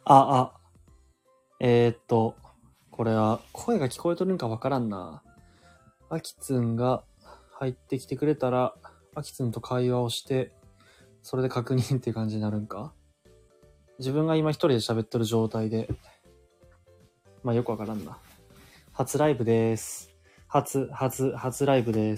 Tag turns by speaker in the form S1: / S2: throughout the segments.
S1: あ、これは声が聞こえとるんかわからんな。あきつんが入ってきてくれたら、あきつんと会話をして、それで確認っていう感じになるんか。自分が今一人で喋ってる状態で、まあよくわからんな。初ライブです。初ライブです。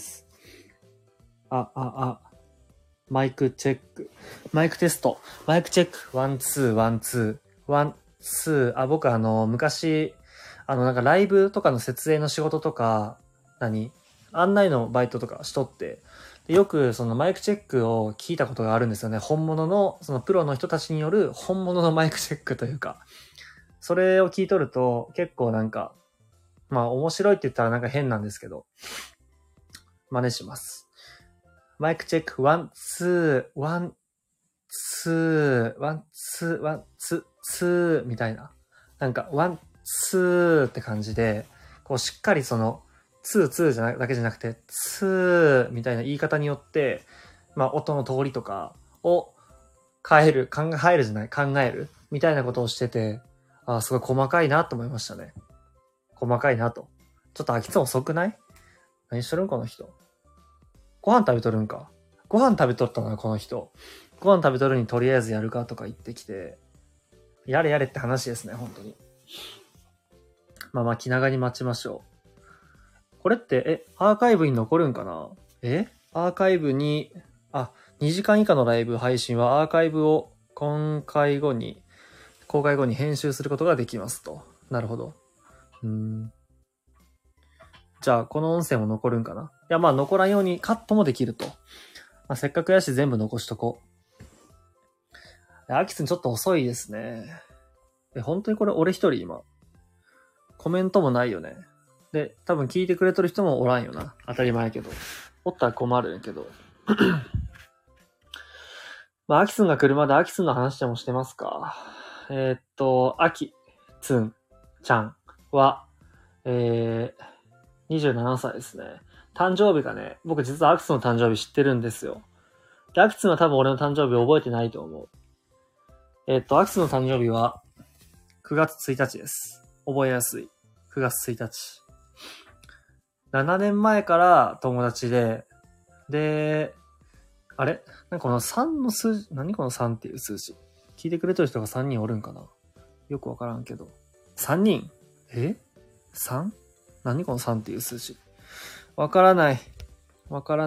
S1: マイクチェック。マイクテスト。マイクチェック。ワン、ツー、ワン、ツー。ワン、ツー。僕昔、なんかライブとかの設営の仕事とか、案内のバイトとかしとって、でよくそのマイクチェックを聞いたことがあるんですよね。本物の、そのプロの人たちによる本物のマイクチェックというか、それを聞いとると結構なんか、まあ面白いって言ったらなんか変なんですけど、真似します。マイクチェック、ワン、ツー、ワン、ツー、ワン、ツー、ワン、ツー、ツー、みたいな。なんか、ワン、ツーって感じで、こうしっかりその、ツー、ツーじゃなだけじゃなくて、ツーみたいな言い方によって、まあ音の通りとかを考えるみたいなことをしてて、すごい細かいなと思いましたね。細かいなと。ちょっと飽きつ遅くない？何しとるんこの人。ご飯食べとるんか。ご飯食べとったな、この人。ご飯食べとるにとりあえずやるかとか言ってきて、やれやれって話ですね、本当に。まあ気長に待ちましょう。これって、アーカイブに残るんかな？アーカイブに、2時間以下のライブ配信はアーカイブを公開後に編集することができますと。なるほど。じゃあ、この音声も残るんかな？いや、残らんようにカットもできると。せっかくやし全部残しとこう。アキスンちょっと遅いですね。本当にこれ俺一人今。コメントもないよね。で、多分聞いてくれとる人もおらんよな。当たり前やけど。おったら困るんやけど。アキスンが来るまでアキスンの話でもしてますか。アキツンちゃんは、27歳ですね。誕生日がね、僕実はアキツンの誕生日知ってるんですよ。で、アキツンは多分俺の誕生日覚えてないと思う。アキツンの誕生日は9月1日です。覚えやすい。9月1日。7年前から友達で、あれこの3の数字、何この3っていう数字。聞いてくれてる人が3人おるんかな？よくわからんけど。3人？3？ 何この3っていう数字。わからない。よくわ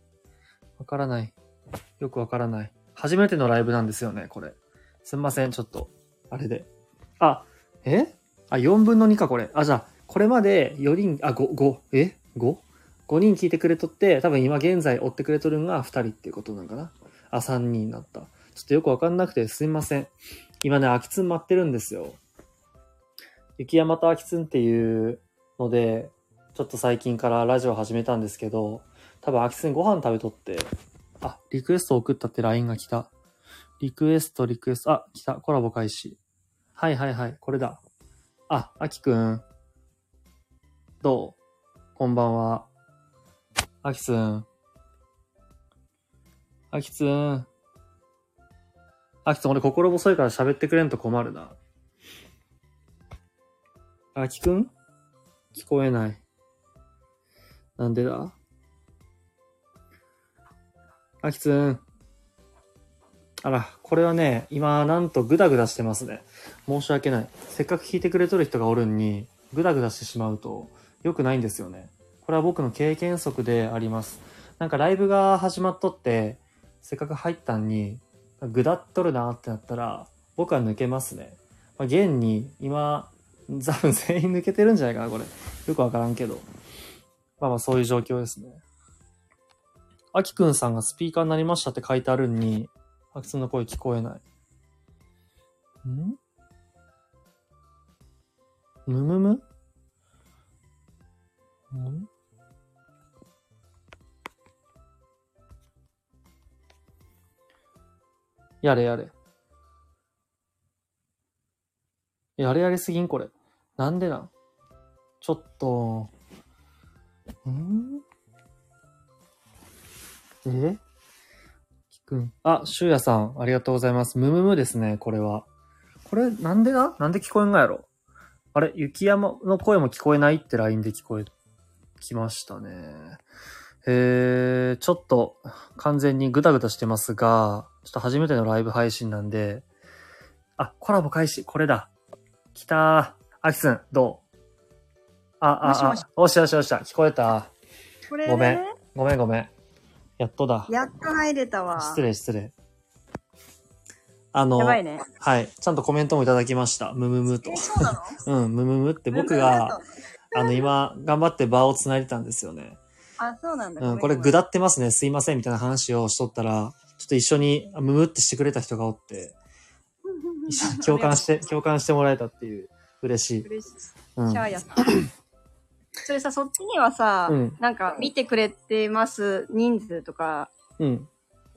S1: からない。初めてのライブなんですよね、これ。すんません、ちょっと。あれで。4分の2か、これ。じゃあ、これまで4人、5 人聞いてくれとって、多分今現在追ってくれとるのが2人っていうことなんかな。3人になった。ちょっとよくわかんなくてすいません。今ね、秋津ん待ってるんですよ。雪山と秋津んっていうので、ちょっと最近からラジオ始めたんですけど、多分秋津んご飯食べとって、リクエスト送ったって LINE が来た。リクエスト、来た。コラボ開始。はい、これだ。秋くん。どう？こんばんは。秋つん。秋つん、俺心細いから喋ってくれんと困るな。秋くん？聞こえない。なんでだ？秋つん。これはね、今なんとグダグダしてますね。申し訳ない。せっかく聞いてくれとる人がおるんに、グダグダしてしまうと良くないんですよね。これは僕の経験則であります。なんかライブが始まっとって、せっかく入ったんに、グダっとるなってなったら、僕は抜けますね。現に、今、多分全員抜けてるんじゃないかな、これ。よくわからんけど。そういう状況ですね。あきくんさんがスピーカーになりましたって書いてあるんに、あきつんの声聞こえない。むむむ？やれ。やれすぎんこれ。なんでなん？ちょっと、きくん。しゅうやさん、ありがとうございます。むむむですね、これは。 これ、なんで聞こえんがやろ。あれ、雪山の声も聞こえないって LINE で聞こえきましたね。ちょっと完全にグダグダしてますが、ちょっと初めてのライブ配信なんで、あ、コラボ開始、これだ。来たー。アキスン、どう？おしゃ、聞こえた。
S2: これ
S1: ごめん。やっとだ。
S2: やっと入れたわ。
S1: 失礼。
S2: やばいね。
S1: はい。ちゃんとコメントもいただきました。むむむと。
S2: そうなの？
S1: うん、むむむって僕が、今、頑張って場を繋いでたんですよね。
S2: あ、そうなんだ。
S1: うん、これぐだってますね。すいません、みたいな話をしとったら、ちょっと一緒にむむってしてくれた人がおって、一緒に共感してもらえたっていう、嬉しい。
S2: 嬉しい。
S1: うん。
S2: シャーヤさん。それさ、そっちにはさ、なんか見てくれてます人数とか、
S1: うん。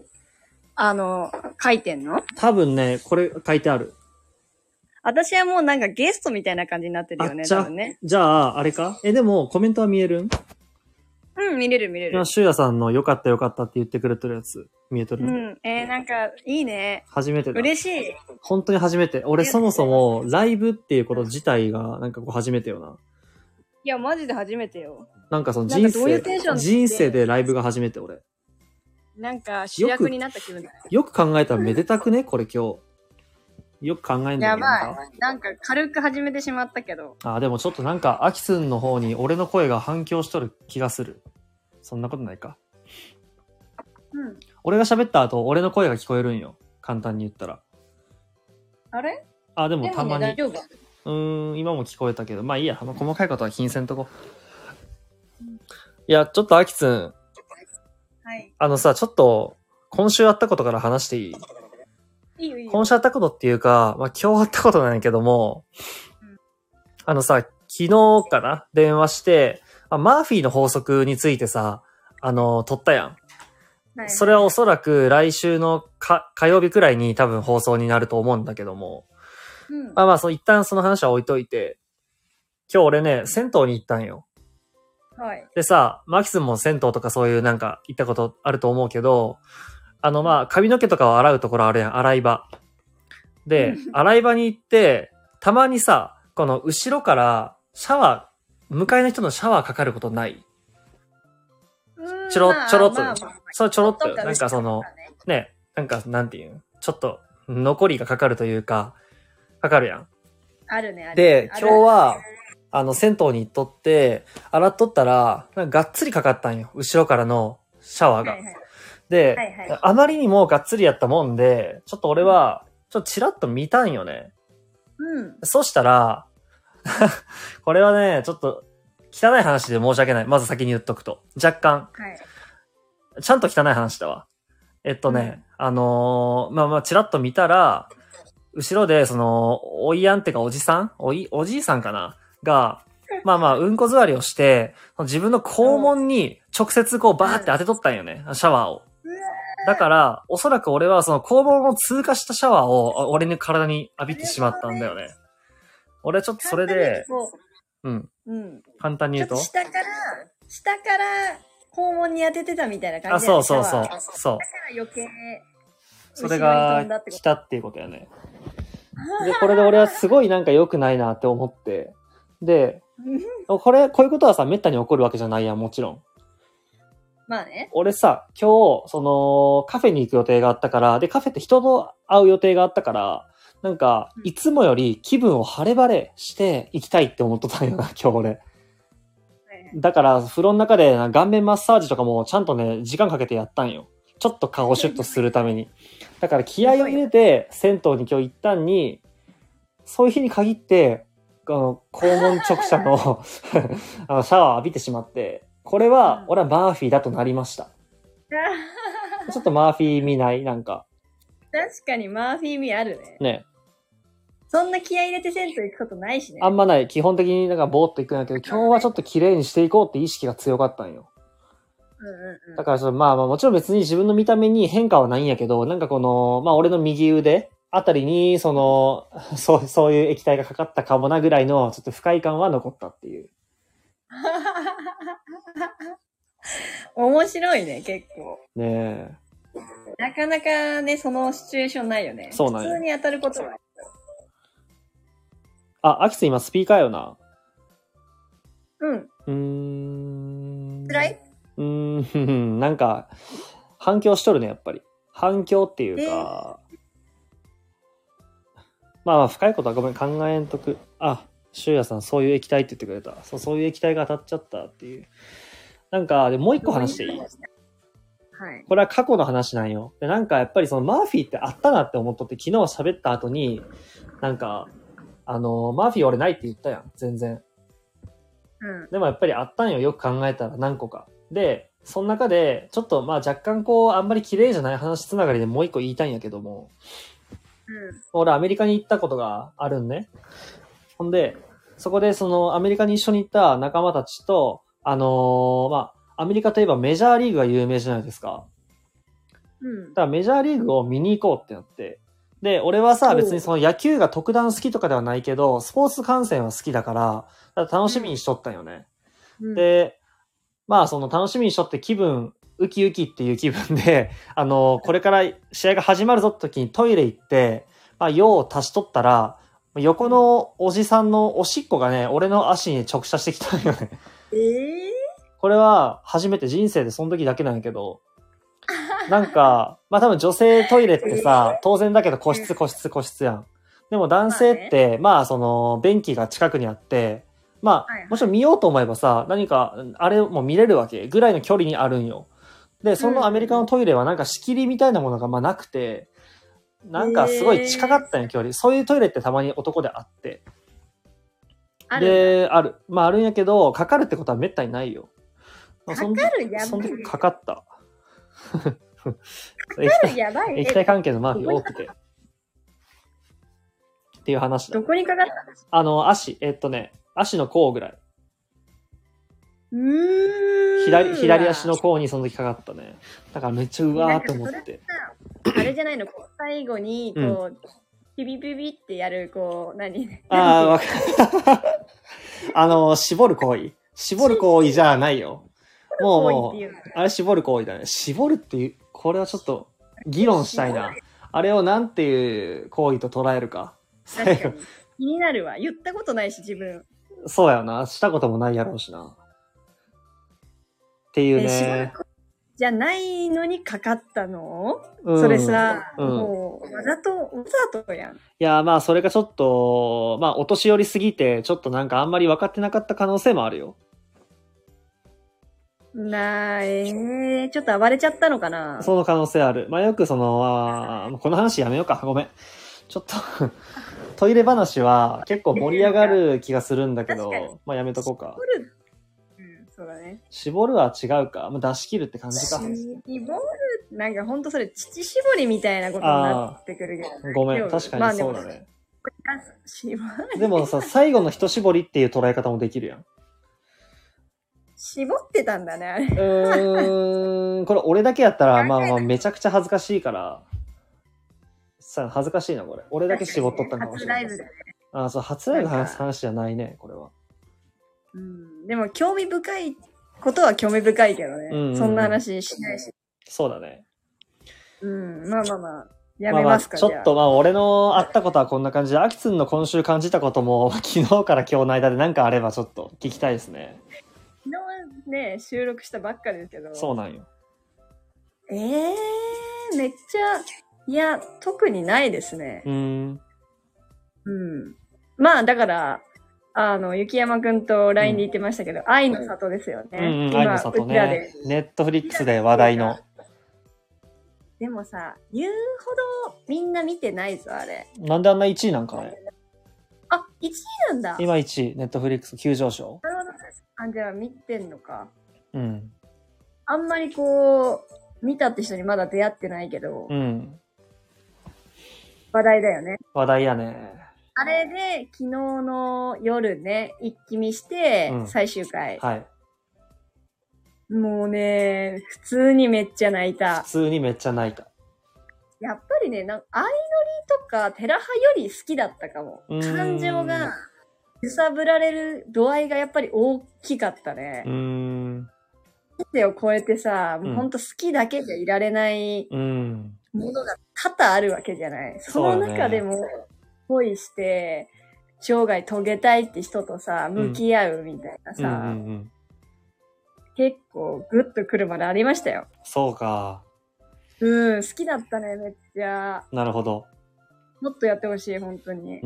S2: 書いてんの？
S1: 多分ね、これ書いてある。
S2: 私はもうなんかゲストみたいな感じになってるよね、多分ね。
S1: じゃあ、あれか？でも、コメントは見えるん？
S2: うん、見れる。
S1: 今、シュウヤさんのよかったって言ってくれてるやつ、見えとる。
S2: うん。なんか、いいね。
S1: 初めてだ。
S2: 嬉しい。
S1: 本当に初めて。俺そもそも、ライブっていうこと自体が、なんかこう初めてよな。
S2: いや、マジで初めてよ。
S1: なんかその
S2: 人
S1: 生でライブが初めて俺。
S2: なんか主役になった気分だね。
S1: よく考えたらめでたくねこれ今日。よく考えんだ
S2: やばい。なんか軽く始めてしまったけど。
S1: でもちょっとなんか、アキスンの方に俺の声が反響しとる気がする。そんなことないか。
S2: うん。
S1: 俺が喋った後、俺の声が聞こえるんよ。簡単に言ったら。
S2: あれ？
S1: でもたまに。
S2: 大丈夫？
S1: 今も聞こえたけど、まあいいや、細かいことは気にせんとこ。いや、ちょっとアキツン。
S2: はい。
S1: ちょっと、今週あったことから話していい？
S2: いいよ。
S1: 今週あったことっていうか、まあ今日あったことなんやけども、昨日かな電話して、マーフィーの法則についてさ、撮ったやん。はい、それはおそらく来週の火曜日くらいに多分放送になると思うんだけども、一旦その話は置いといて、今日俺ね、銭湯に行ったんよ。はい。でさ、マキスも銭湯とかそういうなんか行ったことあると思うけど、髪の毛とかを洗うところあるやん、洗い場。で、洗い場に行って、たまにさ、この後ろから向かいの人のシャワーかかることない？ちょろっと。そう、ちょろっと。なんかなんかなんていうの？ちょっと残りがかかるというか、かかるやん。
S2: あるね。
S1: で、今日は、銭湯に行っとって、洗っとったら、がっつりかかったんよ。後ろからのシャワーが。で、あまりにもがっつりやったもんで、ちょっと俺は、ちょっとチラッと見たんよね。そしたら、これはね、ちょっと、汚い話で申し訳ない。まず先に言っとくと。若干。ちゃんと汚い話だわ。チラッと見たら、後ろで、おいやんってかおじさんおじいさんかなが、うんこ座りをして、自分の肛門に直接こうバーって当てとったんよね。シャワーを。だから、おそらく俺はその肛門を通過したシャワーを俺の体に浴びてしまったんだよね。俺はちょっとそれで、簡単に言うと。
S2: 下から肛門に当ててたみたいな感じ
S1: そう。だから
S2: 余計。
S1: それが来たっていうことやね。で、これで俺はすごいなんか良くないなって思って。で、こういうことはさ、めったに起こるわけじゃないやん、もちろん。
S2: まあね。
S1: 俺さ、今日、カフェに行く予定があったから、で、カフェって人と会う予定があったから、なんか、いつもより気分を晴れ晴れして行きたいって思っとったんよな、今日俺。だから、風呂の中で顔面マッサージとかもちゃんとね、時間かけてやったんよ。ちょっと顔をシュッとするために。だから気合を入れて、銭湯に今日行ったんに、そういう日に限って、肛門直射のシャワー浴びてしまって、これは、俺はマーフィーだとなりました。ちょっとマーフィー見ないなんか。
S2: 確かにマーフィー味あるね。
S1: ね。
S2: そんな気合い入れて銭湯行くことないしね。
S1: あんまない。基本的になんかボーっと行くんだけど、今日はちょっと綺麗にしていこうって意識が強かったんよ。だからもちろん別に自分の見た目に変化はないんやけど、なんか俺の右腕あたりに、そういう液体がかかったかもなぐらいの、ちょっと不快感は残ったっていう。
S2: 面白いね、結構。
S1: ね
S2: え。なかなかね、そのシチュエーションないよね。
S1: そうなんよ。
S2: 普通に当たることは。
S1: あ、アキツ今スピーカーよな。
S2: うん。辛い？
S1: なんか、反響しとるね、やっぱり。反響っていうか、まあ、深いことはごめん、考えんとく。あ、シュウヤさん、そういう液体って言ってくれた。そういう液体が当たっちゃったっていう。なんか、でもう一個話していい？はい。これは過去の話なんよ。で、なんかやっぱりそのマーフィーってあったなって思っとって、昨日喋った後に、なんか、マーフィー俺ないって言ったやん、全然。でもやっぱりあったんよ、よく考えたら何個か。で、その中で、ちょっとまあ若干こう、あんまり綺麗じゃない話つながりでもう一個言いたいんやけども、俺アメリカに行ったことがあるんね。ほんで、そこでそのアメリカに一緒に行った仲間たちと、まあ、アメリカといえばメジャーリーグが有名じゃないですか。だからメジャーリーグを見に行こうってなって。で、俺はさ、別にその野球が特段好きとかではないけど、スポーツ観戦は好きだから、楽しみにしとったんよね。で、まあその楽しみにしとって気分、ウキウキっていう気分で、これから試合が始まるぞって時にトイレ行って、まあ用を足しとったら、横のおじさんのおしっこがね、俺の足に直射してきたんよね。これは初めて人生でその時だけなんやけど、なんか、まあ多分女性トイレってさ、当然だけど個室やん。でも男性って、まあその、便器が近くにあって、まあ、もちろん見ようと思えばさ、何か、あれも見れるわけぐらいの距離にあるんよ。で、そのアメリカのトイレはなんか仕切りみたいなものがまあなくて、なんかすごい近かったんよ、距離。そういうトイレってたまに男であって。で、ある。まああるんやけど、かかるってことはめったにないよ。
S2: かかるやばい。
S1: その時かかった。液体関係のマーフィー多くて。っていう話だ。
S2: どこにかかった
S1: 足、足の甲ぐらい。左足の甲にその時かかったね。だからめっちゃうわーって思って。
S2: あれじゃないの、最後に、こう、ピビピビってやる、こう、何
S1: ああ、わかる。絞る行為。絞る行為じゃないよ。もう、あれ絞る行為だね。絞るっていう、これはちょっと議論したいな。あれをなんていう行為と捉えるか。
S2: 確かに。気になるわ。言ったことないし、自分。
S1: そうやな。したこともないやろうしな。っていうね。
S2: じゃないのにかかったの？それさ、もう、わざとやん。
S1: いや、まあ、それがちょっと、まあ、お年寄りすぎて、ちょっとなんかあんまり分かってなかった可能性もあるよ。
S2: ちょっと暴れちゃったのかな？
S1: その可能性ある。まあ、よくその、この話やめようか。ごめん。ちょっとトイレ話は結構盛り上がる気がするんだけど、まあやめとこうか。
S2: そうだね。
S1: 絞るは違うか。まあ、出し切るって感じか。
S2: 絞る、なんかほんとそれ、乳絞りみたいなことになってくるけど、ね。
S1: ごめん、確かにそうだね。
S2: で
S1: もさ、最後の一絞りっていう捉え方もできるやん。
S2: 絞ってたんだね、あれ。
S1: これ俺だけやったら、まあめちゃくちゃ恥ずかしいから。さ、恥ずかしいな、これ。俺だけ絞っとったかもしれない。初ライブだね。そう、初ライブの話じゃないね、これは。
S2: でも興味深いことは興味深いけどね。そんな話しないし。
S1: そうだね。
S2: まあ。やめますか、
S1: ちょっと俺のあったことはこんな感じで、アキツンの今週感じたことも、昨日から今日の間で何かあればちょっと聞きたいですね。
S2: 昨日ね、収録したばっかりですけど。
S1: そうなんよ。
S2: めっちゃ、いや、特にないですね。まあ、だから、雪山くんと LINE で言ってましたけど、愛の里ですよね。
S1: 愛の里ね。ネットフリックスで話題の。
S2: でもさ、言うほどみんな見てないぞ、あれ。
S1: なんであんな1位なんかね。
S2: あ、1位なんだ。
S1: 今1位、ネットフリックス急上昇。
S2: なるほど。じゃあ見てんのか。
S1: あ
S2: んまりこう、見たって人にまだ出会ってないけど。話題だよね。
S1: 話題やね。
S2: あれで、昨日の夜ね、一気見して、最終回。
S1: はい。
S2: もうね、普通にめっちゃ泣いた。
S1: 普通にめっちゃ泣いた。
S2: やっぱりね、相乗りとか、テラハより好きだったかも。感情が、揺さぶられる度合いがやっぱり大きかったね。手を超えてさ、もうほんと好きだけじゃいられないものが多々あるわけじゃない。その中でも恋して、 生涯遂げたいって人とさ、向き合うみたいなさ、結構グッとくるまでありましたよ。
S1: そうか。
S2: 好きだったね、めっちゃ。
S1: なるほど。
S2: もっとやってほしい、本当に。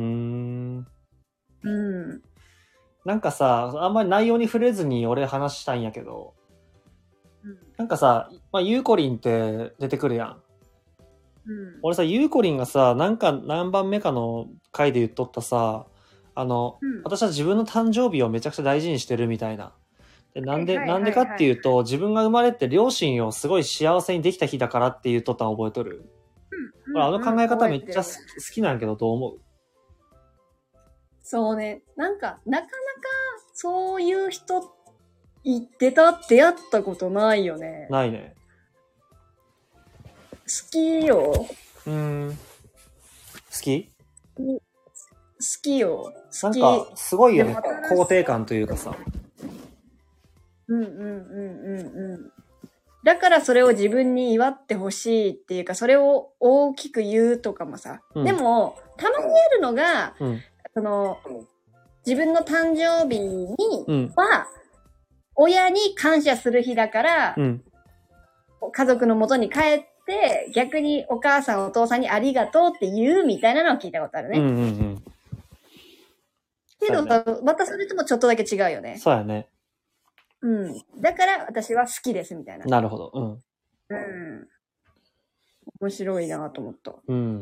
S1: なんかさ、あんまり内容に触れずに俺話したいんやけど、なんかさ、まあ、ゆうこりんって出てくるやん。俺さ、ゆうこりんがさ、なんか何番目かの回で言っとったさ、私は自分の誕生日をめちゃくちゃ大事にしてるみたいな。でなんでかっていうと、自分が生まれて両親をすごい幸せにできた日だからって言っとったの覚えとる？あの考え方めっちゃ好きなんやけど、どう思う？
S2: そうね。なんか、なかなかそういう人出会ったことないよね。
S1: ないね。
S2: 好きよ。
S1: 好き？
S2: 好きよ。好き。
S1: なんか、すごいよね。肯定感というかさ。
S2: だからそれを自分に祝ってほしいっていうか、それを大きく言うとかもさ。でも、たまにあるのが、自分の誕生日には、親に感謝する日だから、家族の元に帰って、逆にお母さんお父さんにありがとうって言うみたいなのを聞いたことあるね。けど、またそれともちょっとだけ違うよね。
S1: そうやね。
S2: だから私は好きですみたいな。
S1: なるほど。
S2: 面白いなと思った。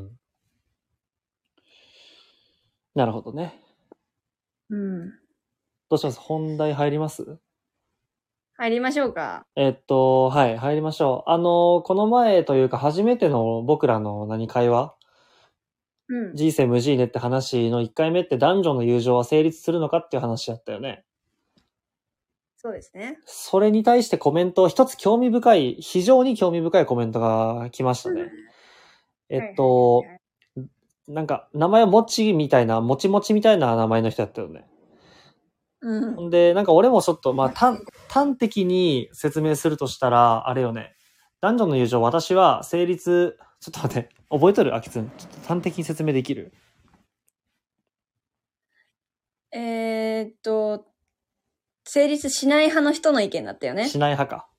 S1: なるほどね。どうします？本題入ります？
S2: 入りましょうか。
S1: はい、入りましょう。この前というか初めての僕らの会話？人生無事ねって話の1回目って男女の友情は成立するのかっていう話だったよね。
S2: そうですね。
S1: それに対してコメント、一つ非常に興味深いコメントが来ましたね。なんか、名前はもちみたいな、もちもちみたいな名前の人だったよね。で、なんか俺もちょっと、まあ、端的に説明するとしたら、あれよね。男女の友情、私は成立、ちょっと待って、覚えとる？あきつん。ちょっと端的に説明できる？
S2: 成立しない派の人の意見だったよね。
S1: しない派か。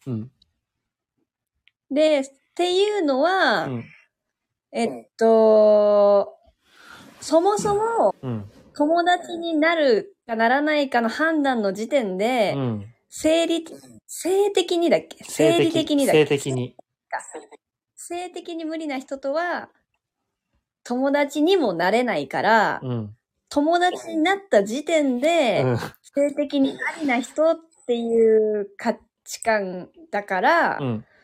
S2: で、っていうのは、そもそも、友達になるかならないかの判断の時点で、性的にだっけ？生理的にだっけ？性的に無理な人とは、友達にもなれないから、友達になった時点で、性的にありな人っていう価値観だから、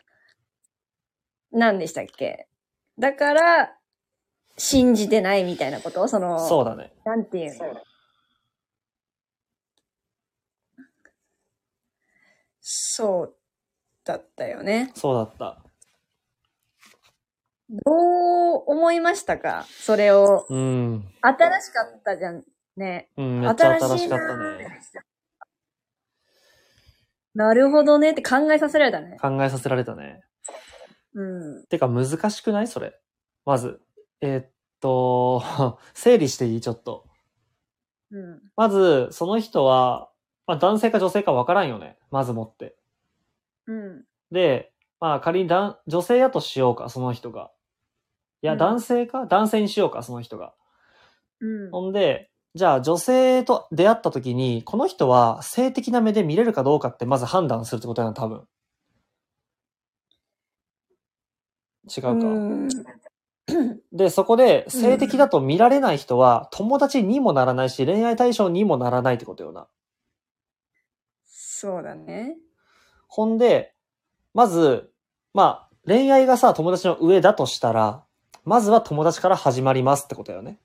S2: 何でしたっけ？だから、信じてないみたいなこと？
S1: そうだね。
S2: なんていうの？そうだったよね。
S1: そうだった。
S2: どう思いましたか？それを。新しかったじゃん。ね。
S1: めっちゃ新しかったね。
S2: なるほどねって考えさせられたね。
S1: 考えさせられたね。てか難しくない？それ。まず。整理していい？ちょっと。まず、その人は、まあ男性か女性か分からんよね。まずもって。で、まあ仮に女性やとしようか、その人が。いや、男性か？男性にしようか、その人が。ほんで、じゃあ女性と出会った時に、この人は性的な目で見れるかどうかってまず判断するってことやな、多分。違うか。で、そこで性的だと見られない人は友達にもならないし、恋愛対象にもならないってことよな。
S2: そうだね。
S1: ほんで、まず、まあ、恋愛がさ、友達の上だとしたら、まずは友達から始まりますってことよね。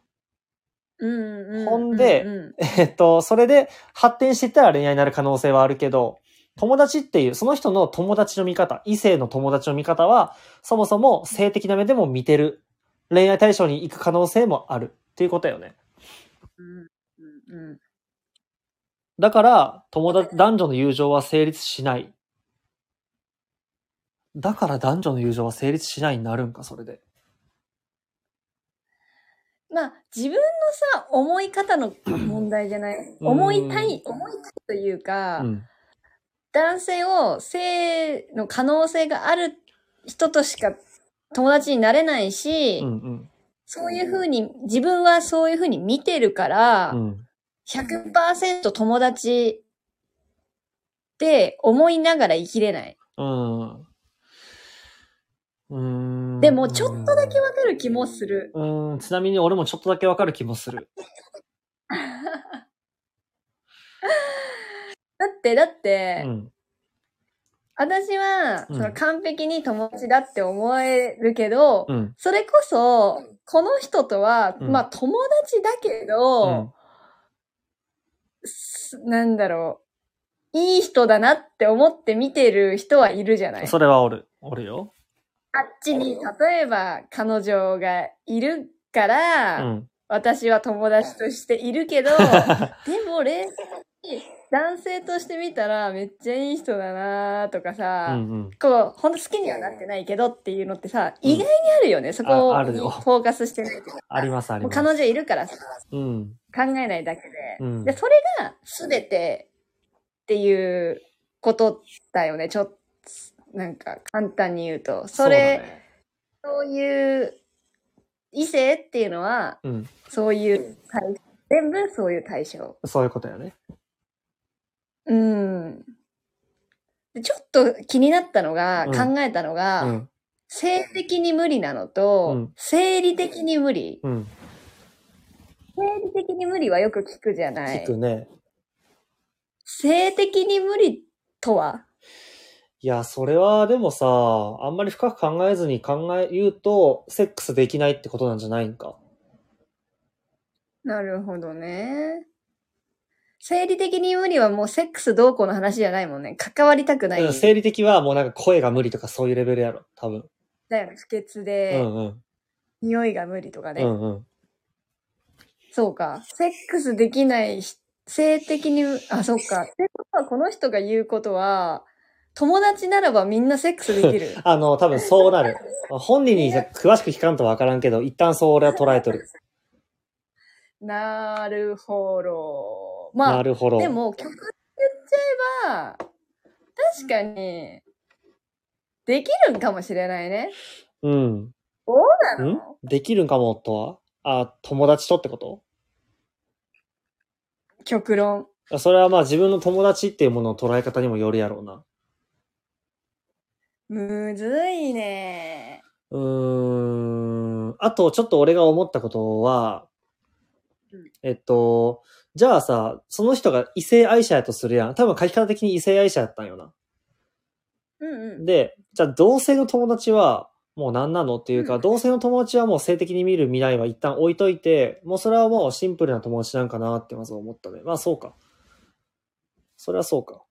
S1: ほんで、それで発展していったら恋愛になる可能性はあるけど、友達っていう、その人の友達の見方、異性の友達の見方は、そもそも性的な目でも見てる。恋愛対象に行く可能性もある。っていうことよね。だから、男女の友情は成立しない。だから男女の友情は成立しないになるんか、それで。
S2: まあ、自分のさ、思い方の問題じゃない思いたいというか、男性を性の可能性がある人としか友達になれないし、そういう風に、自分はそういう風に見てるから、100% 友達って思いながら生きれない。でも、ちょっとだけわかる気もする。
S1: ちなみに俺もちょっとだけわかる気もする。
S2: だって、私は、その完璧に友達だって思えるけど、それこそ、この人とは、まあ友達だけど、なんだろう、いい人だなって思って見てる人はいるじゃない。
S1: それはおるよ。
S2: あっちに、例えば彼女がいるから、私は友達としているけど、でも冷静に男性として見たらめっちゃいい人だなとかさ、こう、ほんと好きにはなってないけどっていうのってさ、意外にあるよね。そこをフォーカスしてないというか。
S1: あります。
S2: 彼女いるからさ、考えないだけで。で、それが全てっていうことだよね。ちょっと、なんか簡単に言うと。そういう異性っていうのは、そういう全部そういう対象。
S1: そういうことやね。
S2: ちょっと気になったのが、考えたのが、性的に無理なのと、生理的に無理。生理的に無理はよく聞くじゃない。
S1: 聞くね。
S2: 性的に無理とは？
S1: いや、それはでもさ、あんまり深く考えずに言うと、セックスできないってことなんじゃないんか。
S2: なるほどね。生理的に無理はもうセックスどうこうの話じゃないもんね。関わりたくない。
S1: 生理的はもうなんか声が無理とかそういうレベルやろ、多分。
S2: だよね、不潔で、匂いが無理とかね。そうか。セックスできない性的に、そうか。ってことはこの人が言うことは、友達ならばみんなセックスできる。
S1: 多分そうなる。本人に詳しく聞かんとわからんけど、一旦そう俺は捉えとる。
S2: なるほど。
S1: まあ、なるほど。
S2: でも、曲って言っちゃえば、確かに、できるんかもしれないね。どうなの？
S1: できるんかもとは？友達とってこと？
S2: 極論。
S1: それはまあ自分の友達っていうものの捉え方にもよるやろうな。
S2: むずいね。
S1: あとちょっと俺が思ったことは、じゃあさ、その人が異性愛者やとするやん。多分書き方的に異性愛者やったんよな。で、じゃあ同性の友達はもう何なのっていうか、同性の友達はもう性的に見る未来は一旦置いといて、もうそれはもうシンプルな友達なんかなってまず思ったね。まあそうか。それはそうか。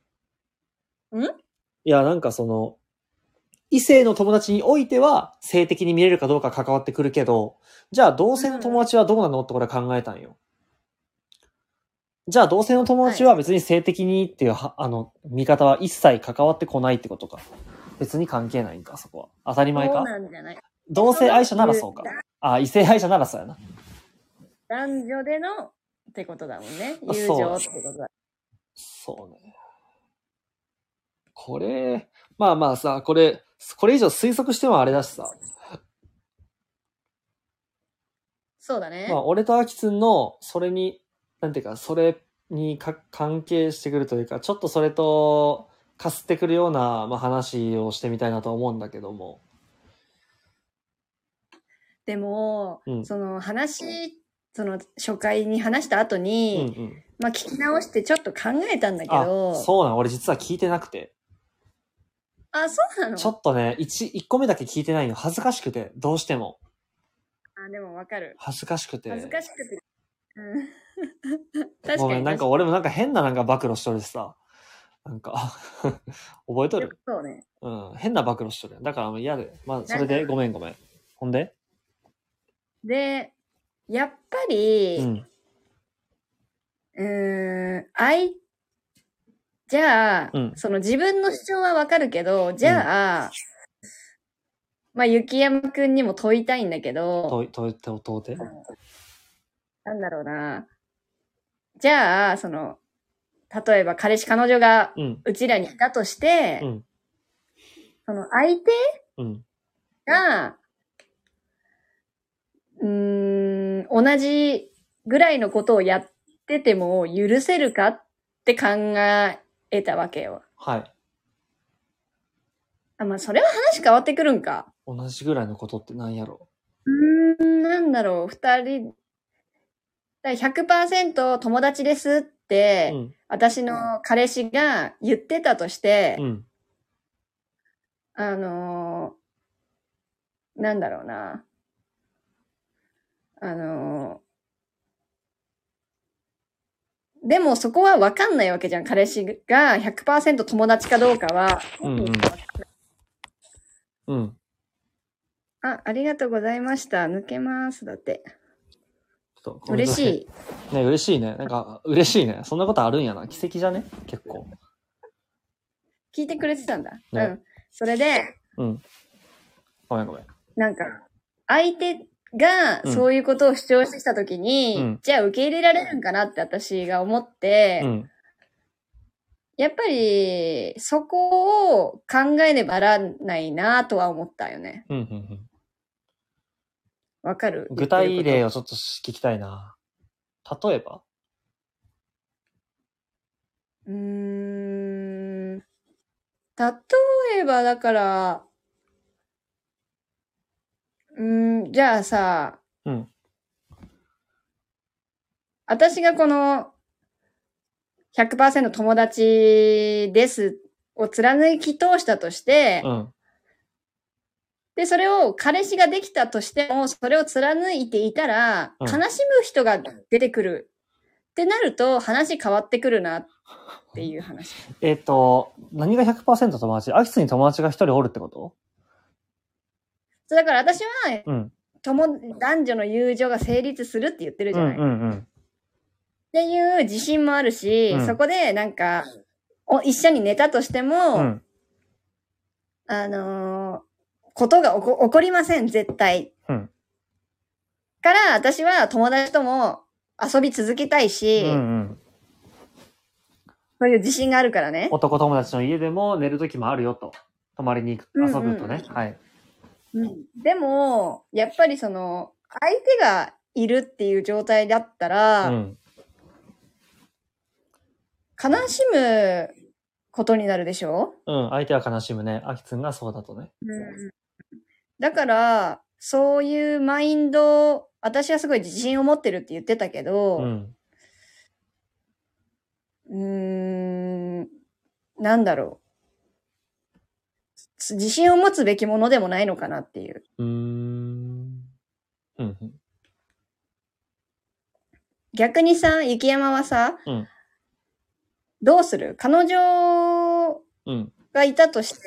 S1: いや、なんかその、異性の友達においては性的に見れるかどうか関わってくるけど、じゃあ同性の友達はどうなのって俺は考えたんよ。じゃあ同性の友達は別に性的にっていう、見方は一切関わってこないってことか。別に関係ないんか、そこは。当たり前か。
S2: そうなんじゃない？
S1: 同性愛者ならそうか。異性愛者ならそうやな。
S2: 男女でのってことだもんね。友情ってことだ。
S1: そうね。これ、まあまあさ、これ以上推測してもあれだしさ。
S2: そうだね。
S1: まあ俺とアキツンの、それに、なんていうか、それに関係してくるというか、ちょっとそれと、かすってくるような、まあ、話をしてみたいなと思うんだけども。
S2: でも、その初回に話した後に、まあ聞き直してちょっと考えたんだけど。
S1: そうなの？俺実は聞いてなくて。
S2: そうなの？
S1: ちょっとね、1個目だけ聞いてないの。恥ずかしくて、どうしても。
S2: でもわかる。
S1: 恥ずかしくて。
S2: 確かに。
S1: ごめん、なんか俺もなんか変ななんか暴露しとるしさ。なんか覚えとる？
S2: そうね。
S1: 変な暴露しとる。だから嫌で。まあ、それでごめん。ほんで？
S2: で、やっぱり、じゃあ、その自分の主張はわかるけど、じゃあ、 まあ、雪山くんにも問いたいんだけど、
S1: 問いて問うて。
S2: なんだろうな。じゃあ、例えば彼氏彼女がうちらにいたとして、
S1: うん、
S2: その相手が、同じぐらいのことをやってても許せるかって考えたわけよ。
S1: はい。
S2: まあ、それは話変わってくるんか。
S1: 同じぐらいのことって何やろ
S2: なんだろう、二人、100% 友達ですって、私の彼氏が言ってたとして、なんだろうな。でもそこは分かんないわけじゃん。彼氏が 100% 友達かどうかは。ありがとうございました。抜けます。だって。嬉し
S1: い。ね、嬉しいね。なんか、嬉しいね。そんなことあるんやな。奇跡じゃね結構。
S2: 聞いてくれてたんだ。ね、それで、
S1: ごめん。
S2: なんか、相手がそういうことを主張してきたときに、じゃあ受け入れられるんかなって私が思って、やっぱりそこを考えねばならないなとは思ったよね。わかる？
S1: 具体例をちょっと聞きたいな。例えば？
S2: 例えばだから、じゃあさ、私がこの 100% 友達ですを貫き通したとして、で、それを彼氏ができたとしても、それを貫いていたら、悲しむ人が出てくるってなると、話変わってくるなっていう話。
S1: 何が 100% 友達？アキツに友達が一人おるってこと？
S2: そう、だから私は、男女の友情が成立するって言ってるじゃない。っていう自信もあるし、そこでなんか、一緒に寝たとしても、ことが起こりません、絶対。から私は友達とも遊び続けたいし、そういう自信があるからね。
S1: 男友達の家でも寝る時もあるよと。泊まりに行く、遊ぶとね。はい。
S2: でも、やっぱり相手がいるっていう状態だったら、悲しむことになるでしょ？
S1: 相手は悲しむね。アキツンがそうだとね。
S2: だから、そういうマインド、私はすごい自信を持ってるって言ってたけど、なんだろう。自信を持つべきものでもないのかなっていう。逆にさ、雪山はさ、どうする？彼女がいたとして、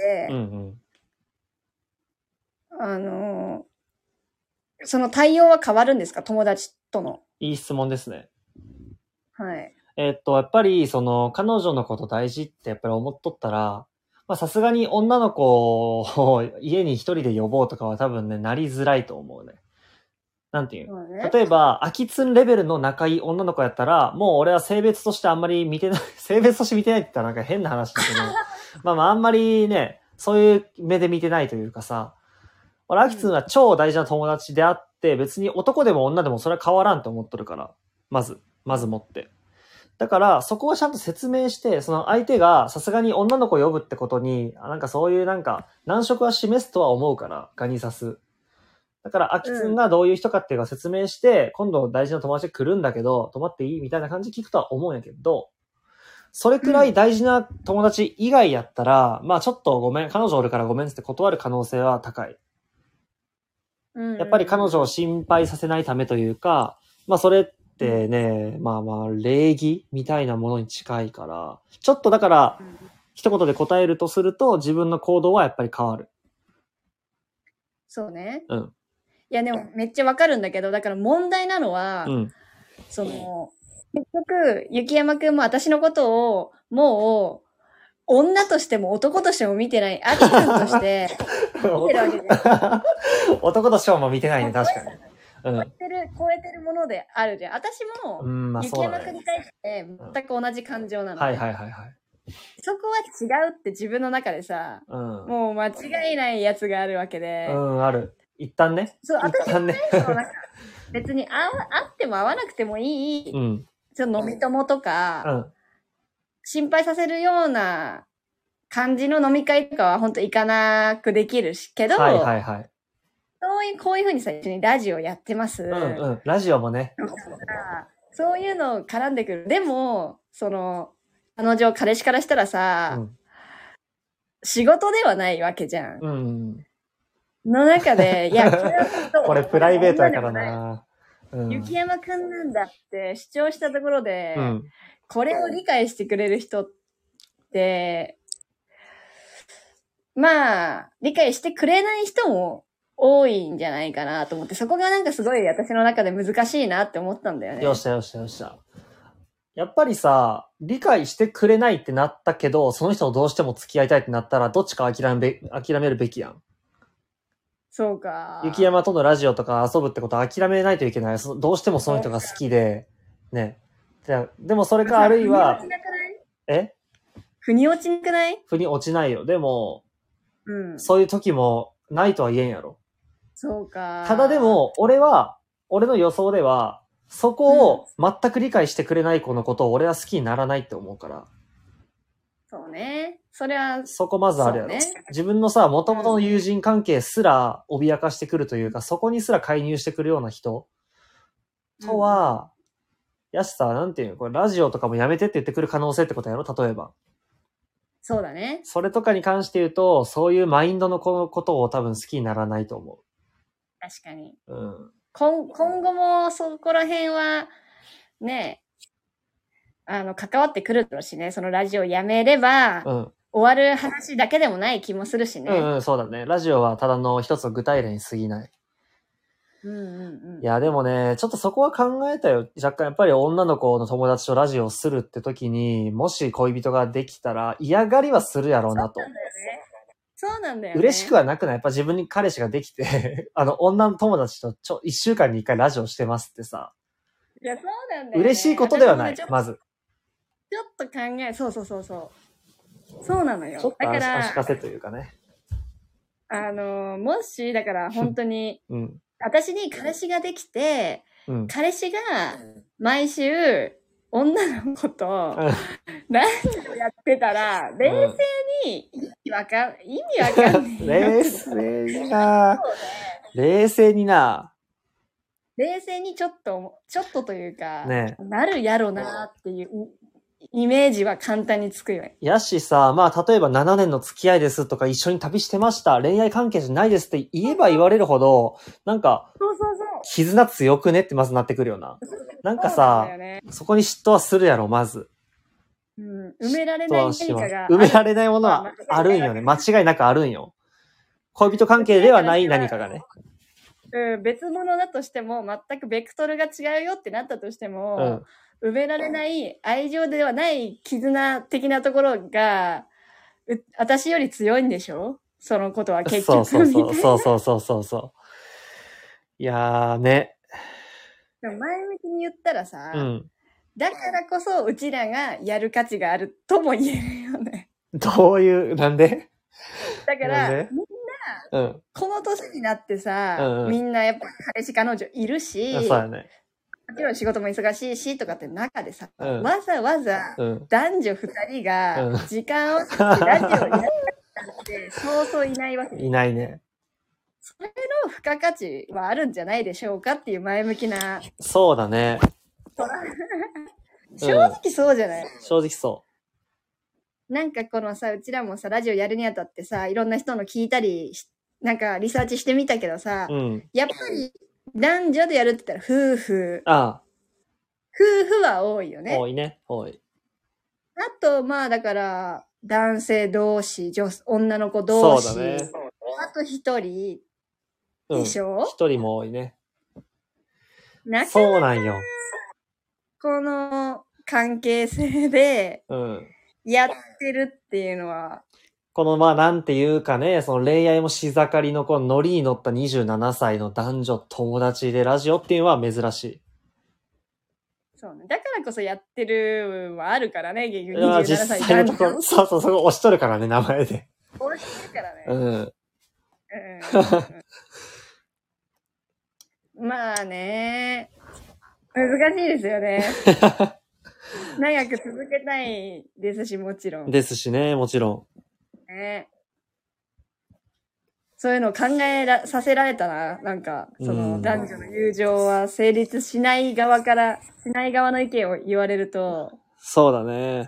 S2: その対応は変わるんですか？友達との。
S1: いい質問ですね。
S2: はい。
S1: やっぱり、彼女のこと大事ってやっぱり思っとったら、まあさすがに女の子を家に一人で呼ぼうとかは多分ね、なりづらいと思うね。なんていう、例えば、アキツンレベルの仲いい女の子やったら、もう俺は性別としてあんまり見てない、性別として見てないって言ったらなんか変な話だけど、まああんまりね、そういう目で見てないというかさ、俺アキツンは超大事な友達であって、別に男でも女でもそれは変わらんと思っとるから、まずもって。だから、そこをちゃんと説明して、その相手がさすがに女の子を呼ぶってことに、なんかそういうなんか難色は示すとは思うから、ガニサス。だから、アキツンがどういう人かっていうのを説明して、今度大事な友達が来るんだけど、泊まっていいみたいな感じで聞くとは思うんやけど、それくらい大事な友達以外やったら、まあちょっとごめん、彼女おるからごめんって断る可能性は高い。やっぱり彼女を心配させないためというか、まあそれってね、まあ礼儀みたいなものに近いから、ちょっとだから、一言で答えるとすると、自分の行動はやっぱり変わる。
S2: そうね。いやでもめっちゃわかるんだけど、だから問題なのは、結局、雪山くんも私のことを、もう、女としても男としても見てない、アキくんとして、 見てるわけじゃん。
S1: 男とショーも見てないね、確かに。
S2: 超えてるものであるじゃん。私も、
S1: まあ
S2: 雪山くんに対して全く同じ感情なの。
S1: はいはいはいはい。
S2: そこは違うって自分の中でさ、もう間違いないやつがあるわけで。
S1: ある。一旦ね。
S2: そう、私はね、別に会っても会わなくてもいい、ちょっと飲み友とか、心配させるような感じの飲み会とかは本当行かなくできるし、けど、
S1: はいはいはい。
S2: こういうふうにさ、一緒にラジオやってます。
S1: ラジオもね。
S2: そういうの絡んでくる。でも、彼女、彼氏からしたらさ、仕事ではないわけじゃん。の中で、いや、
S1: これプライベートやからな。
S2: 雪山くんなんだって主張したところで、これを理解してくれる人って、まあ、理解してくれない人も多いんじゃないかなと思って、そこがなんかすごい私の中で難しいなって思ったんだよね。
S1: よっしゃよっしゃよっしゃ。やっぱりさ、理解してくれないってなったけど、その人とどうしても付き合いたいってなったら、どっちか諦めるべきやん。
S2: そうか。
S1: 雪山とのラジオとか遊ぶってことは諦めないといけない。どうしてもその人が好きで、ね。でもそれかあるいは、
S2: 腑に落ちなくない？
S1: 腑に落ちないよ。でも、そういう時もないとは言えんやろ。
S2: そうか。
S1: ただでも、俺の予想では、そこを全く理解してくれない子のことを俺は好きにならないって思うから。
S2: そうね。それは。
S1: そこまずあるやろ。自分のさ、元々の友人関係すら脅かしてくるというか、そこにすら介入してくるような人とは、やしさ、なんていうの、これラジオとかもやめてって言ってくる可能性ってことやろ、例えば。
S2: そうだね。
S1: それとかに関して言うと、そういうマインドの子のことを多分好きにならないと思う。
S2: 確かに。今後もそこら辺は、ね、関わってくるだろうしね、そのラジオやめれば、終わる話だけでもない気もするしね。
S1: そうだね。ラジオはただの一つの具体例に過ぎない。いや、でもね、ちょっとそこは考えたよ。若干やっぱり女の子の友達とラジオをするって時に、もし恋人ができたら嫌がりはするやろうなと。
S2: そうなんだよね。
S1: 嬉しくはなくない？やっぱ自分に彼氏ができて、女の友達と一週間に一回ラジオしてますってさ。
S2: いや、そうなんだよね。
S1: 嬉しいことではない、まず。
S2: ちょっと考え、そう。そうなのよ。
S1: ちょっと足かせというかね。
S2: もし、だから本当に、私に彼氏ができて、彼氏が毎週、女の子と、ラジオやってたら、冷静に、意味わかんない。
S1: 冷静にな。
S2: 冷静にちょっとというか、なるやろなっていうイメージは簡単につくよね。
S1: やしさ、まあ例えば7年の付き合いですとか一緒に旅してました、恋愛関係じゃないですって言えば言われるほど、なんか、絆強くねってまずなってくるよな。なんかさ、そこに嫉妬はするやろ、まず。
S2: 埋められない何かが。
S1: 埋められないものはあるんよね。間違いなくあるんよ。恋人関係ではない何かがね。
S2: 別物だとしても、全くベクトルが違うよってなったとしても、埋められない愛情ではない絆的なところが、私より強いんでしょ？そのことは結局。
S1: そう。いやーね。
S2: でも前向きに言ったらさ、だからこそ、うちらがやる価値があるとも言えるよね。
S1: どういう、なんで？
S2: だから、みんな、この年になってさ、みんなやっぱ彼氏彼女いるし、
S1: そうだね。
S2: もちろん仕事も忙しいしとかって中でさ、わざわざ男女二人が時間を使ってラジオをやるなんてそうそういないわけ。
S1: いないね。
S2: それの付加価値はあるんじゃないでしょうかっていう前向きな。
S1: そうだね。
S2: 正直そうじゃない？
S1: 正直そう。
S2: なんかこのさ、うちらもさ、ラジオやるにあたってさ、いろんな人の聞いたり、なんかリサーチしてみたけどさ、やっぱり男女でやるって言ったら夫婦。夫婦は多いよね。
S1: 多いね。多い。
S2: あと、まあだから、男性同士、女の子同士。そうだね。あと一人でしょ？
S1: 一人も多いね。
S2: そうなんよ。この関係性で、やってるっていうのは、
S1: このまあなんていうかね、その恋愛もし盛りのこのノリに乗った27歳の男女友達でラジオっていうのは珍しい。
S2: そうね。だからこそやってるはあるからね、結局
S1: 実
S2: 27歳
S1: 際のところ、そうそう、そこ押しとるからね、名前で。
S2: 押してるからね。まあね、難しいですよね。長く続けたいですし、もちろん。
S1: ですしね、もちろ
S2: ん。ね。そういうのを考させられたら、なんか、その男女の友情は成立しない側の意見を言われると。
S1: そうだね。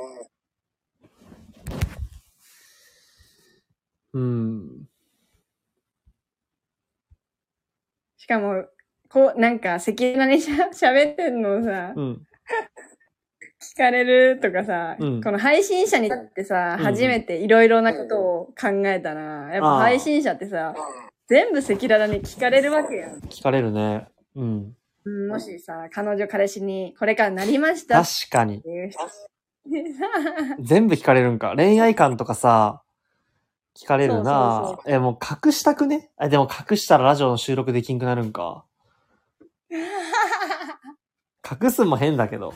S2: しかも、こう、なんか、赤裸々に喋ってんのをさ、聞かれるとかさ、この配信者にとってさ、初めていろいろなことを考えたら、やっぱ配信者ってさ、全部赤裸々に聞かれるわけやん。
S1: 聞かれるね。
S2: もしさ、彼女彼氏にこれからなりました。
S1: 確かに。全部聞かれるんか。恋愛観とかさ、聞かれるな。もう隠したくね？でも隠したらラジオの収録できんくなるんか。隠すんも変だけど。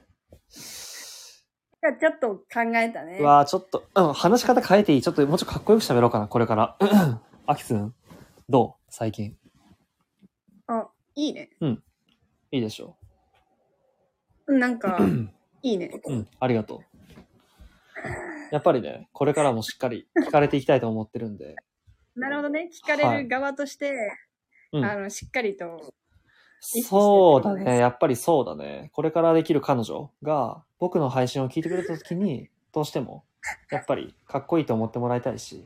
S2: ちょっと考えたね。
S1: うわぁ、ちょっと、話し方変えていい？ちょっともうちょっとかっこよく喋ろうかな、これから。アキツンどう？最近。
S2: いいね。
S1: いいでしょ
S2: う。なんか、いいね。
S1: ありがとう。やっぱりね、これからもしっかり聞かれていきたいと思ってるんで。
S2: なるほどね。聞かれる側として、しっかりと。
S1: そうだね。やっぱりそうだね。これからできる彼女が僕の配信を聞いてくれたときに、どうしても、やっぱりかっこいいと思ってもらいたいし。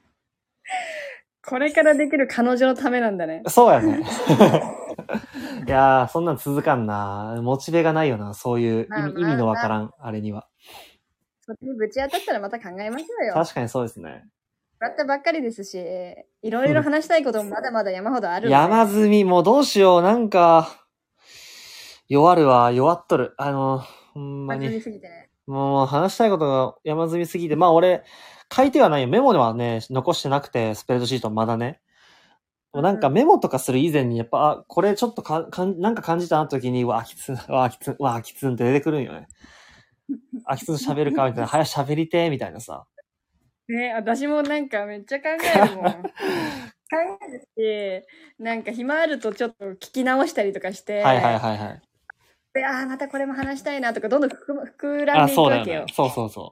S2: これからできる彼女のためなんだね。
S1: そうやね。いやー、そんなん続かんな。モチベがないよな。そういう意味のわからん、あれには。
S2: そっちにぶち当たったらまた考えましょうよ。
S1: 確かにそうですね。
S2: だったばっかりですし、いろいろ話したいこともまだまだ山ほどある。
S1: 山積み、もうどうしよう。なんか、弱っとる。ほんまに。
S2: 山積みすぎてね。
S1: もう話したいことが山積みすぎて、まあ俺、書いてはないよ。メモではね、残してなくて、スプレッドシートまだね。なんかメモとかする以前に、やっぱ、これちょっとなんか感じたな時に、わ、きつんって出てくるんよね。きつん喋るかみたいな、早く喋りてみたいなさ。
S2: ね、私もなんかめっちゃ考えるもん。考えるし、なんか暇あるとちょっと聞き直したりとかして。で、またこれも話したいなとか、どんどん膨らんでいくわけよ。
S1: そうそう。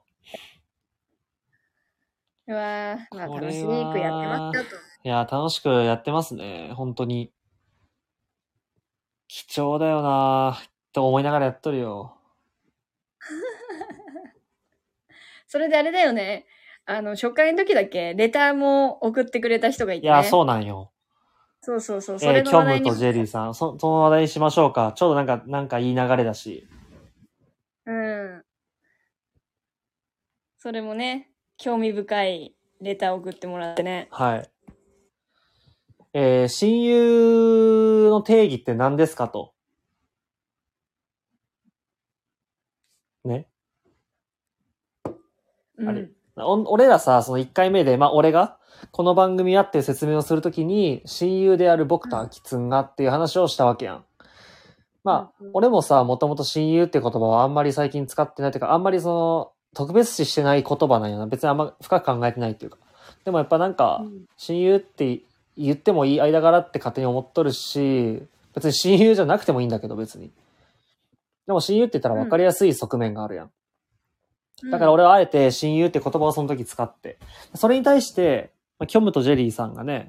S2: まあ楽しくやってますよと。
S1: いや、楽しくやってますね。本当に。貴重だよなぁ、と思いながらやっとるよ。
S2: それであれだよね。初回の時だけ、レターも送ってくれた人がいて、ね。
S1: いや、そうなんよ。
S2: そう。そ
S1: れの話題に。キョムとジェリーさん、その話題にしましょうか。ちょうどなんかいい流れだし。
S2: それもね、興味深いレターを送ってもらってね。
S1: はい。親友の定義って何ですかと。ね。俺らさ、その1回目で、俺が、この番組やって説明をするときに、親友である僕とアキツンがっていう話をしたわけやん。俺もさ、もともと親友って言葉はあんまり最近使ってないというか、あんまりその、特別視してない言葉なんやな。別にあんま深く考えてないっていうか。でもやっぱなんか、親友って言ってもいい間柄って勝手に思っとるし、別に親友じゃなくてもいいんだけど、別に。でも親友って言ったら分かりやすい側面があるやん。だから俺はあえて親友って言葉をその時使って。それに対して、キョムとジェリーさんがね、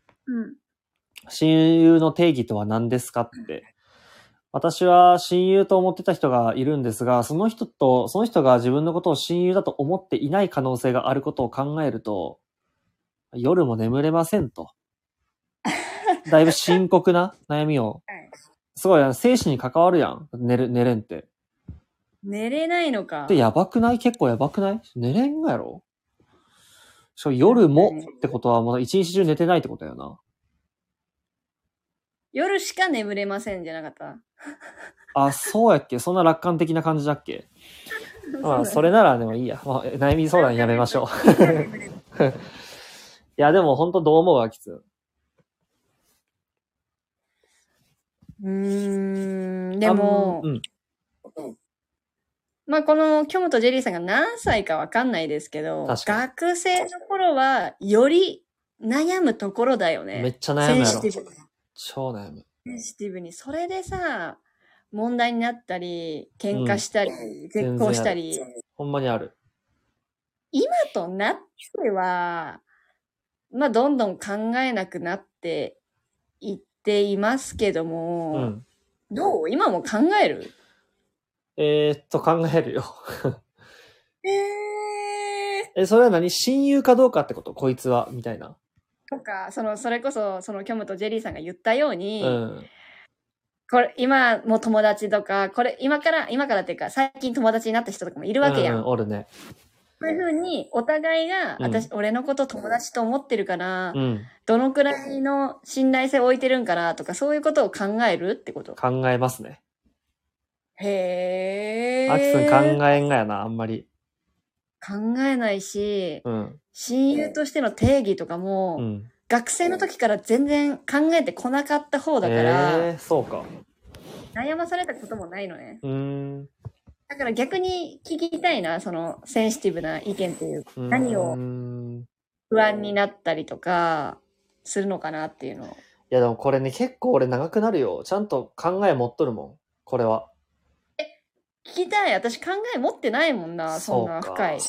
S1: 親友の定義とは何ですかって。私は親友と思ってた人がいるんですが、その人が自分のことを親友だと思っていない可能性があることを考えると、夜も眠れませんと。だいぶ深刻な悩みを。すごい、生死に関わるやん。寝れんって。
S2: 寝れないのか。
S1: で、やばくない？結構やばくない？寝れんがやろ？しかも夜もってことは、もう一日中寝てないってことやな。
S2: 夜しか眠れませんじゃなかった？
S1: そうやっけ？そんな楽観的な感じだっけ？ まあ、それならでもいいや。まあ、悩み相談やめましょう。いや、でも本当どう思うわ、きつ。
S2: でも、
S1: うん。
S2: まあ、このキョムとジェリーさんが何歳かわかんないですけど、学生の頃はより悩むところだよね。
S1: めっちゃ悩むやろ。
S2: センシティブ。
S1: 超悩む。
S2: センシティブに。それでさ、問題になったり、喧嘩したり、絶交したり。
S1: ほんまにある。
S2: 今となっては、まあ、どんどん考えなくなっていっていますけども、どう？今も考える？
S1: 考えるよ。それは何？親友かどうかってこと？こいつはみたいな。
S2: とか、それこそ、キョムとジェリーさんが言ったように、これ、今も友達とか、これ、今からっていうか、最近友達になった人とかもいるわけやん。
S1: おるね。
S2: そういうふうに、お互いが、俺のこと友達と思ってるから、どのくらいの信頼性を置いてるんかなとか、そういうことを考えるってこと？
S1: 考えますね。
S2: へー。
S1: アキスン考えんがやな、あんまり。
S2: 考えないし、親友としての定義とかも、学生の時から全然考えてこなかった方だから、
S1: そうか。
S2: 悩まされたこともないのね。だから逆に聞きたいな、センシティブな意見っていう、何を不安になったりとか、するのかなっていうのを。い
S1: やでもこれね、結構俺長くなるよ。ちゃんと考え持っとるもん。これは。
S2: 聞きたい。私考え持ってないもんな、そんな深い。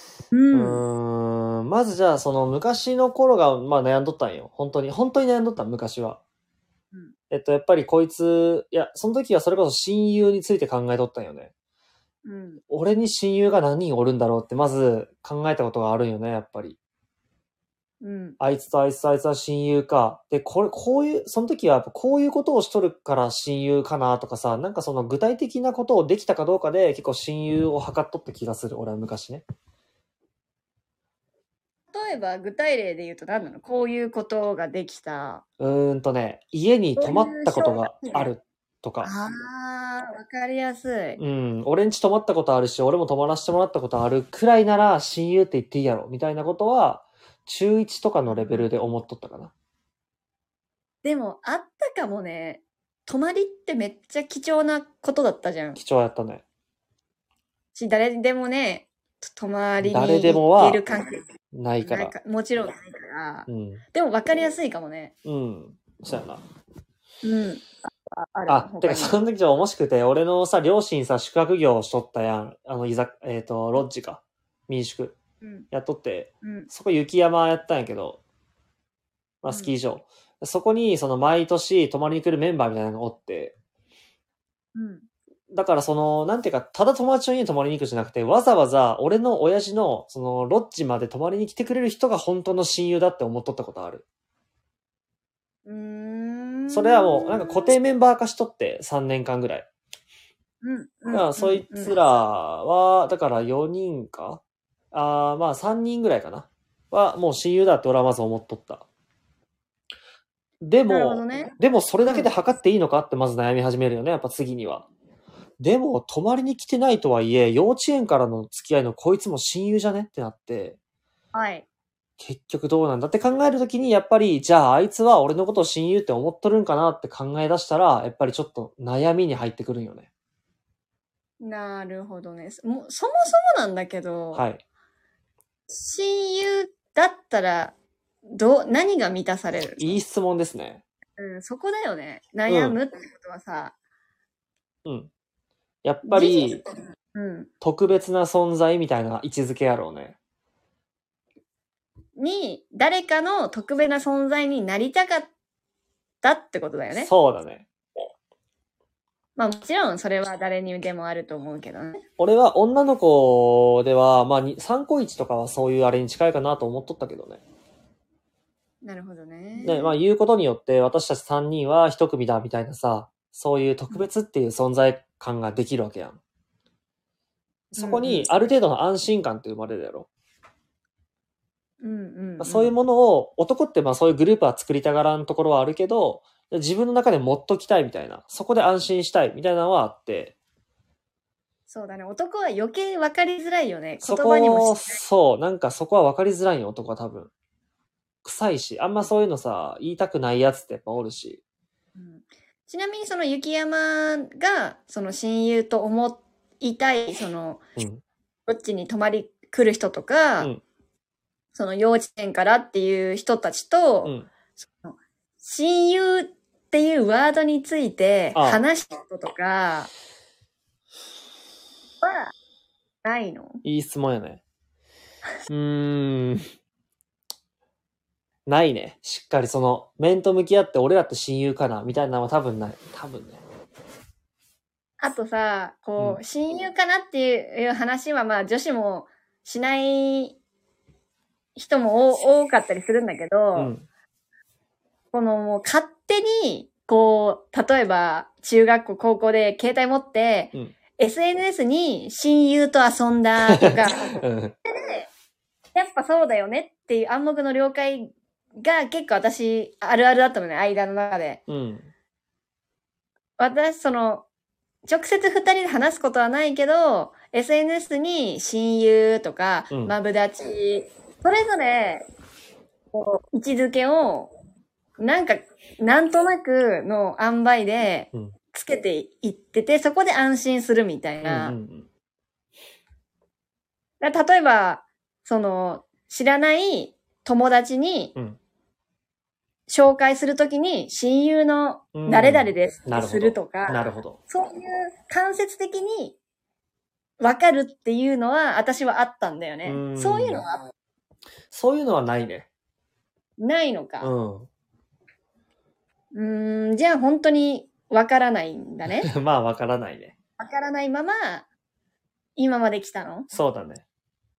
S1: まずじゃあ、昔の頃が、まあ悩んどったんよ。本当に悩んどった、昔は。やっぱりこいつ、いや、その時はそれこそ親友について考えとったんよね。俺に親友が何人おるんだろうって、まず考えたことがあるんよね、やっぱり。あいつとあいつは親友か。で、その時はこういうことをしとるから親友かなとかさ、なんか具体的なことをできたかどうかで結構親友を測っとった気がする、俺は昔ね。
S2: 例えば具体例で言うと何なの？こういうことができた。
S1: 家に泊まったことがあるとか。
S2: わかりやすい。
S1: 俺ん家泊まったことあるし、俺も泊まらせてもらったことあるくらいなら親友って言っていいやろ、みたいなことは、中1とかのレベルで思っとったかな。
S2: でも、あったかもね。泊まりってめっちゃ貴重なことだったじゃん。
S1: 貴重やったね。
S2: 誰でもね、泊まりに行ける関係
S1: ないから。
S2: もちろんないから。でも分かりやすいかもね。
S1: そうやな。
S2: て
S1: かその時面白くて、俺のさ、両親さ、宿泊業をしとったやん。ロッジか。民宿。やっとって、そこ雪山やったんやけど、まあスキー場。そこに毎年泊まりに来るメンバーみたいなのがおって、だからなんていうか、ただ友達の家に泊まりに行くじゃなくて、わざわざ俺の親父のロッジまで泊まりに来てくれる人が本当の親友だって思っとったことある。それはもうなんか固定メンバー化しとって3年間ぐらい。だからそいつらは、だから4人かまあ3人ぐらいかな。はもう親友だって俺はまず思っとった。でもそれだけで測っていいのかってまず悩み始めるよね、やっぱ次には。でも泊まりに来てないとはいえ、幼稚園からの付き合いのこいつも親友じゃねってなって。結局どうなんだって考えるときに、やっぱり、じゃああいつは俺のことを親友って思っとるんかなって考え出したら、やっぱりちょっと悩みに入ってくるんよね。
S2: なるほどね。そもそもなんだけど、親友だったら、何が満たされる？
S1: いい質問ですね。
S2: そこだよね。悩むってことはさ。
S1: やっぱり、特別な存在みたいな位置づけやろうね。
S2: 誰かの特別な存在になりたかったってことだよね。
S1: そうだね。
S2: まあもちろんそれは誰にでもあると思うけどね。
S1: 俺は女の子では、まあ3個1とかはそういうあれに近いかなと思っとったけどね。
S2: なるほどね。
S1: で、まあ言うことによって私たち3人は一組だみたいなさ、そういう特別っていう存在感ができるわけやん。そこにある程度の安心感って生まれるやろ。そういうものを、男ってまあそういうグループは作りたがらんところはあるけど、自分の中で持っときたいみたいな、そこで安心したいみたいなのはあって。
S2: そうだね。男は余計分かりづらいよね。
S1: そ
S2: 言葉にも
S1: こ、そう、なんかそこは分かりづらいよ、男は多分。臭いし、あんまそういうのさ、言いたくないやつってやっぱおるし。
S2: うん、ちなみにその雪山が、その親友と思いたい、その、こっちに泊まり来る人とか、その幼稚園からっていう人たちと、その親友っていうワードについて話したこととかはないの？
S1: いい質問やね。ないね。しっかりその、面と向き合って俺らって親友かなみたいなのは多分ない。多分ね。
S2: あとさ、こう、親友かなっていう話はまあ女子もしない人も多かったりするんだけど、このもう勝手に、こう、例えば中学校、高校で携帯持って、SNS に親友と遊んだとか、やっぱそうだよねっていう暗黙の了解が結構私あるあるだったのね、間の中で。私、その、直接二人で話すことはないけど、SNS に親友とか、マブダチ、それぞれ、こう、位置づけを、なんか、なんとなくの塩梅で、つけていってて、そこで安心するみたいな。例えば、その、知らない友達に、紹介するときに、親友の誰々ですってするとか、
S1: なるほど。
S2: そういう間接的に分かるっていうのは、私はあったんだよね。そういうのは
S1: そういうのはないね。
S2: ないのか。じゃあ本当に分からないんだね。
S1: まあ分からないね。
S2: 分からないまま、今まで来たの？
S1: そうだね。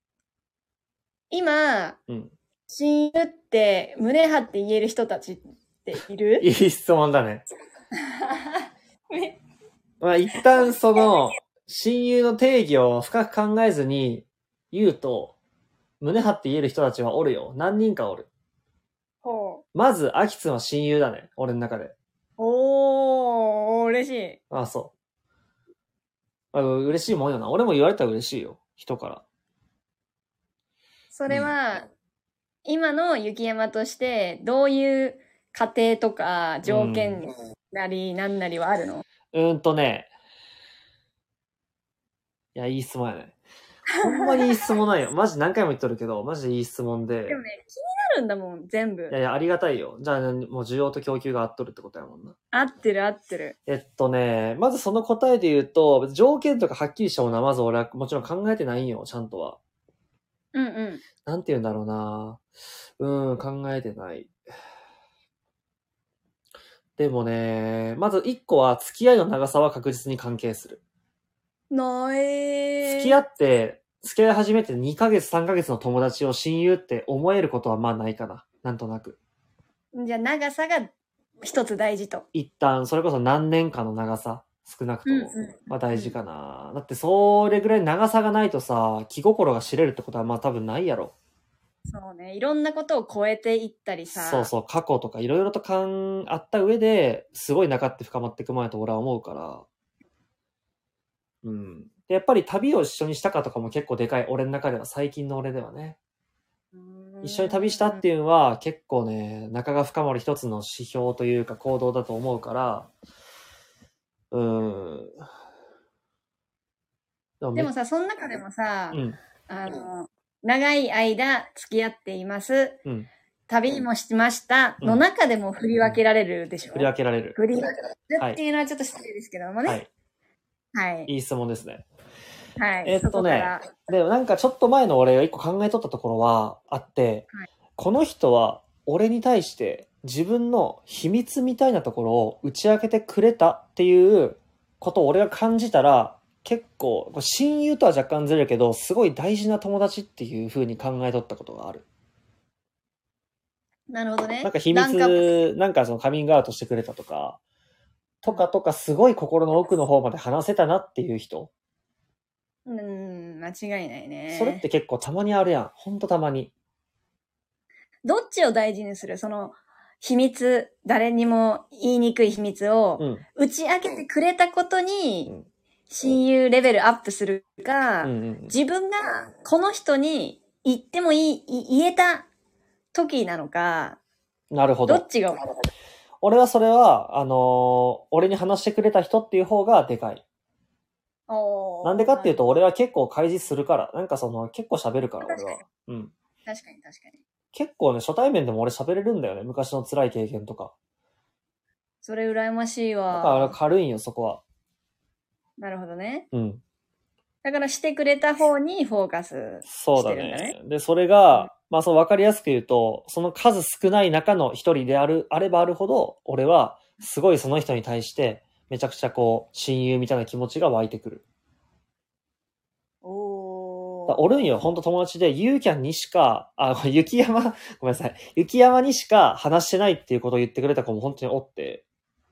S2: 今、親友って胸張って言える人たちっている？
S1: いい質問だね。まあ一旦その、親友の定義を深く考えずに言うと、胸張って言える人たちはおるよ。何人かおる。まず、アキツンは親友だね。俺の中で。
S2: 嬉しい。
S1: ああ、そう。嬉しいもんよな。俺も言われたら嬉しいよ。人から。
S2: それは、今の雪山として、どういう過程とか条件なりなんなりはあるの？
S1: いや、いい質問やね。ほんまにいい質問なんよ。マジ何回も言っとるけど、マジでいい質問で。
S2: でもね、気になるんだもん、全部。
S1: いや、ありがたいよ。じゃあ、もう需要と供給が合っとるってことやもんな。
S2: 合ってる。
S1: まずその答えで言うと、条件とかはっきりしたものはまず俺はもちろん考えてないんよ、ちゃんとは。なんて言うんだろうな。考えてない。でもね、まず一個は付き合いの長さは確実に関係する。付き合い始めて2ヶ月3ヶ月の友達を親友って思えることはまあないかな。なんとなく。
S2: じゃあ長さが一つ大事と。
S1: 一旦、それこそ何年かの長さ、少なくとも、まあ大事かな。だってそれぐらい長さがないとさ、気心が知れるってことはまあ多分ないやろ。
S2: そうね。いろんなことを超えていったりさ。
S1: そうそう、過去とかいろいろとあった上で、すごい仲って深まっていくもんやと俺は思うから。で、やっぱり旅を一緒にしたかとかも結構でかい。俺の中では、最近の俺ではね。一緒に旅したっていうのは結構ね、仲が深まる一つの指標というか行動だと思うから、
S2: でもさ、その中でもさ、長い間付き合っています。旅もしましたの中でも振り分けられるでしょ？
S1: 振り分けられる。
S2: 振り分けられるっていうのはちょっと失礼ですけどもね。はい。
S1: いい質問ですね。
S2: はい。
S1: でもなんかちょっと前の俺が一個考えとったところはあって、この人は俺に対して自分の秘密みたいなところを打ち明けてくれたっていうことを俺が感じたら、結構、親友とは若干ずれるけど、すごい大事な友達っていう風に考えとったことがある。
S2: なるほどね。
S1: なんか秘密、なんかそのカミングアウトしてくれたとかすごい心の奥の方まで話せたなっていう人。
S2: 間違いないね。
S1: それって結構たまにあるやん。ほんとたまに。
S2: どっちを大事にする？その、秘密、誰にも言いにくい秘密を、打ち明けてくれたことに、 親友レベルアップするか、自分がこの人に言っても言えた時なのか、
S1: なるほど。
S2: どっちが
S1: 俺はそれは、俺に話してくれた人っていう方がでかい。なんでかっていうと、俺は結構開示するから。なんか結構喋るから、俺は。うん。
S2: 確かに確かに。
S1: 結構ね、初対面でも俺喋れるんだよね。昔の辛い経験とか。
S2: それ羨ましいわ。
S1: だから軽いんよ、そこは。
S2: なるほどね。
S1: うん。
S2: だからしてくれた方にフォーカスしてるんだね。
S1: そうだね。で、それが、まあ分かりやすく言うと、その数少ない中の一人であればあるほど、俺はすごいその人に対して、めちゃくちゃ親友みたいな気持ちが湧いてくる。おるんよ、ほんと友達で、ユーキャンにしか、雪山、ごめんなさい。雪山にしか話してないっていうことを言ってくれた子も本当におって。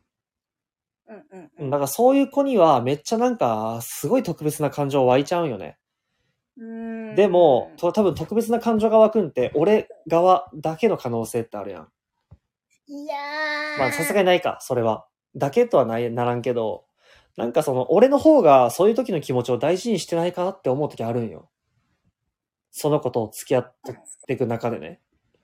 S1: だからそういう子にはめっちゃなんか、すごい特別な感情湧いちゃうんよね。でも、多分特別な感情が湧くんって、俺側だけの可能性ってあるやん。
S2: いやー。
S1: まあさすがにないか、それは。だけとはならんけど、なんか俺の方がそういう時の気持ちを大事にしてないかって思う時あるんよ。その子と付き合っていく中でね。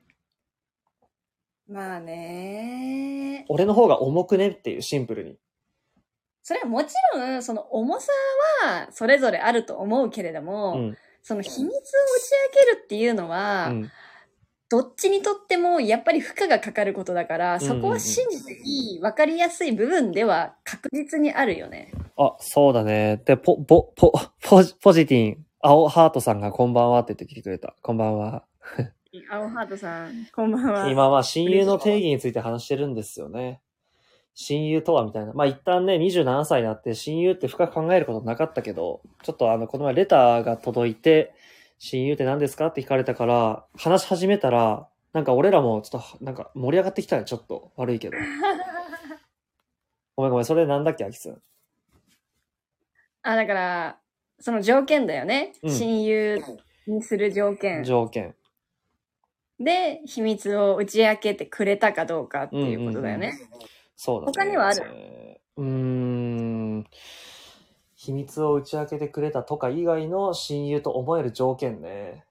S2: まあね。
S1: 俺の方が重くねっていう、シンプルに。
S2: それはもちろん、その重さはそれぞれあると思うけれども、その秘密を打ち明けるっていうのは、どっちにとってもやっぱり負荷がかかることだから、そこは信じていい、わかりやすい部分では確実にあるよね。
S1: あ、そうだね。で、ポジティン、青ハートさんがこんばんはって言ってきてくれた。こんばんは。
S2: 青ハートさん、こんばんは。
S1: 今は親友の定義について話してるんですよね。親友とはみたいな。まあ一旦ね、27歳になって親友って深く考えることなかったけど、ちょっとこの前レターが届いて、親友って何ですかって聞かれたから、話し始めたら、なんか俺らもちょっとなんか盛り上がってきたよ、ちょっと。悪いけど。ごめん、それなんだっけ、アキツン。
S2: だから、その条件だよね。親友にする条件。で、秘密を打ち明けてくれたかどうかっていうことだよね。
S1: そうだね。
S2: 他にはある？
S1: 秘密を打ち明けてくれたとか以外の親友と思える条件ね。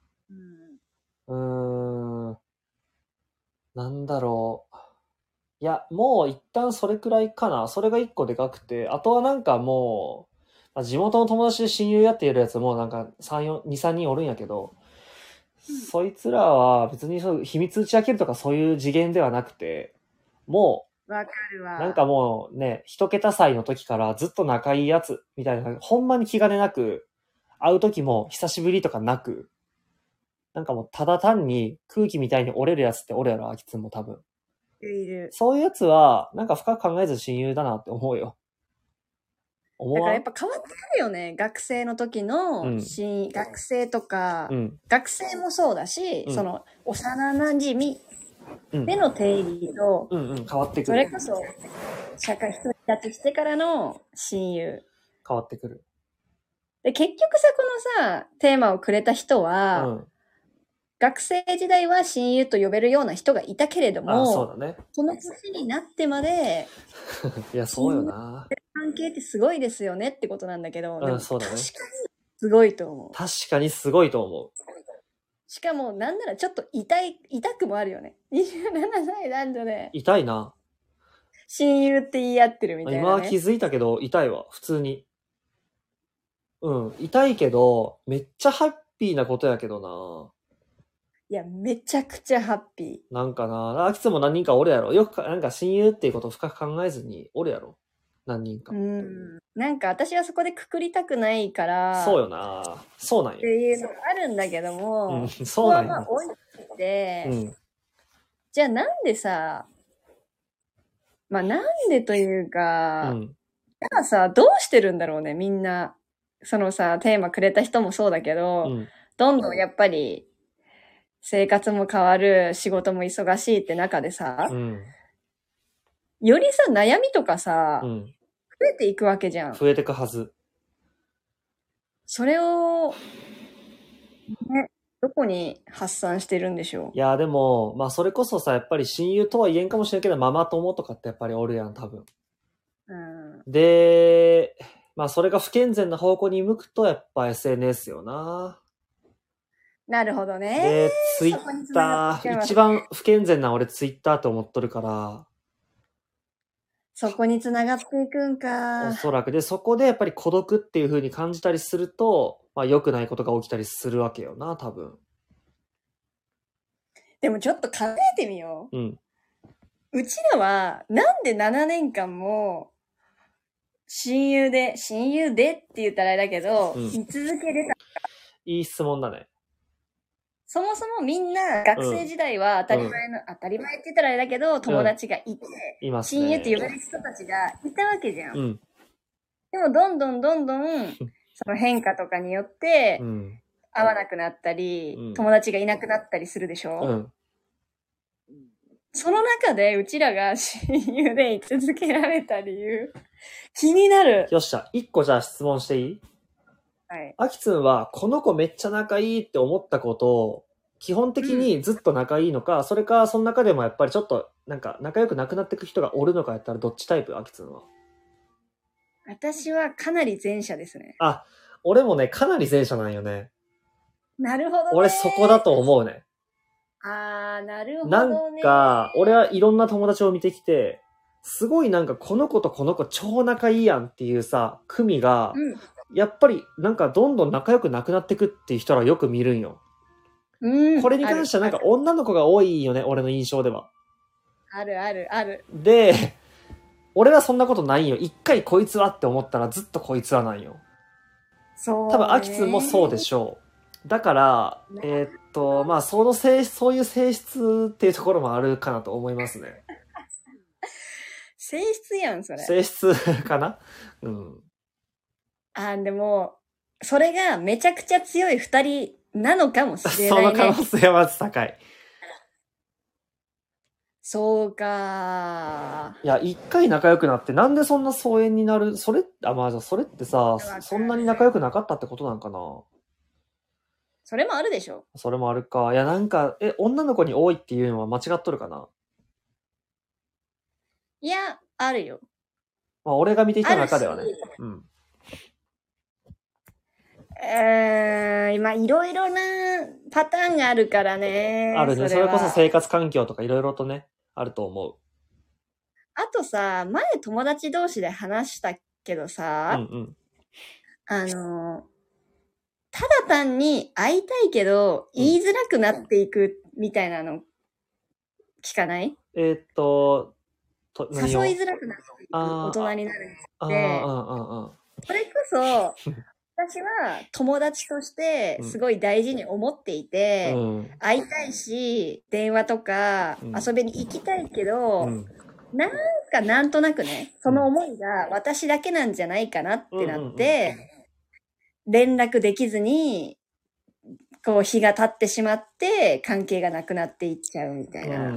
S1: なんだろう。いや、もう一旦それくらいかな。それが一個でかくて、あとはなんかもう、地元の友達で親友やっているやつもなんか2、3人おるんやけど、そいつらは別に秘密打ち明けるとかそういう次元ではなくて、も
S2: う、わかるわ。
S1: なんかもうね、一桁歳の時からずっと仲いいやつみたいな、ほんまに気兼ねなく、会う時も久しぶりとかなく、なんかもうただ単に空気みたいに折れるやつって俺やろ、あきつも多分。
S2: いる。
S1: そういうやつは、なんか深く考えず親友だなって思うよ。
S2: だからやっぱ変わってくるよね。学生の時の、学生とか、学生もそうだし、その幼馴染での定義と、
S1: 変わってくる。
S2: それこそ、社会独り立ちしてからの親友。
S1: 変わってくる。
S2: で、結局さ、このさ、テーマをくれた人は、学生時代は親友と呼べるような人がいたけれども、
S1: そうだね。
S2: この年になってまで、
S1: いや、そうよな。
S2: 関係ってすごいですよねってことなんだけど、でも
S1: そうだね。
S2: 確かにすごいと思う。
S1: 確かにすごいと思う。
S2: しかも、なんならちょっと痛くもあるよね。27歳男女で。
S1: 痛いな。
S2: 親友って言い合ってるみたいな、ね。
S1: 今は気づいたけど、痛いわ。普通に。痛いけど、めっちゃハッピーなことやけどな。
S2: いや、めちゃくちゃハッピ
S1: ー。なんかな、あきつも何人かおるやろ。よくなんか親友っていうことを深く考えずにおるやろ。何人か。
S2: なんか私はそこでくくりたくないから。
S1: そうよな。そうなんよ。
S2: っていうのがあるんだけども、
S1: そうなんよ。
S2: まあ置いてて、じゃあなんでさ、まあなんでというか、じゃあさ、どうしてるんだろうね、みんな。そのさ、テーマくれた人もそうだけど、どんどんやっぱり、生活も変わる、仕事も忙しいって中でさ、よりさ、悩みとかさ、増えていくわけじゃん。
S1: 増えていくはず。
S2: それを、ね、どこに発散してるんでしょう。
S1: いや、でも、まあそれこそさ、やっぱり親友とは言えんかもしれんけど、ママ友とかってやっぱりおるやん、多分。で、 まあそれが不健全な方向に向くとやっぱ SNS よな。
S2: なるほどね。
S1: で、ツイッター、一番不健全な俺ツイッターって思っとるから、
S2: そこに繋がっていくんか。
S1: おそらく。で、そこでやっぱり孤独っていう風に感じたりすると、まあ良くないことが起きたりするわけよな、多分。
S2: でもちょっと考えてみよ
S1: う。うん。
S2: うちらは、なんで7年間も、親友でって言ったらあれだけど、居続けれた。
S1: いい質問だね。
S2: そもそもみんな学生時代は当たり前って言ったらあれだけど、友達がいて、
S1: いますね。
S2: 親友って呼ばれる人たちがいたわけじゃん。
S1: うん。
S2: でもどんどん、その変化とかによって、会わなくなったり、友達がいなくなったりするでしょ？その中でうちらが親友で居続けられた理由、気になる。
S1: よっしゃ、一個じゃあ質問していい？はい。あきつんは、この子めっちゃ仲いいって思ったことを、基本的にずっと仲いいのか、それか、その中でもやっぱりちょっと、なんか仲良くなくなってく人がおるのかやったらどっちタイプ？あきつんは。
S2: 私はかなり前者ですね。
S1: あ、俺もね、かなり前者なんよね。
S2: なるほどね。
S1: 俺そこだと思うね。
S2: なるほどね。
S1: なんか、俺はいろんな友達を見てきて、すごいなんかこの子とこの子超仲いいやんっていうさ、組が、やっぱりなんかどんどん仲良くなくなってくっていう人らよく見るんよ。これに関してはなんか女の子が多いよね、俺の印象では。
S2: ある。
S1: で、俺はそんなことないよ。一回こいつはって思ったらずっとこいつはなんよ。
S2: そう。
S1: 多分、アキツもそうでしょう。だから、まあ、そういう性質っていうところもあるかなと思いますね。
S2: 性質やん、それ。
S1: 性質かな？
S2: でも、それがめちゃくちゃ強い二人なのかもしれないね。
S1: その可能性はまず高い。
S2: そうか。
S1: いや、一回仲良くなって、なんでそんな疎遠になる？それってさ、そんなに仲良くなかったってことなんかな？
S2: それもあるでしょ。
S1: それもあるか。いや、なんか、女の子に多いっていうのは間違っとるかな？
S2: いや、あるよ。
S1: まあ、俺が見てきた中ではね。
S2: まあ、いろいろなパターンがあるからね。
S1: あるね。それこそ生活環境とかいろいろとね、あると思う。
S2: あとさ、前友達同士で話したけどさ、ただ単に会いたいけど、言いづらくなっていくみたいなの、聞かない？誘いづらくなっていく大人になるんって。それこそ、私は友達としてすごい大事に思っていて、会いたいし、電話とか遊びに行きたいけど、なんとなくね、その思いが私だけなんじゃないかなってなって、連絡できずに、こう日が経ってしまって、関係がなくなっていっちゃうみたいな。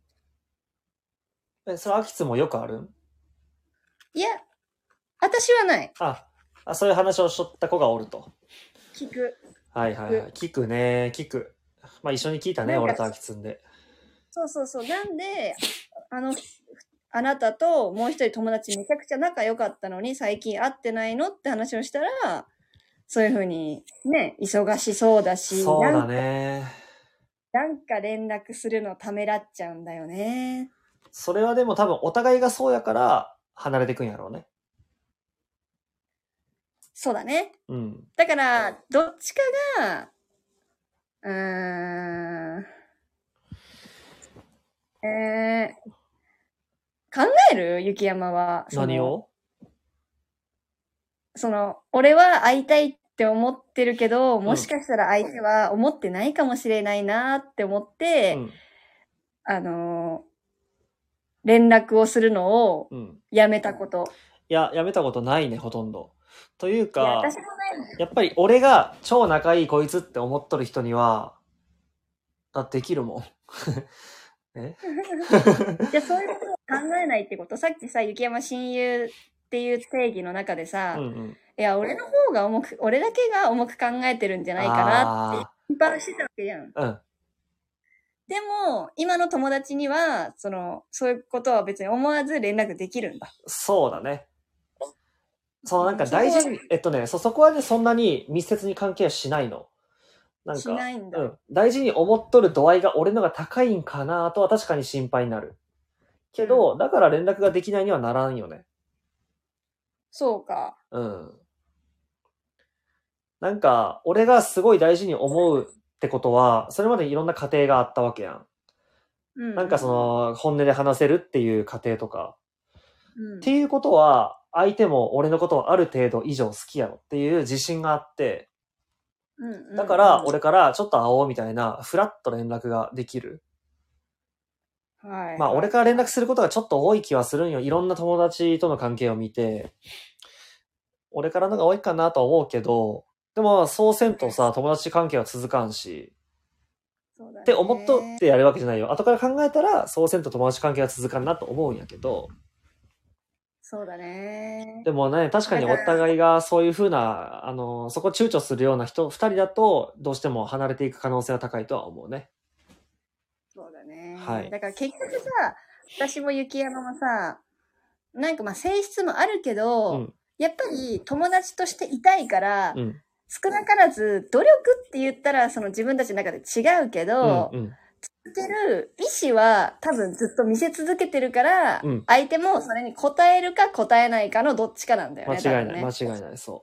S1: それ、アキツもよくある？
S2: いや、私はない。
S1: そういう話をしとった子がおると。
S2: 聞く。
S1: はい。聞くね、聞く。まあ一緒に聞いたね、俺とアキツんで。
S2: そう。なんで、あなたともう一人友達めちゃくちゃ仲良かったのに最近会ってないのって話をしたら、そういう風にね、忙しそうだし。
S1: そうだね。
S2: なんか連絡するのためらっちゃうんだよね。
S1: それはでも多分お互いがそうやから離れてくんやろうね。
S2: そうだね。だから、どっちかが、考える？雪山は。
S1: 何を？
S2: 俺は会いたいって思ってるけど、もしかしたら相手は思ってないかもしれないなって思って、連絡をするのをやめたこと。
S1: いや、やめたことないね、ほとんど。というか、やっぱり俺が超仲いいこいつって思っとる人には、できるもん。
S2: じゃあそういうことを考えないってこと？さっきさ、雪山親友っていう定義の中でさ、いや、俺だけが重く考えてるんじゃないかなって心配してたわけじゃん。でも、今の友達には、そういうことは別に思わず連絡できるんだ。
S1: そうだね。 そのなんか大事に、そこはね、そんなに密接に関係はしないの。なんか、
S2: しないんだ。
S1: 大事に思っとる度合いが俺のが高いんかなとは確かに心配になる。けど、だから連絡ができないにはならんよね。
S2: そうか。
S1: うん。なんか、俺がすごい大事に思うってことは、それまでいろんな過程があったわけやん。なんかその、本音で話せるっていう過程とか。っていうことは、相手も俺のことをある程度以上好きやろっていう自信があって、だから俺からちょっと会おうみたいなフラッと連絡ができる。
S2: はい。
S1: まあ俺から連絡することがちょっと多い気はするんよ。いろんな友達との関係を見て、俺からのが多いかなとは思うけど、でもそうせんとさ、友達関係は続かんし、
S2: そうだね、
S1: って思っとってやるわけじゃないよ。後から考えたら、そうせんと友達関係は続かんなと思うんやけど、
S2: そうだね。
S1: でもね、確かにお互いがそういう風な、そこ躊躇するような人、二人だと、どうしても離れていく可能性は高いとは思うね。
S2: そうだね。
S1: はい。
S2: だから結局さ、私も雪山もさ、なんかまあ性質もあるけど、やっぱり友達としていたいから、少なからず努力って言ったらその自分たちの中で違うけど、続ける意思は多分ずっと見せ続けてるから、相手もそれに答えるか答えないかのどっちかなんだよね。
S1: 間違いない、間違いない、そう。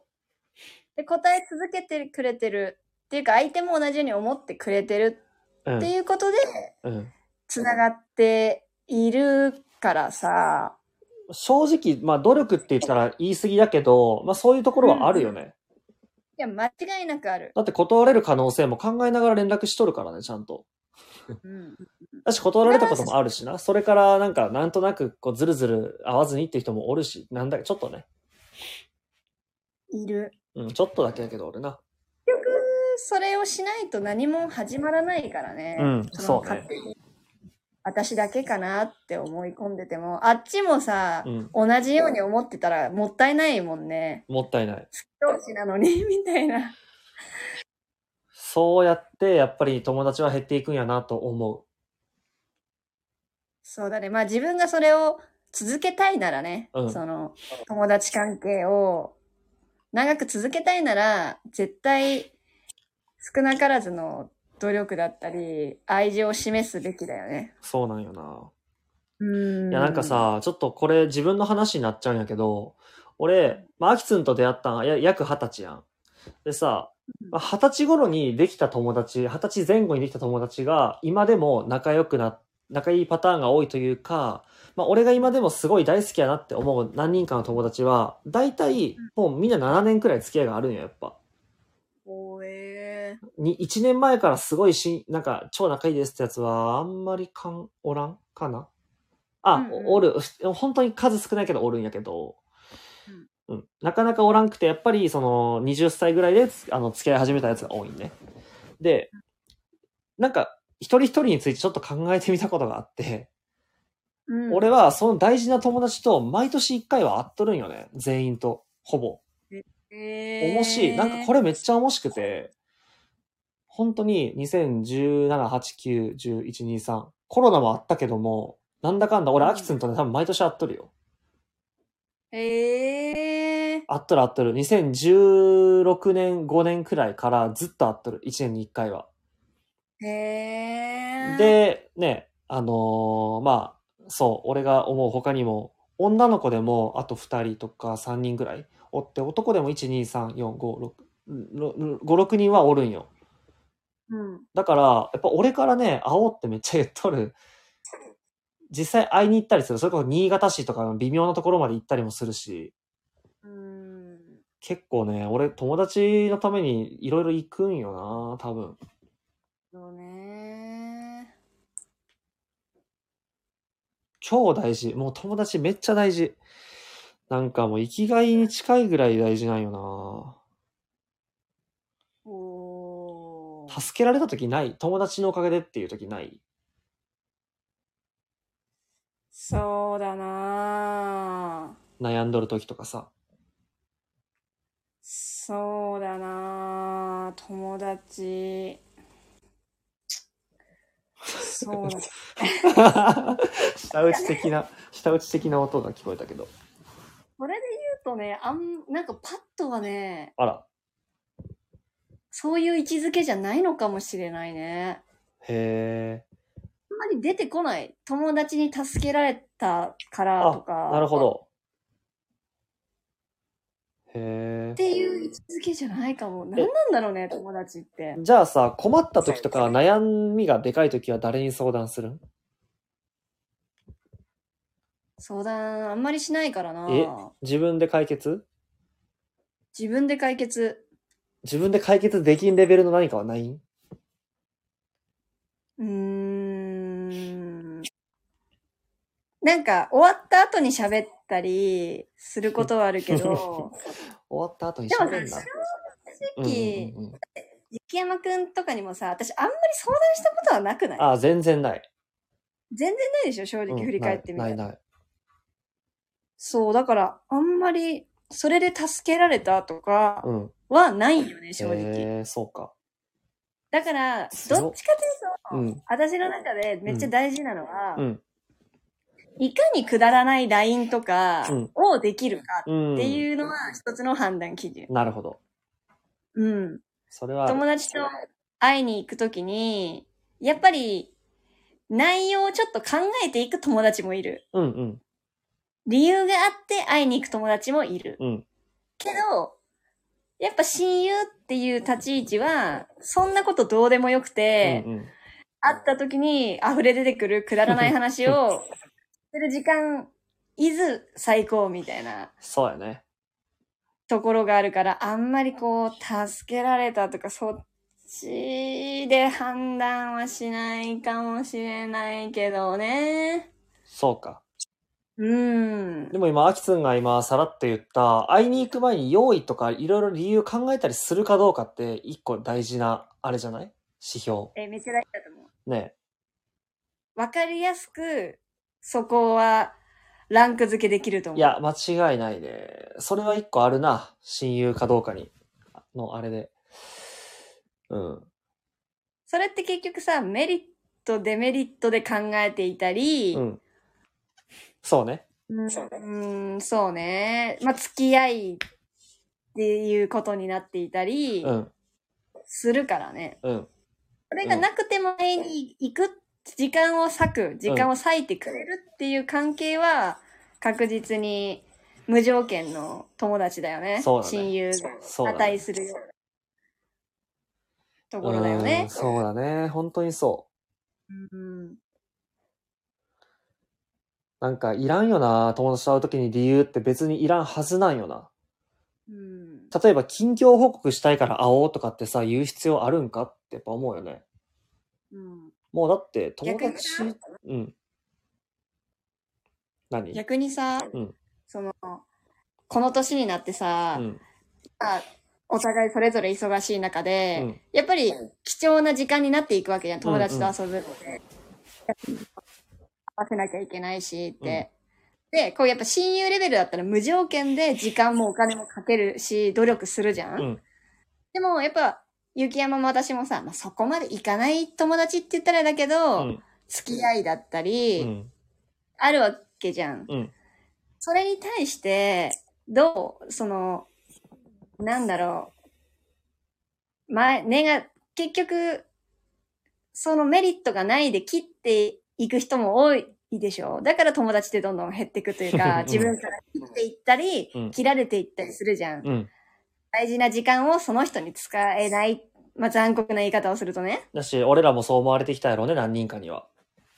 S2: で、答え続けてくれてるっていうか、相手も同じように思ってくれてるっていうことで、繋がっているからさ。
S1: 正直、まあ努力って言ったら言い過ぎだけど、まあそういうところはあるよね。
S2: いや、間違いなくある。
S1: だって断れる可能性も考えながら連絡しとるからね、ちゃんと。だし断られたこともあるしな。それからなんか、なんとなくこうずるずる会わずにっていう人もおるし、なんだかちょっとね。
S2: いる。
S1: ちょっとだけやけど俺な。
S2: 結局、それをしないと何も始まらないからね。
S1: そうね。
S2: 私だけかなって思い込んでても、あっちもさ、同じように思ってたらもったいないもんね。
S1: もったいない。
S2: 好き同士なのに、みたいな。
S1: そうやって、やっぱり友達は減っていくんやなと思う。
S2: そうだね。まあ自分がそれを続けたいならね、その、友達関係を長く続けたいなら、絶対少なからずの努力だったり、愛情を示すべきだよね。
S1: そうなんよな。いやなんかさ、ちょっとこれ自分の話になっちゃうんやけど、俺、まあ、アキツンと出会ったん約20歳やん。でさ、20歳頃にできた友達、20歳前後にできた友達が、今でも仲いいパターンが多いというか、まあ、俺が今でもすごい大好きやなって思う何人かの友達は、大体、もうみんな7年くらい付き合いがあるんよ、やっぱ。1年前からすごいなんか、超仲いいですってやつは、あんまりおらんかなおる。本当に数少ないけどおるんやけど、なかなかおらんくて、やっぱりその20歳ぐらいで付き合い始めたやつが多いね。で、なんか一人一人についてちょっと考えてみたことがあって、俺はその大事な友達と毎年1回は会っとるんよね。全員と。ほぼ。面白い。なんかこれめっちゃ面白くて、本当に2017、8、9、11、2、3。コロナもあったけども、なんだかんだ俺アキツンとね多分毎年会っとるよ。会っとる。2016年、5年くらいからずっと会っとる。1年に1回は。で、ね、まあ、そう、俺が思う他にも、女の子でもあと2人とか3人くらいおって、男でも1、2、3、4、5、6、5、6人はおるんよ。だから、やっぱ俺からね、会おうってめっちゃ言っとる。実際会いに行ったりする。それこそ新潟市とかの微妙なところまで行ったりもするし。結構ね、俺友達のためにいろいろ行くんよな、多分。
S2: そうね。
S1: 超大事。もう友達めっちゃ大事。なんかもう生きがいに近いぐらい大事なんよな。助けられた時ない？友達のおかげでっていう時ない？
S2: そうだな。
S1: 悩んどる時とかさ。
S2: そうだな。友達。そうだ。
S1: 下打ち的な音が聞こえたけど。
S2: それでとね、なんかパッとはね、
S1: あら。
S2: そういう位置づけじゃないのかもしれないね。
S1: へえ。
S2: あんまり出てこない。友達に助けられたからとか。
S1: なるほど。へえ。
S2: っていう位置づけじゃないかも。何なんだろうね、友達って。
S1: じゃあさ、困った時とか悩みがでかい時は誰に相談するん？
S2: 相談あんまりしないからな。
S1: 自分で解決？
S2: 自分で解決。
S1: 自分で解決できんレベルの何かはないん？
S2: なんか、終わった後に喋ったりすることはあるけど、
S1: 終わった後に
S2: でも
S1: 喋るんだ。
S2: 正直、雪山くんとかにもさ、私あんまり相談したことはなくない？
S1: あ、全然ない。
S2: 全然ないでしょ、正直振り返ってみたら。
S1: ない。
S2: そう、だから、あんまり、それで助けられたとかはないよね、正直。
S1: そうか。
S2: だから、どっちかというと、私の中でめっちゃ大事なのは、いかにくだらない LINE とかをできるかっていうのは一つの判断基準。
S1: なるほど。それは
S2: 友達と会いに行くときに、やっぱり内容をちょっと考えていく友達もいる。理由があって会いに行く友達もいる。けど、やっぱ親友っていう立ち位置は、そんなことどうでもよくて、会った時に溢れ出てくるくだらない話をする時間、いず最高みたいな。
S1: そうやね。
S2: ところがあるから、あんまりこう、助けられたとか、そっちで判断はしないかもしれないけどね。
S1: そうか。でも今、アキツンが今、さらって言った、会いに行く前に用意とかいろいろ理由考えたりするかどうかって、一個大事な、あれじゃない？指標。
S2: めっちゃ大事だと思う。
S1: ね。
S2: わかりやすく、そこは、ランク付けできると思う。
S1: いや、間違いないね。それは一個あるな。親友かどうかに。の、あれで。
S2: それって結局さ、メリット、デメリットで考えていたり、
S1: そうね。
S2: そうね。まあ、付き合いっていうことになっていたり、するからね。それがなくても会いに行く、時間を割いてくれるっていう関係は、確実に無条件の友達だよね。
S1: そうだね。
S2: 親友が値するようなところだよね。
S1: そうだね。本当にそう。なんかいらんよな。友達と会うときに理由って別にいらんはずなんよな。例えば近況報告したいから会おうとかってさ、言う必要あるんかってやっぱ思うよね。もうだって友達、何？
S2: 逆にさ、この年になってさ、お互いそれぞれ忙しい中で、やっぱり貴重な時間になっていくわけじゃん。友達と遊ぶって。合わせなきゃいけないしって。で、こうやっぱ親友レベルだったら無条件で時間もお金もかけるし、努力するじゃん。でもやっぱ、雪山も私もさ、そこまでいかない友達って言ったらだけど、付き合いだったり、あるわけじゃん。それに対して、なんだろう。結局、そのメリットがないで切っていく人も多いでしょ。だから友達ってどんどん減っていくというか、自分から切っていったり、切られていったりするじゃん。大事な時間をその人に使えない。残酷な言い方をするとね。
S1: だし、俺らもそう思われてきたやろうね、何人かには。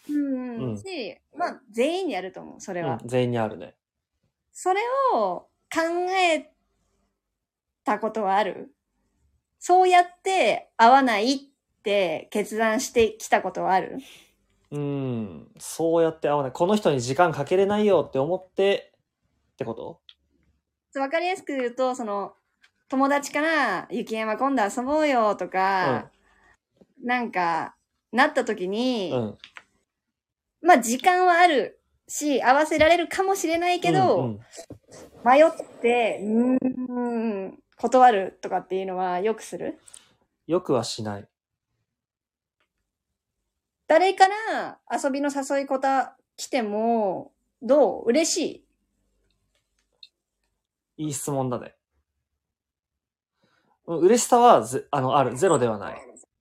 S2: 全員にあると思う、それは。
S1: 全員にあるね。
S2: それを考えたことはある？そうやって会わないって決断してきたことはある？
S1: そうやって会わない。この人に時間かけれないよって思ってってこと？
S2: わかりやすく言うと、友達から雪山今度遊ぼうよとか、なんか、なった時に、時間はあるし、合わせられるかもしれないけど、迷って、断るとかっていうのはよくする？
S1: よくはしない。
S2: 誰から遊びの誘い方来ても、どう？嬉しい？
S1: いい質問だね。嬉しさはある。ゼロではない。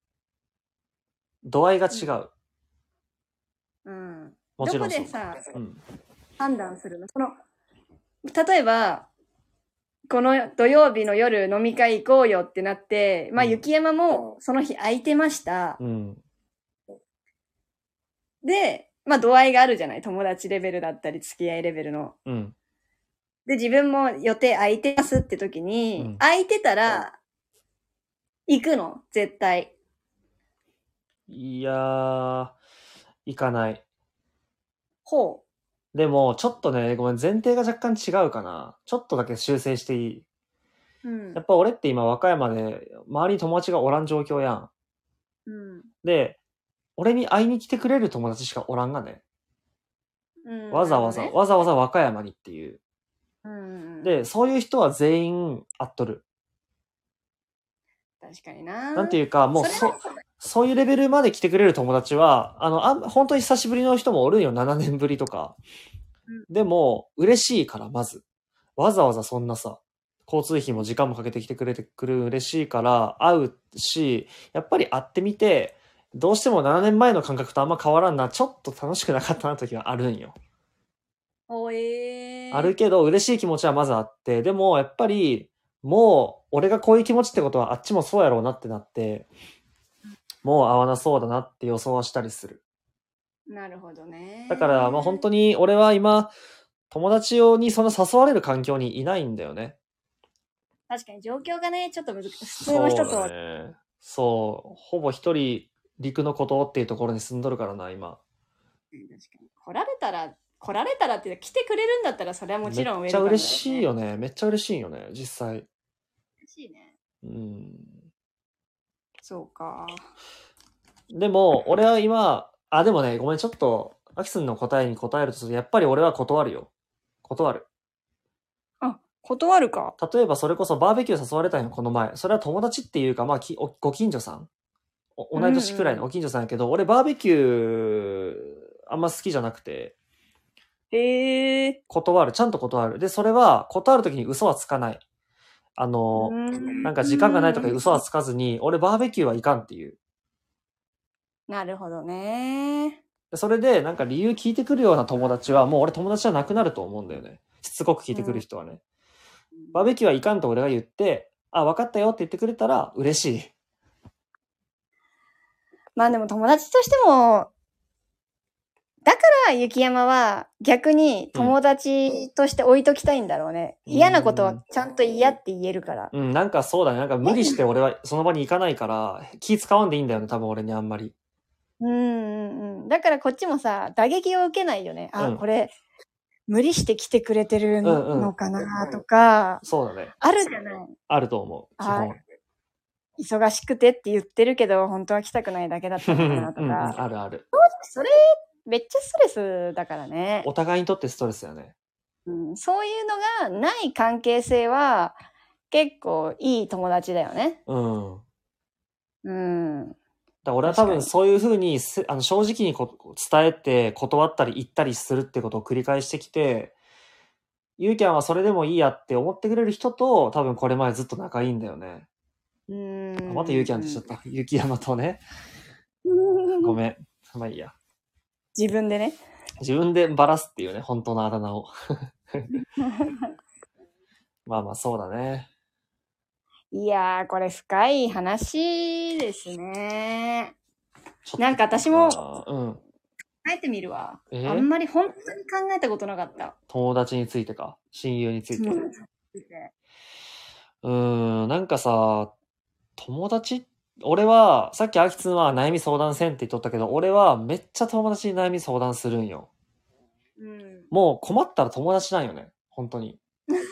S1: 度合いが違う。
S2: うん。
S1: もちろんそう。
S2: どこでさ、
S1: うん、
S2: 判断するの？例えば、この土曜日の夜飲み会行こうよってなって、まあ、雪山もその日空いてました。
S1: うん。
S2: で、まあ、度合いがあるじゃない。友達レベルだったり、付き合いレベルの。
S1: うん。
S2: で、自分も予定空いてますって時に、
S1: うん、
S2: 空いてたら、行くの？絶対。
S1: いやー、行かない。
S2: ほ
S1: う。でも、ちょっとね、ごめん、前提が若干違うかな。ちょっとだけ修正していい？
S2: うん。
S1: やっぱ俺って今和歌山で、周りに友達がおらん状況やん。
S2: うん。
S1: で、俺に会いに来てくれる友達しかおらんがね。
S2: うん、
S1: わざわざ和歌山にっていう。
S2: うん。
S1: で、そういう人は全員会っとる。
S2: 確かにな。
S1: なんていうか、もうそういうレベルまで来てくれる友達は、本当に久しぶりの人もおるんよ、7年ぶりとか。でも、嬉しいから、まず。わざわざそんなさ、交通費も時間もかけてきてくれてくる嬉しいから、会うし、やっぱり会ってみて、どうしても7年前の感覚とあんま変わらんな、ちょっと楽しくなかったな時はあるんよ。あるけど、嬉しい気持ちはまずあって、でも、やっぱり、もう、俺がこういう気持ちってことはあっちもそうやろうなってなって、もう会わなそうだなって予想はしたりする。
S2: なるほどね。
S1: だから、まあ本当に俺は今、友達用にその誘われる環境にいないんだよね。
S2: 確かに状況がね、ちょっと難しい。普通の人とは。
S1: そう、ほぼ一人陸の孤島っていうところに住んどるからな、今。
S2: 確かに。来られたらって来てくれるんだったらそれはもちろん
S1: めっちゃ嬉しいよね。めっちゃ嬉しいよね、実際。
S2: 嬉しいね。
S1: うん。
S2: そうか。
S1: でも、俺は今、でもね、ごめん、ちょっと、アキスンの答えに答えるとすると、やっぱり俺は断るよ。断る。
S2: 断るか。
S1: 例えばそれこそバーベキュー誘われたんよ、この前。それは友達っていうか、まあ、ご近所さん。同い年くらいのご近所さんやけど、俺バーベキューあんま好きじゃなくて。断る。ちゃんと断る。で、それは断るときに嘘はつかない。なんか時間がないとか嘘はつかずに、俺バーベキューはいかんっていう。
S2: なるほどね。
S1: それで、なんか理由聞いてくるような友達は、もう俺友達じゃなくなると思うんだよね。しつこく聞いてくる人はね。バーベキューはいかんと俺が言って、分かったよって言ってくれたら嬉しい。
S2: まあでも友達としても、だから雪山は逆に友達として置いときたいんだろうね。嫌なことはちゃんと嫌って言えるから。
S1: なんかそうだね。なんか無理して俺はその場に行かないから、気使わんでいいんだよね、多分俺にあんまり。
S2: だからこっちもさ、打撃を受けないよね。これ、無理して来てくれてるのかなとか。
S1: そうだね。
S2: あるじゃない。
S1: あると思う。基本。
S2: 忙しくてって言ってるけど、本当は来たくないだけだったのかなとか。
S1: あるある。
S2: それ、めっちゃストレスだからね。
S1: お互いにとってストレスよね。
S2: そういうのがない関係性は、結構いい友達だよね。
S1: だ俺は多分そういうふうに正直に伝えて断ったり言ったりするってことを繰り返してきて、ゆうきゃんはそれでもいいやって思ってくれる人と多分これまでずっと仲いいんだよね。またゆうきゃんって言っちゃった。雪山とね。ごめん。まあいいや。
S2: 自分でね。
S1: 自分でバラすっていうね、本当のあだ名を。まあまあそうだね。
S2: いやー、これ深い話ですね。なんか私も、考えてみるわ。あんまり本当に考えたことなかった。
S1: 友達についてか、親友について。なんかさ、友達俺は、さっきアキツンは悩み相談せんって言っとったけど、俺はめっちゃ友達に悩み相談するんよ。もう困ったら友達なんよね。本当に。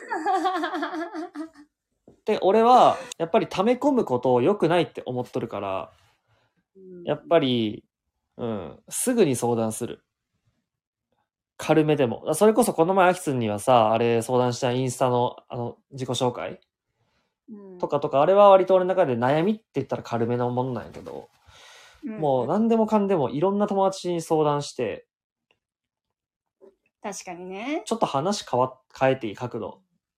S1: で、俺は、やっぱり溜め込むことを良くないって思っとるから、やっぱり、すぐに相談する。軽めでも。それこそこの前アキツンにはさ、あれ相談したインスタの、自己紹介とか、あれは割と俺の中で悩みって言ったら軽めなものなんやけど、もう何でもかんでもいろんな友達に相談して、
S2: 確かにね。
S1: ちょっと話変えていい角度。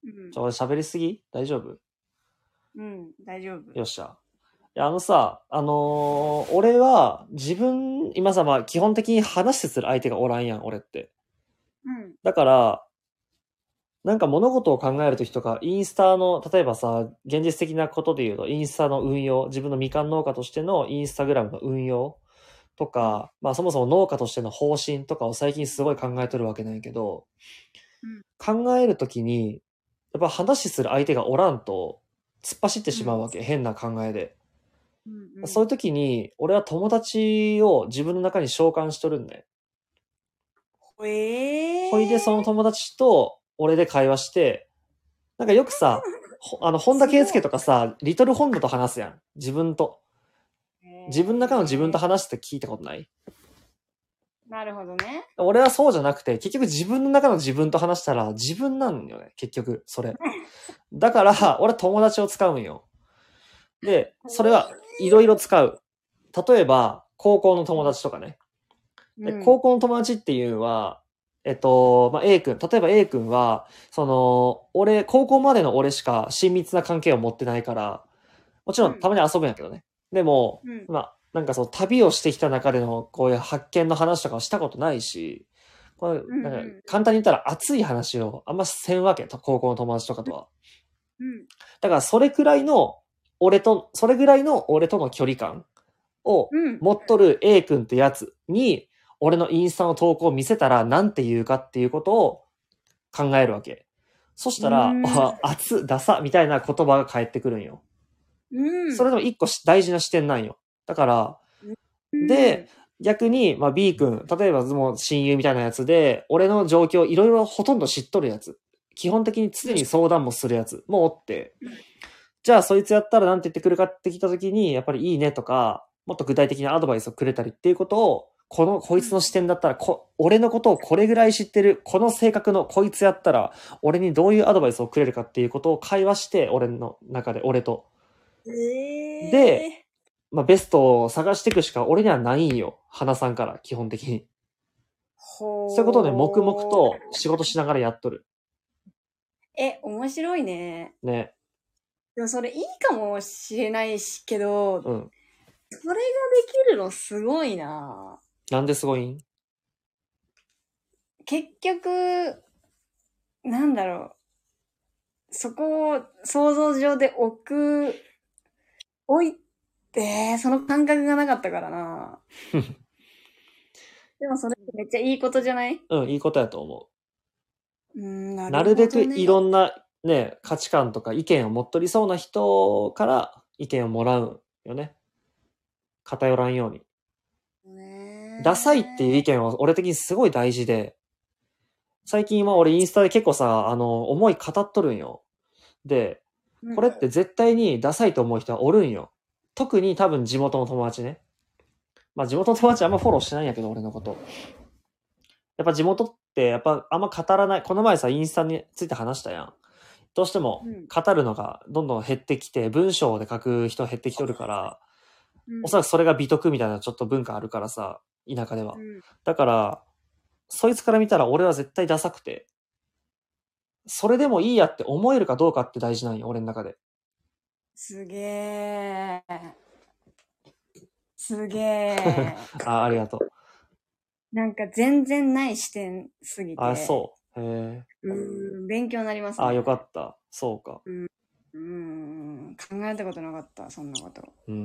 S1: 俺喋りすぎ？大丈夫？
S2: うん、大丈夫。
S1: よっしゃ。いや、俺は今さ、まあ基本的に話する相手がおらんやん、俺って。
S2: うん。
S1: だから、なんか物事を考えるときとか、インスタの、例えばさ、現実的なことで言うと、インスタの運用、自分のみかん農家としてのインスタグラムの運用とか、まあそもそも農家としての方針とかを最近すごい考えとるわけなんやけど、考えるときに、やっぱ話する相手がおらんと、突っ走ってしまうわけ、変な考えで。そういうときに、俺は友達を自分の中に召喚しとるんだよ。ほいで、その友達と俺で会話して、なんかよくさ、本田圭佑とかさ、リトルホンダと話すやん。自分と。自分の中の自分と話すって聞いたことない？
S2: なるほどね。
S1: 俺はそうじゃなくて、結局自分の中の自分と話したら自分なんよね。結局、それ。だから、俺は友達を使うんよ。で、それはいろいろ使う。例えば、高校の友達とかね。で高校の友達っていうのは、まあ、A 君。例えば A 君は、高校までの俺しか親密な関係を持ってないから、もちろんたまに遊ぶんやけどね。でも、まあ、なんか旅をしてきた中でのこういう発見の話とかをしたことないし、これなんか簡単に言ったら熱い話をあんませんわけ、高校の友達とかとは。だからそれぐらいの俺との距離感を持っとる A 君ってやつに、俺のインスタの投稿を見せたら何て言うかっていうことを考えるわけ。そしたら、熱、ダサみたいな言葉が返ってくるんよ。それでも一個大事な視点なんよ。だから、で、逆に、まあ B 君、例えばもう親友みたいなやつで、俺の状況いろいろほとんど知っとるやつ。基本的に常に相談もするやつもおって、じゃあそいつやったらなんて言ってくるかって聞いたときに、やっぱりいいねとか、もっと具体的なアドバイスをくれたりっていうことを、こいつの視点だったら、俺のことをこれぐらい知ってる、この性格のこいつやったら、俺にどういうアドバイスをくれるかっていうことを会話して、俺の中で、俺と。で、まあ、ベストを探していくしか俺にはないんよ。花さんから、基本的に。そういうことで、黙々と仕事しながらやっとる。
S2: 面白いね。
S1: ね。
S2: でもそれいいかもしれないしけど、それができるのすごいな。
S1: なんですごいん？
S2: 結局、なんだろう。そこを想像上で置いて、その感覚がなかったからな。でもそれってめっちゃいいことじゃない？
S1: いいことやと思う。
S2: な
S1: るべくいろんなね、価値観とか意見を持っとりそうな人から意見をもらうよね。偏らんように。ダサいっていう意見は俺的にすごい大事で、最近は俺インスタで結構さ、思い語っとるんよ。で、これって絶対にダサいと思う人はおるんよ。特に多分地元の友達ね。まあ地元の友達あんまフォローしてないんやけど、俺のこと。やっぱ地元ってやっぱあんま語らない。この前さ、インスタについて話したやん。どうしても語るのがどんどん減ってきて、文章で書く人減ってきとるから、おそらくそれが美徳みたいなちょっと文化あるからさ、田舎では。だから、そいつから見たら俺は絶対ダサくて、それでもいいやって思えるかどうかって大事なんよ、俺の中で。
S2: すげー。すげー。
S1: ありがとう。
S2: なんか全然ない視点すぎて。
S1: そう。へえ。
S2: 勉強になりますね。
S1: よかった。そうか。
S2: 考えたことなかった、そんなこと。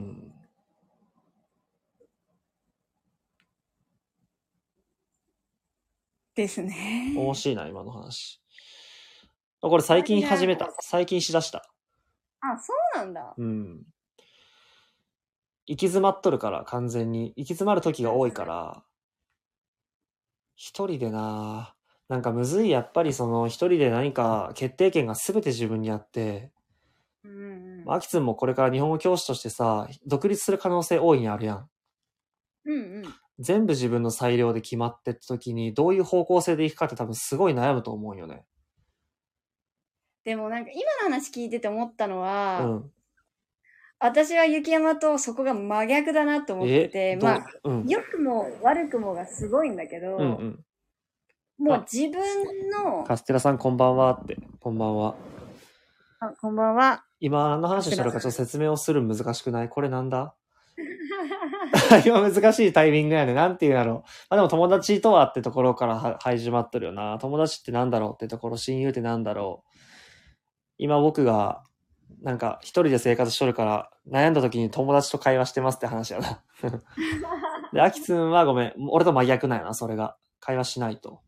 S2: ですね。
S1: 惜しいな、今の話。これ最近始めた。最近しだした。
S2: そうなんだ。
S1: 行き詰まっとるから、完全に。行き詰まる時が多いから、一人でなんかむずい、やっぱり一人で何か決定権が全て自分にあって、アキツンもこれから日本語教師としてさ、独立する可能性大いにあるやん。全部自分の裁量で決まってった時に、どういう方向性でいくかって多分すごい悩むと思うよね。
S2: でもなんか今の話聞いてて思ったのは、私は雪山とそこが真逆だなと思ってて、まあ、良くも悪くもがすごいんだけど、 もう自分の、
S1: カステラさんこんばんはって。こんばんは。
S2: あ、こんばんは。
S1: 今何の話してるかちょっと説明をする難しくない？これなんだ今難しいタイミングやね。なんて言うんやろ。まあでも友達とはってところから始まっとるよな。友達ってなんだろうってところ、親友ってなんだろう。今僕が、なんか一人で生活しとるから悩んだ時に友達と会話してますって話やな。で、アキツンはごめん。俺と真逆なんやな、それが。会話しないと。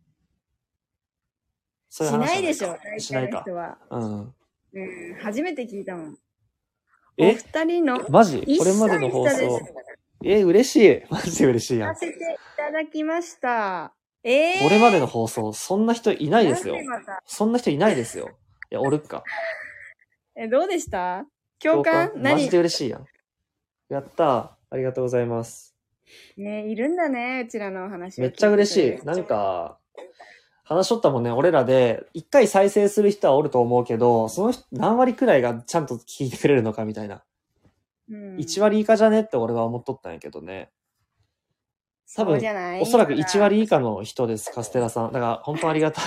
S1: そういう話
S2: しないでしょ、
S1: しないか。
S2: 人は。
S1: うん。
S2: 初めて聞いたもん。
S1: お
S2: 二人の。
S1: マジこれまでの放送。嬉しい。マジで嬉しいやん。
S2: させていただきました。
S1: これまでの放送、そんな人いないですよ。そんな人いないですよ。いや、おるか。
S2: どうでした？共感？
S1: マジで嬉しいやん。やったー。ありがとうございます。
S2: ね、いるんだね、うちらの話。
S1: めっちゃ嬉しい。なんか、話しとったもんね、俺らで、一回再生する人はおると思うけど、その人何割くらいがちゃんと聞いてくれるのかみたいな。1割以下じゃねって俺は思っとったんやけどね。多分、おそらく1割以下の人です、カステラさん。だから本当ありがた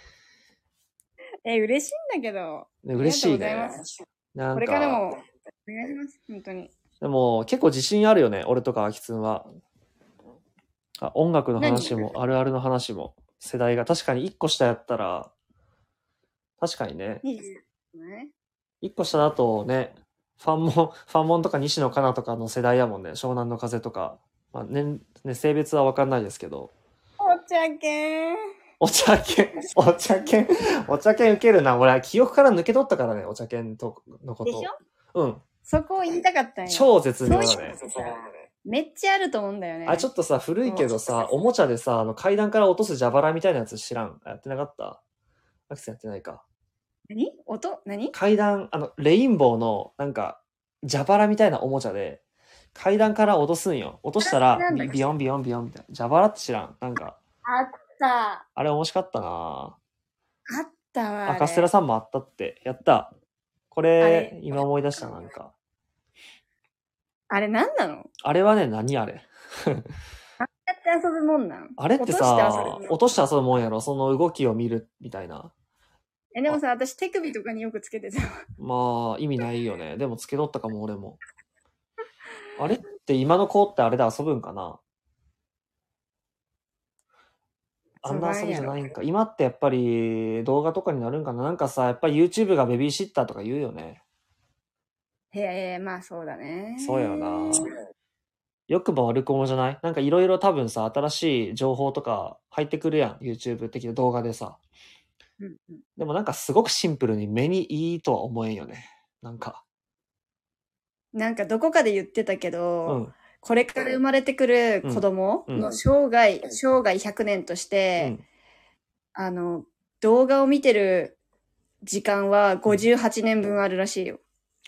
S1: い。
S2: 嬉しいんだけど。
S1: ね、嬉しいね。
S2: なんかこれからもお願いします、本当に。
S1: でも結構自信あるよね、俺とかアキツンは。音楽の話も、あるあるの話も、世代が確かに1個下やったら、確かにね。1個下だとね、ファンモンとか西野カナとかの世代やもんね。湘南の風とか。まあね、性別は分かんないですけど。
S2: お茶犬
S1: お茶犬受けるな。俺は記憶から抜け取ったからね、お茶犬のこと。でしょ？うん。
S2: そこを言いたかったんや。
S1: 超絶妙だね。
S2: めっちゃあると思うんだよね。
S1: ちょっとさ、古いけどさ、おもちゃでさ、階段から落とす蛇腹みたいなやつ知らん？やってなかった？アキさんやってないか。
S2: 何
S1: 階段、レインボーの、なんか、蛇腹みたいなおもちゃで、階段から落とすんよ。落としたら、ビヨンビヨンビヨンみたいな。蛇腹って知らん？なんか。
S2: あった。
S1: あれ面白かったな。
S2: あったわ。
S1: カステラさんもあったって。やった。これ、今思い出した、なんか。
S2: あれ何なの？
S1: あれはね、何あれ。
S2: あれって遊ぶもんなん？
S1: あれってさ、落として遊ぶもんやろ。その動きを見るみたいな。
S2: でもさ、私手首とかによくつけてた。
S1: まあ、意味ないよね。でもつけとったかも、俺も。あれって今の子ってあれで遊ぶんかな？あんな遊びじゃないんか。今ってやっぱり動画とかになるんかな。なんかさ、やっぱり YouTube がベビーシッターとか言うよね。
S2: まあそうだね。
S1: そうやよな。よくも悪くもじゃない？なんかいろいろ多分さ、新しい情報とか入ってくるやん。YouTube 的な動画でさ。でもなんかすごくシンプルに目にいいとは思えんよね。なんかどこかで言ってたけど、これから生まれてくる子供の生涯100年として、動画を見てる時間は58年分あるらしいよ。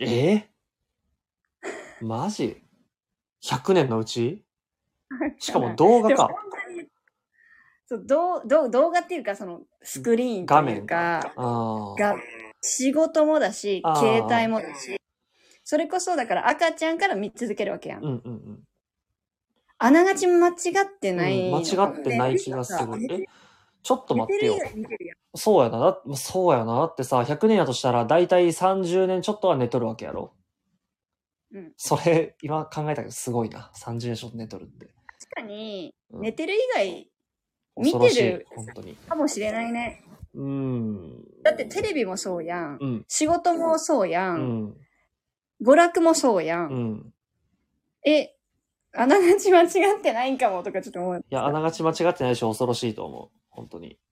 S1: マジ？ 100 年のうち？しかも動画か。
S2: そう動画っていうか、そのスクリーンというか、が仕事もだし、携帯もだし、それこそだから赤ちゃんから見続けるわけやん。あながち間違ってない、
S1: 間違ってない気がする。ちょっと待ってよ。そうやな。だってさ、100年やとしたら大体30年ちょっとは寝とるわけやろ。それ、今考えたけどすごいな。30年ちょっと寝とるって。
S2: 確かに、寝てる以外、見てるかもしれないね。だってテレビもそうやん。仕事もそうやん。娯楽もそうやん。あながち間違ってないんかもとかちょっと思う。
S1: いや、あながち間違ってないし恐ろしいと思う。本当に。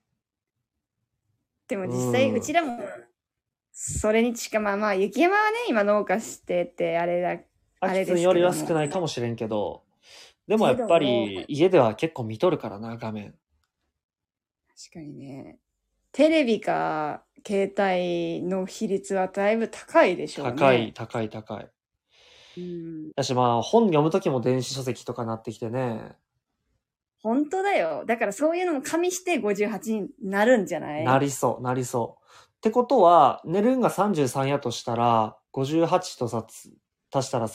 S2: でも実際うちらも、それに近まあ雪山はね、今農家してて、あれですけど。
S1: アキツンよりは少ないかもしれんけど、でもやっぱり家では結構見とるからな、画面。
S2: 確かにね。テレビか携帯の比率はだいぶ高いでしょうね。
S1: 高い。だし本読むときも電子書籍とかなってきてね。
S2: 本当だよ。だからそういうのも加味して58になるんじゃない？
S1: なりそう。ってことは、寝るんが33やとしたら、58とさ、足したら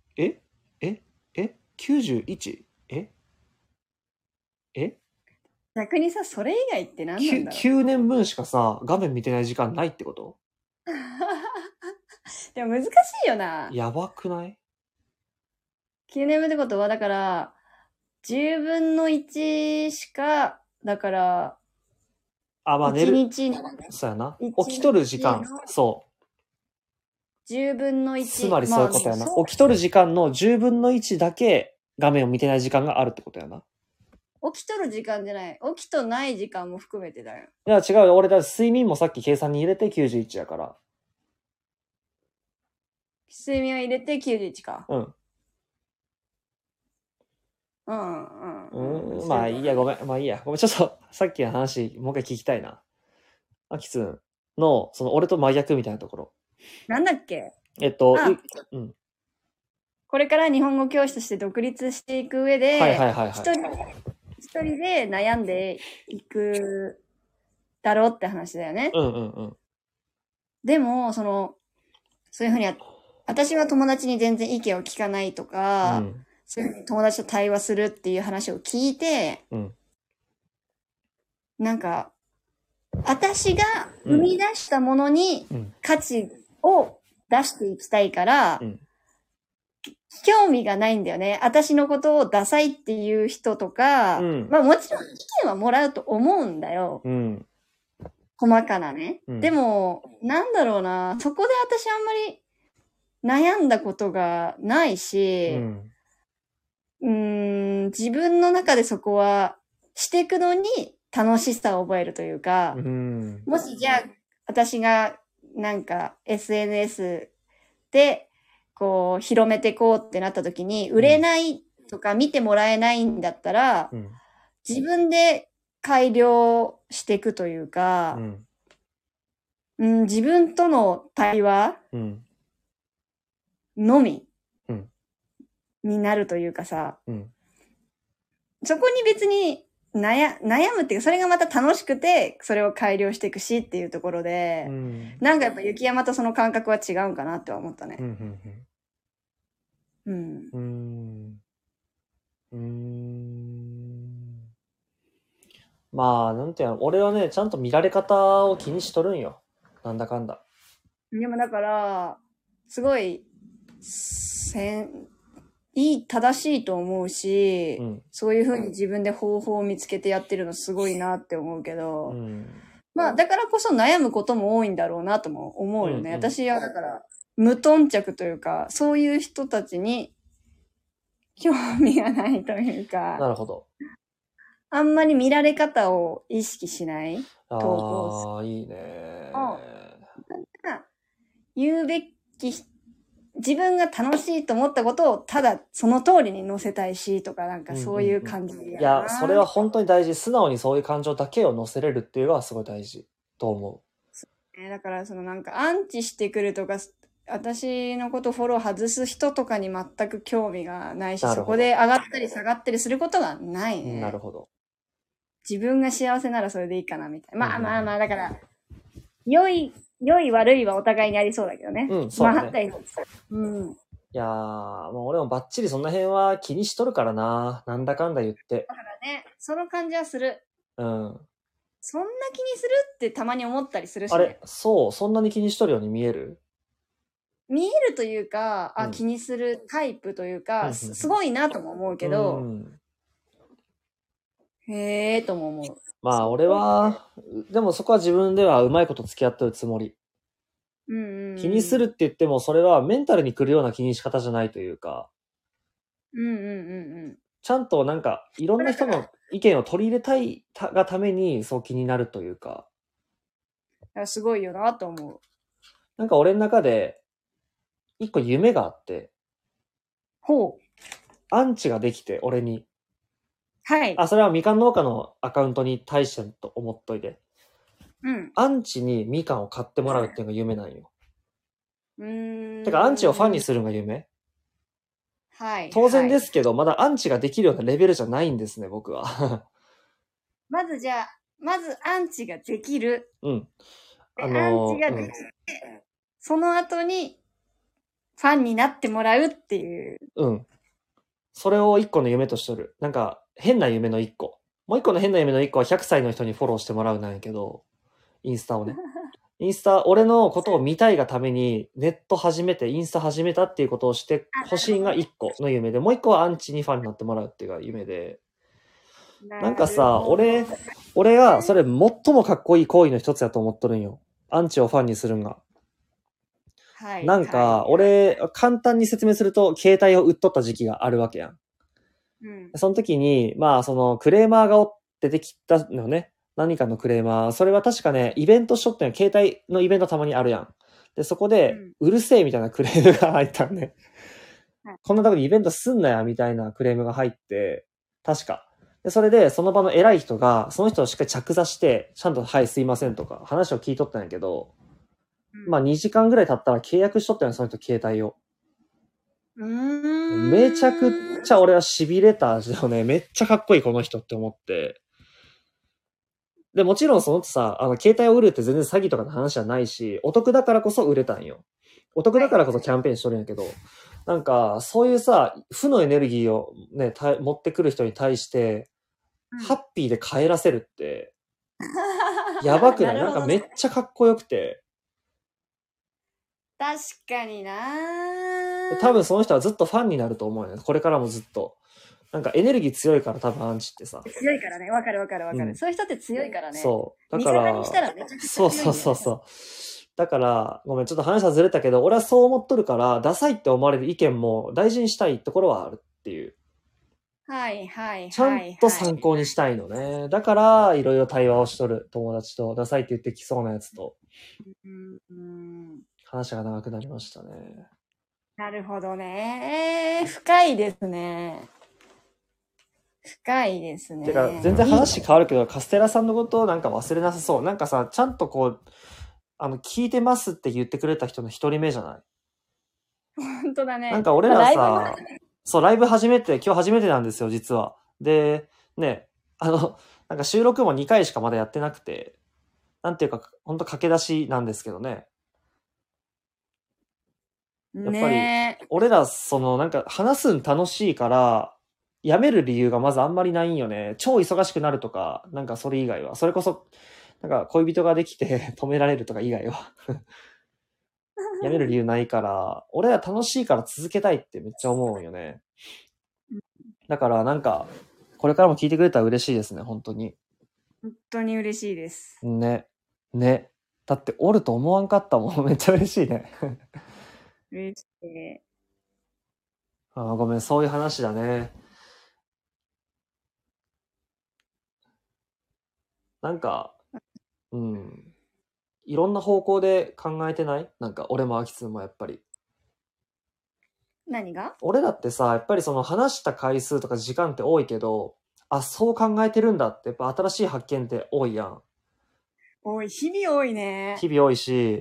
S1: さ、91？
S2: 逆にさ、それ以外って何なんだろう。
S1: 9年分しかさ、画面見てない時間ないってこと？
S2: でも難しいよな。
S1: やばくない？
S2: 9年分ってことは、だから、10分の1しか、だから、
S1: まあ寝る。
S2: 1日に。
S1: そうやな。起きとる時間。そう。
S2: 10分の1。
S1: つまりそういうことやな。起きとる時間の10分の1だけ画面を見てない時間があるってことやな。
S2: 起きとる時間じゃない。起きとない時間も含めてだよ。
S1: いや違うよ。俺だ睡眠もさっき計算に入れて91やから。
S2: 睡眠を入れて91か。
S1: うん。まあいいや、ごめん。まあいいや。ごめん。ちょっと、さっきの話、もう一回聞きたいな。アキツンの、その、俺と真逆みたいなところ。
S2: なんだっけ？
S1: うん。
S2: これから日本語教師として独立していく上で、一人で悩んでいくだろうって話だよね。でも、そういうふうに、私は友達に全然意見を聞かないとか、そういうふうに友達と対話するっていう話を聞いて、なんか、私が生み出したものに価値を出していきたいから、興味がないんだよね。私のことをダサいっていう人とか、まあもちろん意見はもらうと思うんだよ。細かなね。でも、なんだろうな、そこで私あんまり悩んだことがないし、自分の中でそこはしていくのに楽しさを覚えるというか、もしじゃあ私がなんか SNS でこう広めていこうってなった時に売れないとか見てもらえないんだったら、自分で改良していくというか、自分との対話のみになるというかさ、そこに別に悩むっていうか、それがまた楽しくて、それを改良していくしっていうところで、なんかやっぱ雪山とその感覚は違うんかなっては思ったね。
S1: まあ、なんていうの、俺はね、ちゃんと見られ方を気にしとるんよ。なんだかんだ。
S2: でもだから、すごい、正しいと思うし、そういうふうに自分で方法を見つけてやってるのすごいなって思うけど、まあだからこそ悩むことも多いんだろうなとも思うよね。私はだから無頓着というか、そういう人たちに興味がないというか、
S1: なるほど。
S2: あんまり見られ方を意識しない
S1: 投稿。いいね。
S2: 言うべき自分が楽しいと思ったことをただその通りに載せたいしとかなんかそういう感じ
S1: いや、それは本当に大事。素直にそういう感情だけを載せれるっていうのはすごい大事と思
S2: う。だからなんかアンチしてくるとか、私のことフォロー外す人とかに全く興味がないし、そこで上がったり下がったりすることがないね。
S1: なるほど。
S2: 自分が幸せならそれでいいかなみたいな。まあ、だから、良い悪いはお互いにありそうだけどね。
S1: そうだね。いやもう俺もバッチリその辺は気にしとるからな。なんだかんだ言って。
S2: だからね、その感じはする。そんな気にするってたまに思ったりするしね。
S1: あれ、そんなに気にしとるように見える
S2: というか、気にするタイプというか、すごいなとも思うけど、へーとも思う。
S1: まあ俺は、でもそこは自分ではうまいこと付き合ってるつもり。気にするって言ってもそれはメンタルに来るような気にし方じゃないというか、ちゃんとなんかいろんな人の意見を取り入れたいがためにそう気になるというか。
S2: すごいよなと思う。
S1: なんか俺の中で一個夢があって、アンチができて俺に。それはみかん農家のアカウントに対してと思っといて。アンチにみかんを買ってもらうっていうのが夢なんよ。てかアンチをファンにするのが夢。当然ですけど、まだアンチができるようなレベルじゃないんですね、僕は。
S2: まずアンチができる。アンチができて、その後にファンになってもらうっていう。
S1: それを一個の夢としとる。なんか変な夢の一個。 もう一個の変な夢の一個は100歳の人にフォローしてもらうなんやけど、インスタをね。インスタ、俺のことを見たいがために、ネット始めて、インスタ始めたっていうことをしてほしいが一個の夢で、もう一個はアンチにファンになってもらうっていうのが夢で。なんかさ、俺が、それ最もかっこいい行為の一つやと思っとるんよ。アンチをファンにするんが。
S2: はい。
S1: なんか、俺、簡単に説明すると、携帯を売っとった時期があるわけやん。
S2: うん。
S1: その時に、まあ、その、クレーマーが出てきたのね。何かのクレーマー。それは確かね、イベントしとったんよ。携帯のイベントたまにあるやん。で、そこで、うるせえみたいなクレームが入ったんね。こんなとこにイベントすんなや、みたいなクレームが入って、確か。で、それで、その場の偉い人が、その人をしっかり着座して、ちゃんと、はい、すいませんとか、話を聞いとったんやけど、まあ2時間ぐらい経ったら契約しとったんよ、その人携帯を。めちゃくちゃ俺は痺れたよね。めっちゃかっこいいこの人って思って。で、もちろんそのさ、携帯を売るって全然詐欺とかの話じゃないし、お得だからこそ売れたんよ。お得だからこそキャンペーンしとるんやけど、なんか、そういうさ、負のエネルギーをね、持ってくる人に対して、ハッピーで帰らせるって、やばくない？なんかめっちゃかっこよくて。
S2: 確かにな
S1: 多分その人はずっとファンになると思うよね。これからもずっと。なんかエネルギー強いから多分アンチってさ。
S2: 強いからね。わかる。そういう人って強いからね。
S1: そう。だから、そう。だから、ごめん、ちょっと話はずれたけど、俺はそう思っとるから、ダサいって思われる意見も大事にしたいところはあるっていう。
S2: はい。
S1: ちゃんと参考にしたいのね。だから、いろいろ対話をしとる友達と、ダサいって言ってきそうなやつと。話が長くなりましたね。
S2: なるほどね。深いですね。てか、
S1: 全然話変わるけど、カステラさんのことをなんか忘れなさそう。なんかさ、ちゃんとこう、聞いてますって言ってくれた人の一人目じゃない？
S2: 本当だね。
S1: なんか俺らさ、そう、ライブ今日初めてなんですよ、実は。で、ね、なんか収録も2回しかまだやってなくて、なんていうか、ほんと駆け出しなんですけどね。やっぱり、俺ら、なんか話すん楽しいから、辞める理由がまずあんまりないんよね。超忙しくなるとか、なんかそれ以外は。それこそ、なんか恋人ができて止められるとか以外は辞める理由ないから、俺ら楽しいから続けたいってめっちゃ思うよね。だからなんか、これからも聞いてくれたら嬉しいですね、本当に。
S2: 本当に嬉しいです。
S1: ね。だっておると思わんかったもん。めっちゃ嬉しいね。
S2: 嬉しい。
S1: ごめん、そういう話だね。なんか、いろんな方向で考えてない？なんか、俺もアキツもやっぱり。
S2: 何が？
S1: 俺だってさ、やっぱりその話した回数とか時間って多いけど、あ、そう考えてるんだって、やっぱ新しい発見って多いやん。
S2: 日々多いね。
S1: 日々多いし。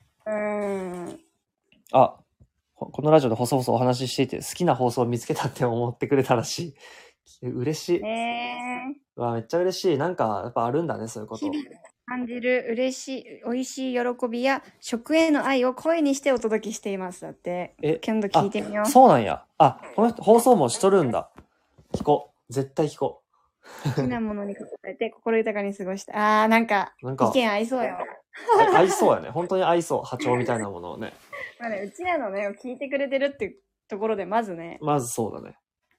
S1: あ、このラジオで細々お話ししていて、好きな放送を見つけたって思ってくれたらしい。嬉しい。わ、めっちゃ嬉しい。なんか、やっぱあるんだね、そういうこと。
S2: 感じる嬉しい、美味しい喜びや食への愛を声にしてお届けしています。だって。今度聞いてみよう。
S1: そうなんや。あ、この人放送もしとるんだ。聞こう。絶対聞こ
S2: う。好きなものに囲まれて心豊かに過ごした。なんか意見合いそうやわ。
S1: 合いそうやね。本当に合いそう。波長みたいなものをね。
S2: まあね、うちらのね、聞いてくれてるっていうところで、まずね。
S1: まずそうだね。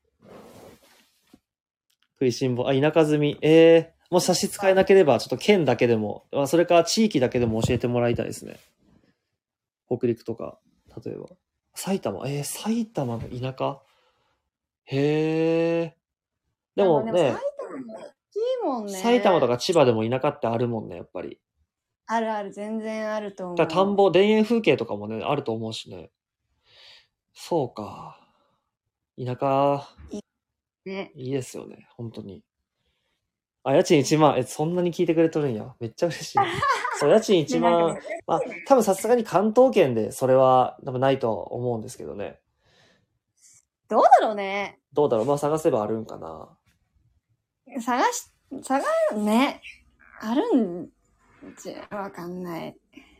S1: 食いしん坊。田舎住み。もし差し支えなければ、ちょっと県だけでも、それから地域だけでも教えてもらいたいですね。北陸とか、例えば。埼玉の田舎？へえ。でもね、埼玉とか千葉でも田舎ってあるもんね、やっぱり。
S2: ある、全然あると思う。
S1: 田んぼ、田園風景とかもね、あると思うしね。そうか。田舎、いいですよね、本当に。家賃1万。そんなに聞いてくれとるんや。めっちゃ嬉しい。そう、家賃1万。まあ、多分さすがに関東圏でそれは多分ないと思うんですけどね。
S2: どうだろうね。
S1: まあ探せばあるんかな。
S2: ね。あるんじゃ、わかんない。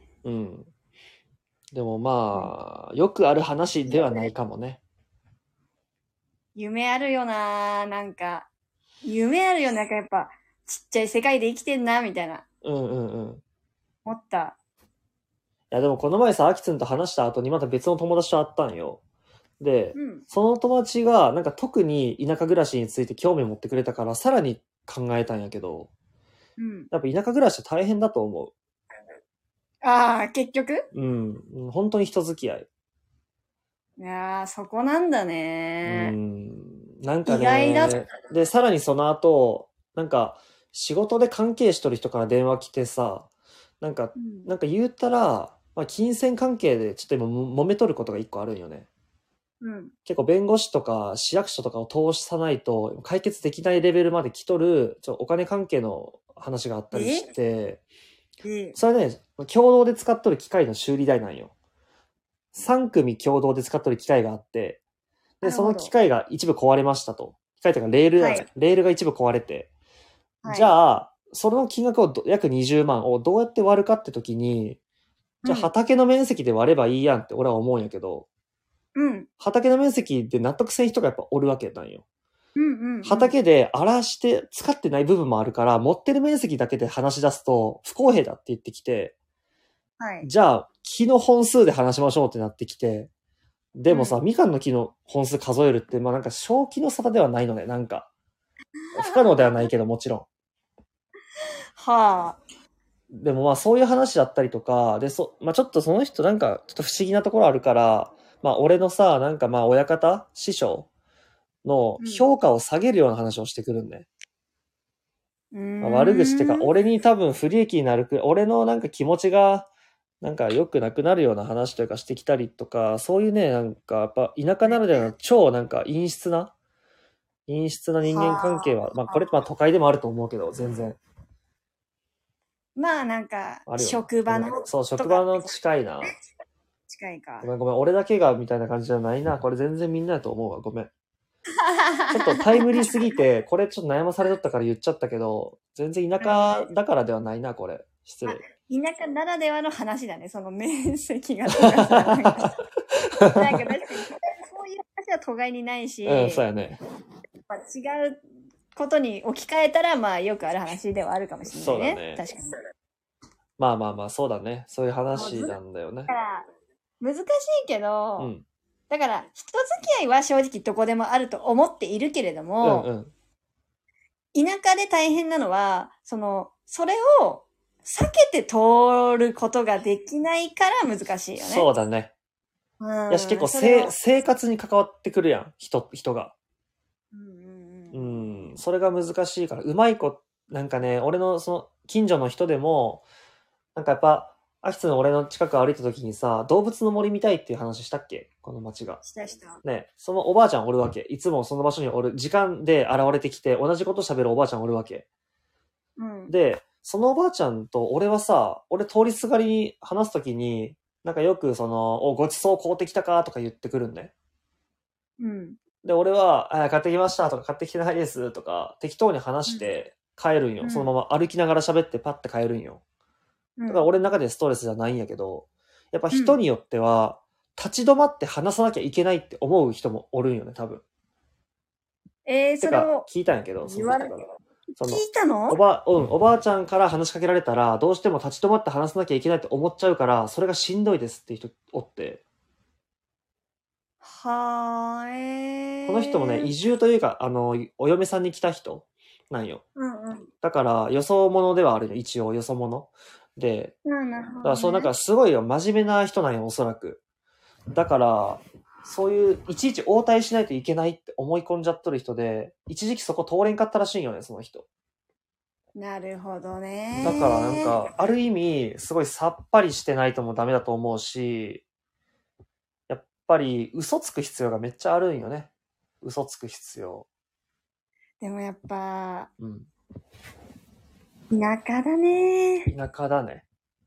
S1: でもまあ、よくある話ではないかもね。
S2: 夢あるよな、なんか。 夢あるよ、なんかやっぱ、ちっちゃい世界で生きてんな、みたいな。
S1: うんうんうん。
S2: 思った。
S1: いやでもこの前さ、アキツンと話した後にまた別の友達と会ったんよ。で、
S2: うん。
S1: その友達がなんか特に田舎暮らしについて興味を持ってくれたからさらに考えたんやけど、
S2: うん。
S1: やっぱ田舎暮らし大変だと思
S2: ああ、結局
S1: う。うん。本当に人付き合い。
S2: いやー、そこなんだね。
S1: なんか
S2: 意外だ。
S1: ね、で、さらにその後、なんか仕事で関係しとる人から電話来てさ、なんか、
S2: うん。
S1: なんか言ったら、まあ、金銭関係でちょっと今揉めとることが一個あるんよね。
S2: うん。
S1: 結構弁護士とか市役所とかを通さないと解決できないレベルまで来とるお金関係の話があったりして、それね、共同で使っとる機械の修理代なんよ。3組共同で使っとる機械があって、で、その機械が一部壊れましたと。機械というかレール、
S2: はい、
S1: レールが一部壊れて、
S2: はい、
S1: じゃあ、その金額を約20万をどうやって割るかって時に、じゃあ畑の面積で割ればいいやんって俺は思うんやけど、
S2: うん。
S1: 畑の面積で納得せん人がやっぱおるわけなんよ。
S2: うんうん。
S1: 畑で荒らして使ってない部分もあるから、持ってる面積だけで話し出すと不公平だって言ってきて、
S2: はい。
S1: じゃあ木の本数で話しましょうってなってきて、でもさ、みかんの木の本数数えるって、まあなんか正気の沙汰ではないのね、なんか。不可能ではないけどもちろん。
S2: はあ。
S1: でもまあそういう話だったりとか、で、まあちょっとその人なんかちょっと不思議なところあるから、まあ俺のさ、なんかまあ親方、師匠の評価を下げるような話をしてくるんで。まあ、悪口ってか、俺に多分不利益になる俺のなんか気持ちが、なんか良くなくなるような話というかしてきたりとか、そういうね、なんかやっぱ田舎ならではの超なんか陰湿な人間関係は、まあこれまあ都会でもあると思うけど、全然。
S2: まあなんか、
S1: あるよ。
S2: 職場の。
S1: そう、職場の近いな。
S2: 近いか。
S1: ごめんごめん、俺だけがみたいな感じじゃないな。これ全然みんなだと思うわ。ごめん。ちょっとタイムリーすぎて、これちょっと悩まされとったから言っちゃったけど、全然田舎だからではないな、これ。失礼。
S2: 田舎ならではの話だね、その面積がとかさ。なんか確かに、そういう話は都外にないし、
S1: うん、そうやね。
S2: まあ、違うことに置き換えたら、まあよくある話ではあるかもしれないね。
S1: そうだね。
S2: 確かに。
S1: まあまあまあ、そうだね。そういう話なんだよね。
S2: 難しいけど、だから人付き合いは正直どこでもあると思っているけれども、田舎で大変なのは、それを避けて通ることができないから難しいよね。
S1: そうだね。やし、結構生活に関わってくるやん、人が。それが難しいから、うまい子、なんかね、俺のその近所の人でも、なんかやっぱ、アキツの俺の近く歩いた時にさ、動物の森見たいっていう話したっけこの町が。
S2: した。
S1: ね、そのおばあちゃんおるわけ。いつもその場所におる。時間で現れてきて、同じこと喋るおばあちゃんおるわけ。で、そのおばあちゃんと俺はさ、俺通りすがりに話す時に、なんかよくごちそう買うてきたかとか言ってくるんね。で、俺は、買ってきましたとか買ってきてないですとか、適当に話して帰るんよ。そのまま歩きながら喋ってパッて帰るんよ。だから俺の中でストレスじゃないんやけど、やっぱ人によっては、立ち止まって話さなきゃいけないって思う人もおるんよね、多分。
S2: それを
S1: 聞いたんやけど、
S2: 聞いたの？
S1: おばあちゃんから話しかけられたら、どうしても立ち止まって話さなきゃいけないって思っちゃうから、それがしんどいですって人おって。
S2: こ
S1: の人もね、移住というか、お嫁さんに来た人なんよ。だから、よそ者ではあるよ、一応、よそ者。で、だからなんかすごい真面目な人なんよ、おそらく。だから、そういう、いちいち応対しないといけないって思い込んじゃっとる人で、一時期そこ通れんかったらしいんよね、その人。
S2: なるほどね。
S1: だからなんか、ある意味、すごいさっぱりしてないともダメだと思うし、やっぱり嘘つく必要がめっちゃあるんよね。嘘つく必要。
S2: でもやっぱ、田舎だね。
S1: 田舎だね。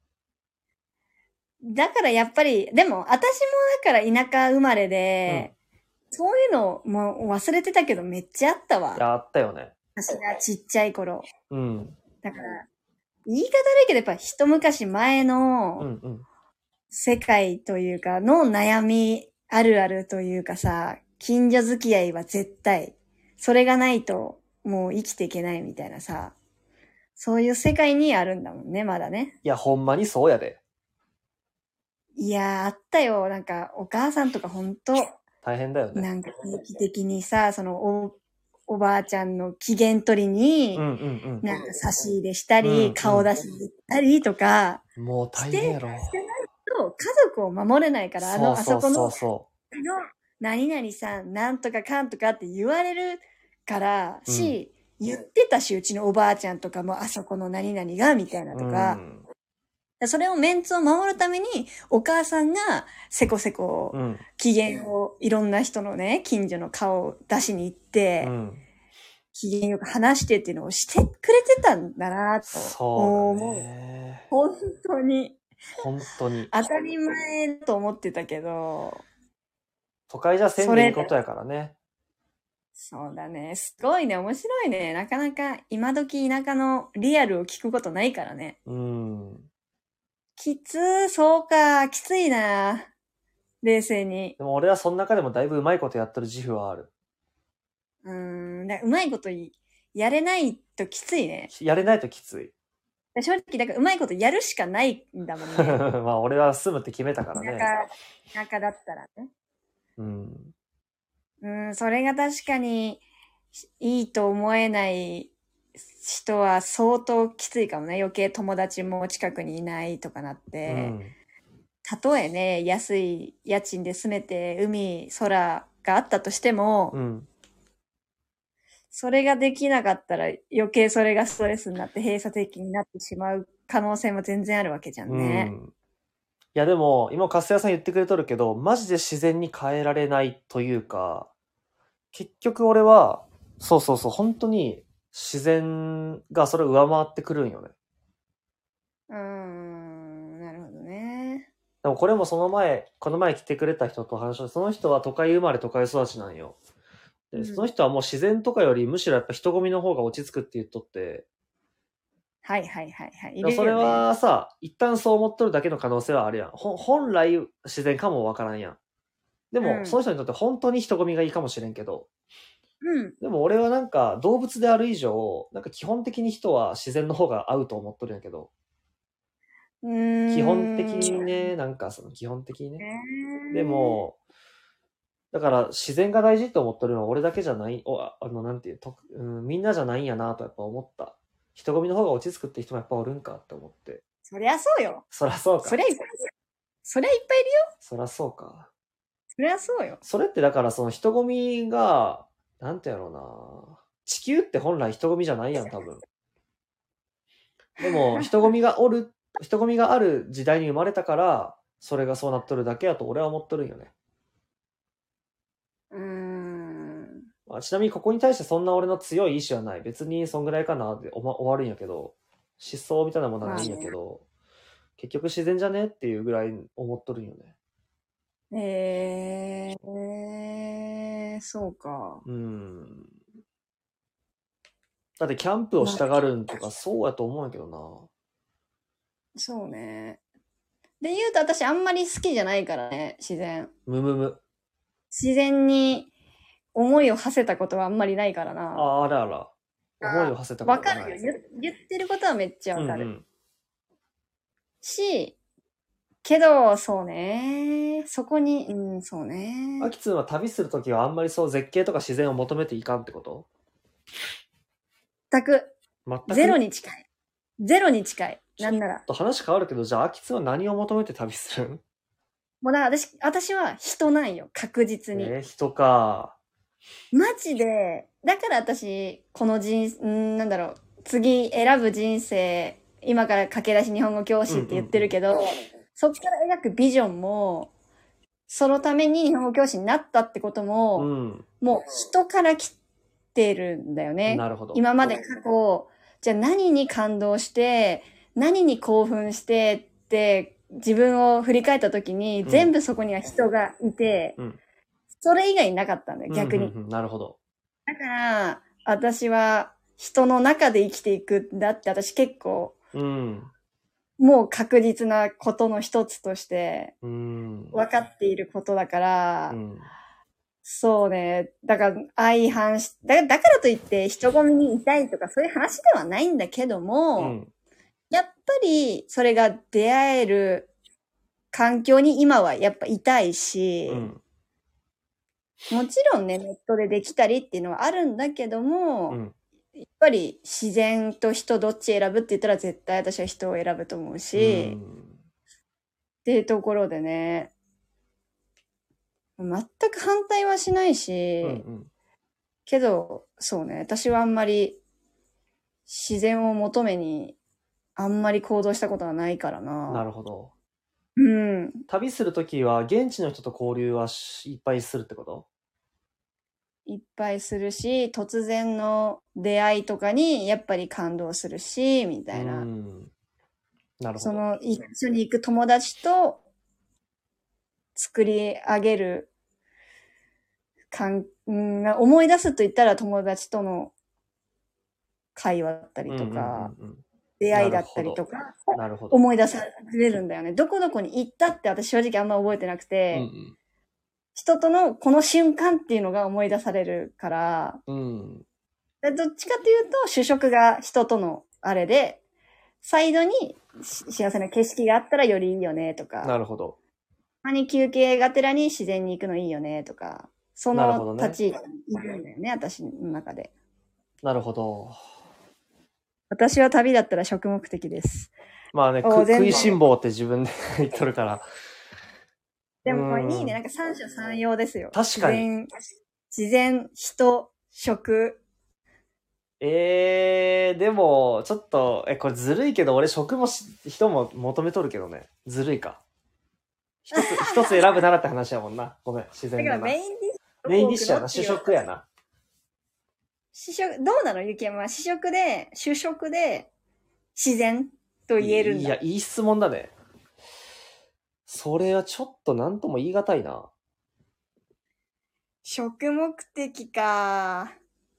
S2: だからやっぱり、でも私もだから田舎生まれで、そういうのもう忘れてたけどめっちゃあったわ。
S1: いや、あったよね。
S2: 私がちっちゃい頃。だから、言い方悪いけどやっぱ一昔前の世界というかの悩みあるあるというかさ、近所付き合いは絶対。それがないともう生きていけないみたいなさ、そういう世界にあるんだもんね、まだね。
S1: いや、ほんまにそうやで。
S2: いやー、あったよ。なんか、お母さんとかほんと、
S1: 大変だよね。
S2: なんか定期的にさ、そのおばあちゃんの機嫌取りに、なんか差し入れしたり、顔出しに行ったりとか、
S1: もう大変やろ。
S2: してないと家族を守れないから、あそこの、何々さん、なんとかかんとかって言われるから言ってたし、うちのおばあちゃんとかも、あそこの何々が、みたいなとか、それをメンツを守るために、お母さんがせこせこ、機嫌をいろんな人のね、近所の顔を出しに行って、機嫌よく話してっていうのをしてくれてたんだなと思う。本当に。
S1: 本当に。
S2: 当たり前だと思ってたけど。
S1: 都会じゃせんでいいことやからね。
S2: そうだね。すごいね。面白いね。なかなか今時田舎のリアルを聞くことないからね。そうか。きついな。冷静に。
S1: でも俺はその中でもだいぶうまいことやってる自負はある。
S2: うまいことやれないときついね。
S1: やれないときつい。
S2: 正直、だからうまいことやるしかないんだもんね。
S1: まあ俺は住むって決めたからね。
S2: 田舎だったらね。それが確かにいいと思えない人は相当きついかもね。余計友達も近くにいないとかなって。たとえね、安い家賃で住めて海、空があったとしても、それができなかったら余計それがストレスになって閉鎖的になってしまう可能性も全然あるわけじゃんね。
S1: いやでも、今カスヤさん言ってくれとるけど、マジで自然に変えられないというか、結局俺は、そう、本当に自然がそれを上回ってくるんよね。
S2: なるほどね。
S1: でもこれもこの前来てくれた人と話して、その人は都会生まれ都会育ちなんよ。で、その人はもう自然とかよりむしろやっぱ人混みの方が落ち着くって言っとって。
S2: はい。いるよね。
S1: それはさ、一旦そう思っとるだけの可能性はあるやん。本来自然かもわからんやん。でも、その人にとって本当に人混みがいいかもしれんけど。でも俺はなんか動物である以上、なんか基本的に人は自然の方が合うと思っとるんやけど。基本的にね、なんかその基本的にね。でも、だから自然が大事って思っとるのは俺だけじゃない、なんていう、みんなじゃないんやなとやっぱ思った。人混みの方が落ち着くって人もやっぱおるんかって思って。
S2: そりゃそうよ。
S1: そりゃそうか。
S2: そりゃいっぱいいるよ。
S1: そりゃそうか。
S2: そりゃそうよ。
S1: それってだからその人混みが、なんてやろうな。地球って本来人混みじゃないやん、多分。でも、人混みがある時代に生まれたから、それがそうなっとるだけやと俺は思っとるんよね。まあ、ちなみにここに対してそんな俺の強い意志はない。別にそんぐらいかなって終わるんやけど、思想みたいなものはないんやけど、結局自然じゃねっていうぐらい思っとるんよね。
S2: そうか。
S1: だってキャンプをしたがるんとかそうやと思うんやけどな。
S2: そうね。で言うと私あんまり好きじゃないからね、自然。自然に思いを馳せたことはあんまりないからな。
S1: あらあら。思いを馳せたことない。
S2: わかるよ。言ってることはめっちゃわかる。けど、そうね。そこに、そうね。
S1: アキツンは旅するときはあんまりそう絶景とか自然を求めていかんってこと？
S2: 全く。ゼロに近い。なんなら。
S1: ちょっと話変わるけど、じゃあアキツンは何を求めて旅するん？
S2: もうだから私は人なんよ。確実に。
S1: 人か。
S2: マジで、だから私、この次選ぶ人生、今から駆け出し日本語教師って言ってるけど、そっから描くビジョンも、そのために日本語教師になったってことも、もう人から来てるんだよね。
S1: なるほど。
S2: 今まで過去、じゃあ何に感動して、何に興奮してって、自分を振り返った時に、全部そこには人がいて、それ以外なかったんだよ、逆に。
S1: なるほど。
S2: だから、私は人の中で生きていくんだって私結構、もう確実なことの一つとして、分かっていることだから、 そうね。だから相反し、だからといって人混みにいたいとかそういう話ではないんだけども、やっぱりそれが出会える環境に今はやっぱいたいし、もちろんね、ネットでできたりっていうのはあるんだけども、やっぱり自然と人どっち選ぶって言ったら絶対私は人を選ぶと思うし、っていうところでね、全く反対はしないし、けど、そうね、私はあんまり自然を求めにあんまり行動したことはないからな。
S1: なるほど。
S2: うん。
S1: 旅するときは現地の人と交流はいっぱいするってこと？
S2: いっぱいするし、突然の出会いとかにやっぱり感動するし、みたいな。
S1: なるほど。
S2: その一緒に行く友達と作り上げる思い出すと言ったら友達との会話だったりとか、出会いだったりとか、思い出されるんだよね。どこどこに行ったって私正直あんま覚えてなくて、人とのこの瞬間っていうのが思い出されるから、どっちかというと主食が人とのあれで、サイドに幸せな景色があったらよりいいよねとか。
S1: なるほど。
S2: たまに休憩がてらに自然に行くのいいよねとか。その立ち位置にいるんだよね、私の中で。
S1: なるほど。
S2: 私は旅だったら食目的です。
S1: まあね、食いしん坊って自分で言っとるから。
S2: でもいいね、なんか三者三様ですよ。
S1: 確かに。
S2: 自然、人、食。
S1: でも、ちょっと、これずるいけど、俺食も人も求めとるけどね。ずるいか。一つ選ぶならって話やもんな。ごめん、自然だな。
S2: だからメインディッシュ。
S1: メインディッシュやな、主食やな。
S2: 主食、どうなのゆきやまは主食で自然と言えるんだ。
S1: いや、いい質問だね。それはちょっと何とも言い難いな。
S2: 食目的か。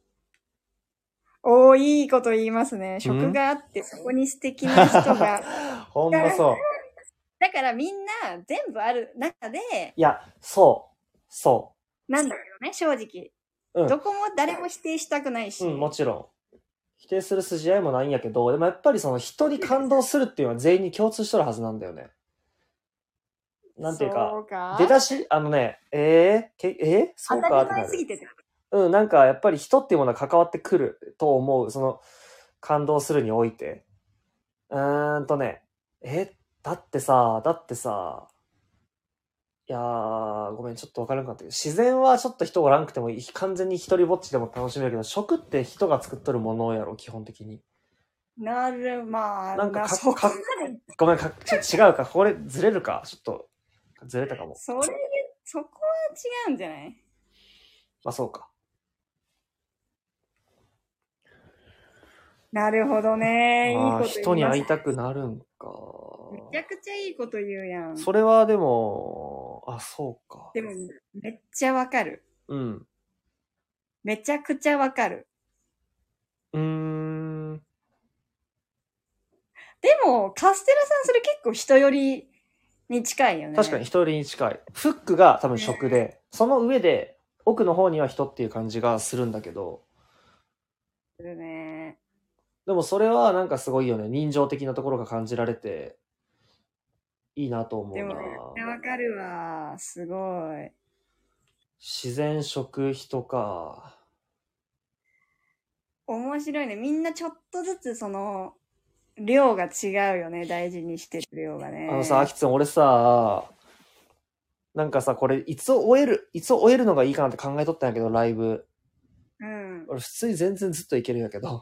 S2: いいこと言いますね。食があって、そこに素敵な人が。
S1: ほんまそう。
S2: だからみんな全部ある中で。
S1: いや、そう。
S2: なんだけどね、正直。どこも誰も否定したくないし。
S1: もちろん。否定する筋合いもないんやけど、でもやっぱりその人に感動するっていうのは全員に共通しとるはずなんだよね。なんていうか、出だしそうか
S2: 当たり前すぎてて。
S1: なんかやっぱり人っていうものは関わってくると思う。その、感動するにおいて。だってさ、いやー、ごめん、ちょっとわからなかったけど、自然はちょっと人おらんくても完全に一人ぼっちでも楽しめるけど、食って人が作っとるものやろ、基本的に。
S2: まあ、
S1: なんかごめん、ちょっと違うか、これずれるか、ちょっと、ずれたかも。
S2: そこは違うんじゃない？
S1: まあそうか。
S2: なるほどね。いいこと言います。
S1: 人に会いたくなるんか。
S2: めちゃくちゃいいこと言うやん。
S1: それはでも、そうか。
S2: でも、めっちゃわかる。めちゃくちゃわかる。でも、カステラさんそれ結構人寄りに近いよね。
S1: 確かに人寄りに近い。フックが多分食で、その上で奥の方には人っていう感じがするんだけど。
S2: するね。
S1: でもそれはなんかすごいよね。人情的なところが感じられて、いいなと思うな。
S2: でもめっちゃわかるわ。すごい。
S1: 自然食人か。
S2: 面白いね。みんなちょっとずつその、量が違うよね。大事にしてる量がね。
S1: あきつん、俺さ、なんかさ、これいつ終えるのがいいかなって考えとったんやけど、ライブ。俺普通に全然ずっといけるんやけど。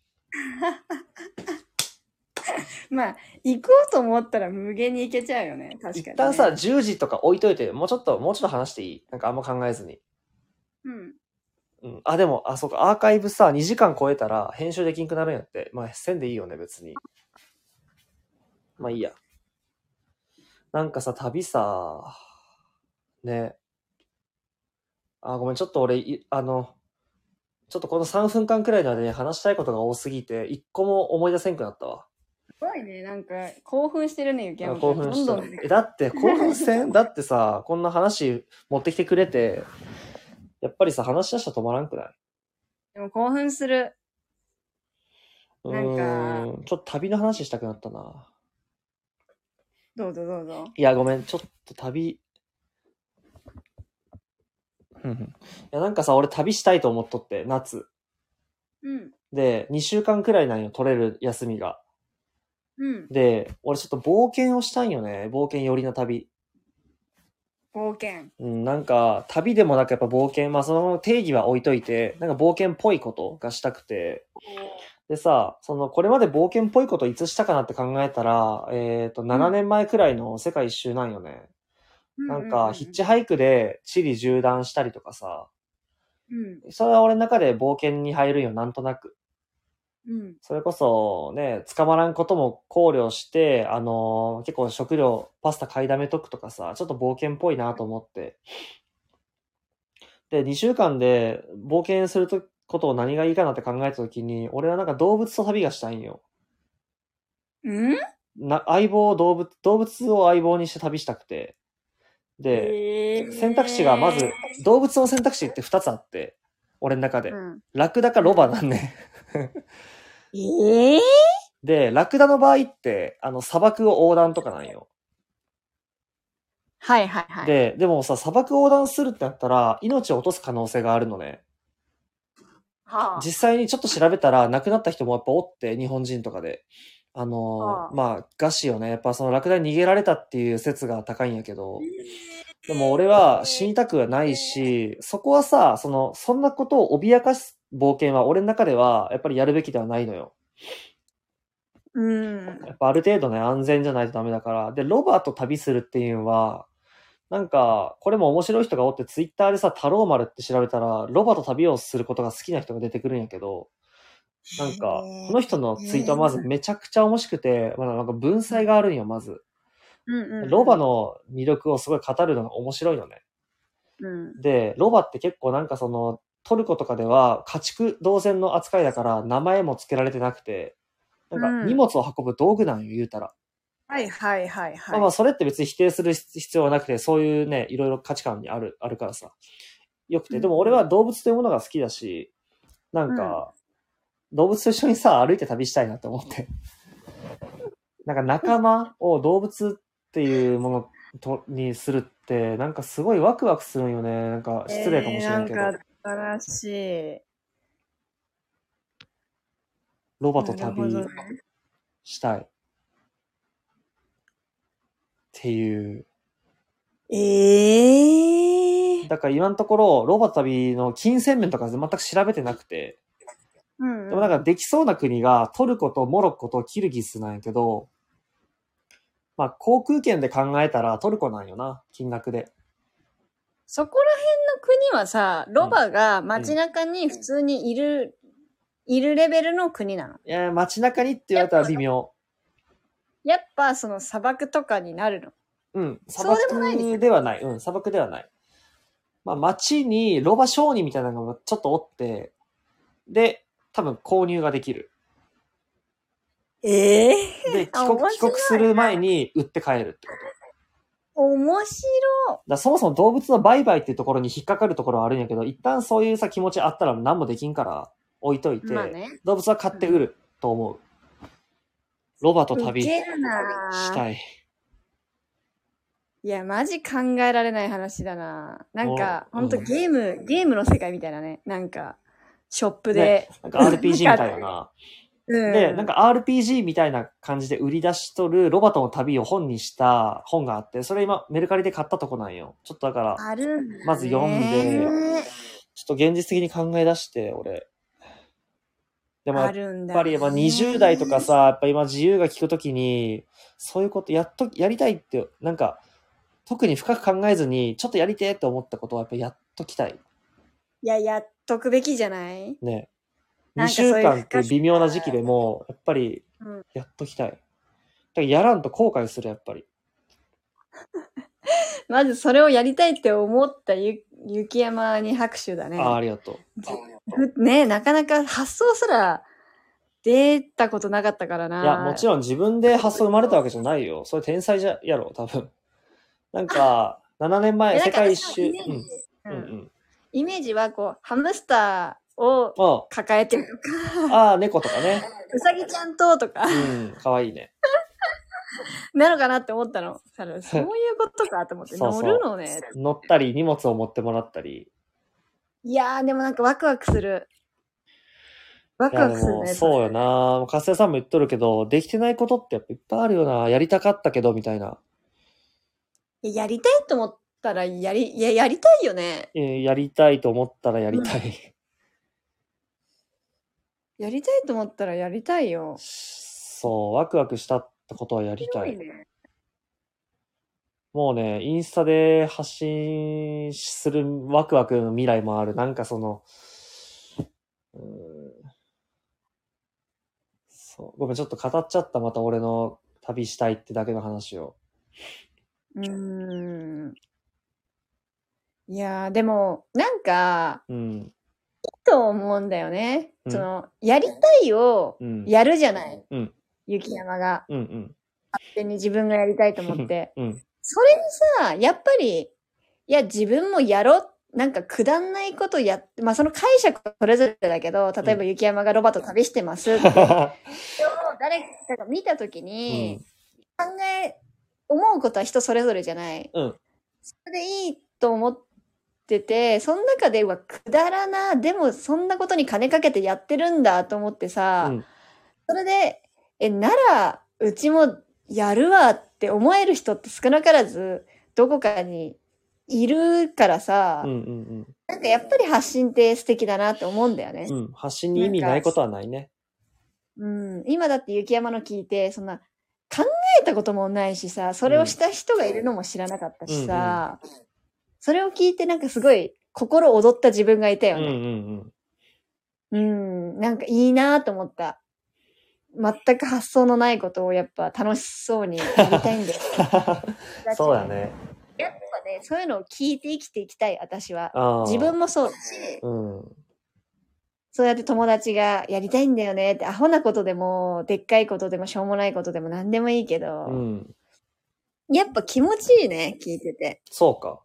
S2: まあ、行こうと思ったら無限に行けちゃうよね。確かに、ね。
S1: 一旦さ、10時とか置いといて、もうちょっと話していい？なんかあんま考えずに。でも、そうか、アーカイブさ、2時間超えたら編集できんくなるんやって。まあ、せんでいいよね、別に。まあいいや。なんかさ、旅さ、ね。ごめん、ちょっと俺、ちょっとこの3分間くらいの間に話したいことが多すぎて、一個も思い出せんくなったわ。
S2: すごいね、なんか、興奮してるね、ゆきやま。
S1: 興奮してる。だって、興奮せんだってさ、こんな話持ってきてくれて、 やっぱりさ、話し出したら止まらんくない？
S2: でも興奮する。なんか、
S1: ちょっと旅の話したくなったな。
S2: どうぞどうぞ。
S1: いや、ごめん、ちょっと旅。いや、なんかさ、俺旅したいと思っとって、夏。
S2: うん。
S1: で、2週間くらいなんよ、取れる休みが。
S2: うん。
S1: で、俺ちょっと冒険をしたいんよね。冒険寄りの旅。
S2: 冒険。
S1: なんか、旅でもなんかやっぱ冒険、まあその定義は置いといて、なんか冒険っぽいことがしたくて。でさ、これまで冒険っぽいこといつしたかなって考えたら、7年前くらいの世界一周なんよね。なんか、ヒッチハイクでチリ縦断したりとかさ、それは俺の中で冒険に入るよ、なんとなく。それこそね、捕まらんことも考慮して、結構食料、パスタ買いだめとくとかさ、ちょっと冒険っぽいなと思って。で、2週間で冒険することを何がいいかなって考えたときに、俺はなんか動物と旅がしたいんよ。相棒、動物を相棒にして旅したくて。で、選択肢がまず、動物の選択肢って2つあって、俺の中で。ラクダかロバなんね。で、ラクダの場合って、砂漠を横断とかなんよ。
S2: はいはいはい。
S1: でもさ、砂漠横断するってなったら、命を落とす可能性があるのね。実際にちょっと調べたら、亡くなった人もやっぱおって、日本人とかで。まあ、餓死をね、やっぱそのラクダに逃げられたっていう説が高いんやけど、でも俺は死にたくはないし、そこはさ、そんなことを脅かす冒険は俺の中ではやっぱりやるべきではないのよ。やっぱある程度ね、安全じゃないとダメだから。で、ロバと旅するっていうのは、なんか、これも面白い人がおってツイッターでさ、太郎丸って調べたら、ロバと旅をすることが好きな人が出てくるんやけど、なんか、この人のツイートはまずめちゃくちゃ面白くて、なんか文才があるんよ、まず。ロバの魅力をすごい語るのが面白いのね。で、ロバって結構なんかトルコとかでは家畜同然の扱いだから名前も付けられてなくて、なんか荷物を運ぶ道具なんよ、言うたら。
S2: はいはいはいはい。
S1: まあそれって別に否定する必要はなくて、そういうね、いろいろ価値観にあるからさ。よくて。でも俺は動物というものが好きだし、なんか、動物と一緒にさ、歩いて旅したいなって思って。なんか仲間を動物っていうものにするって、なんかすごいワクワクするんよね。なんか失礼かもしれんけど。
S2: なんか素晴らしい。
S1: ロバと旅したい。っていう。だから今のところ、ロバと旅の金銭面とか全く調べてなくて。でもなんかできそうな国がトルコとモロッコとキルギスなんやけど、まあ航空券で考えたらトルコなんよな、金額で。
S2: そこら辺の国はさ、ロバが街中に普通にいるレベルの国なの？
S1: いや、街中にって言われたら微妙。
S2: やっぱその砂漠とかになるの？
S1: 砂漠ではない。砂漠ではない。まあ街にロバ商人みたいなのがちょっとおって、で、多分購入ができる。で、帰国する前に売って帰るってこと。
S2: 面白。
S1: そもそも動物の売買っていうところに引っかかるところはあるんやけど、一旦そういうさ気持ちあったら何もできんから置いといて、動物は買って売ると思う。ロバと旅したい。
S2: いや、マジ考えられない話だな。なんか、ほんとゲームの世界みたいなね。なんか、ショップで。
S1: なんか RPG みたいな。で、なんか RPG みたいな感じで売り出しとるロバとの旅を本にした本があって、それ今メルカリで買ったとこなんよ。ちょっとだから、まず読んで、ちょっと現実的に考え出して、俺。でもやっぱり20代とかさ、やっぱ今自由が利くときに、そういうことやりたいって、なんか、特に深く考えずに、ちょっとやりてーって思ったことはやっぱやっときたい。い
S2: や、やっとくべきじゃない？
S1: ね。2週間って微妙な時期でも、やっぱり、やっときたい。だからやらんと後悔する、やっぱり。
S2: まずそれをやりたいって思った雪山に拍手だね。
S1: ありがと
S2: う。ね、なかなか発想すら出たことなかったからな。
S1: いや、もちろん自分で発想生まれたわけじゃないよ。それ天才やろ、多分。なんか、7年前、世界一周、
S2: イメージはこう、ハムスターを抱えてるとか。
S1: ああ、猫とかね。
S2: うさぎちゃんとか。
S1: うん、かわいいね。
S2: なのかなって思ったの。そういうことかと思って。乗るのね。
S1: 乗ったり、荷物を持ってもらったり。
S2: いやー、でもなんかワクワクする。ワクワクするね。
S1: そうよな。カステラさんも言っとるけど、できてないことってやっぱいっぱいあるよな。やりたかったけど、みたいな。
S2: やりたいと思ったらやりたいよね。
S1: やりたいと思ったらやりたい。
S2: やりたいと思ったらやりたいよ。
S1: そう、ワクワクしたってことはやりたい。もうね、インスタで発信するワクワクの未来もある。なんかそう。ごめん、ちょっと語っちゃった。また俺の旅したいってだけの話を。
S2: いやー、でも、なんか、
S1: いい
S2: と思うんだよね。やりたいをやるじゃない。雪山が。勝手に自分がやりたいと思って。それにさ、やっぱり、いや、自分もやろう。なんか、くだんないことやって、まあ、その解釈はそれぞれだけど、例えば雪山がロバと旅してますって。誰かが見たときに、思うことは人それぞれじゃない。それでいいと思ってて、その中ではくだらな、でもそんなことに金かけてやってるんだと思ってさ、それで、なら、うちもやるわって思える人って少なからず、どこかにいるからさ、なんかやっぱり発信って素敵だなって思うんだよね。
S1: 発信に意味ないことはないね。
S2: 今だって雪山の聞いて、そんな考えたこともないしさ、それをした人がいるのも知らなかったしさ、それを聞いてなんかすごい心躍った自分がいたよね。なんかいいなと思った。全く発想のないことをやっぱ楽しそうにやりたいんだよ。
S1: そうだね。
S2: やっぱね、そういうのを聞いて生きていきたい、私は。自分もそうだし、そうやって友達がやりたいんだよねって、アホなことでも、でっかいことでも、しょうもないことでも何でもいいけど、やっぱ気持ちいいね、聞いてて。
S1: そうか。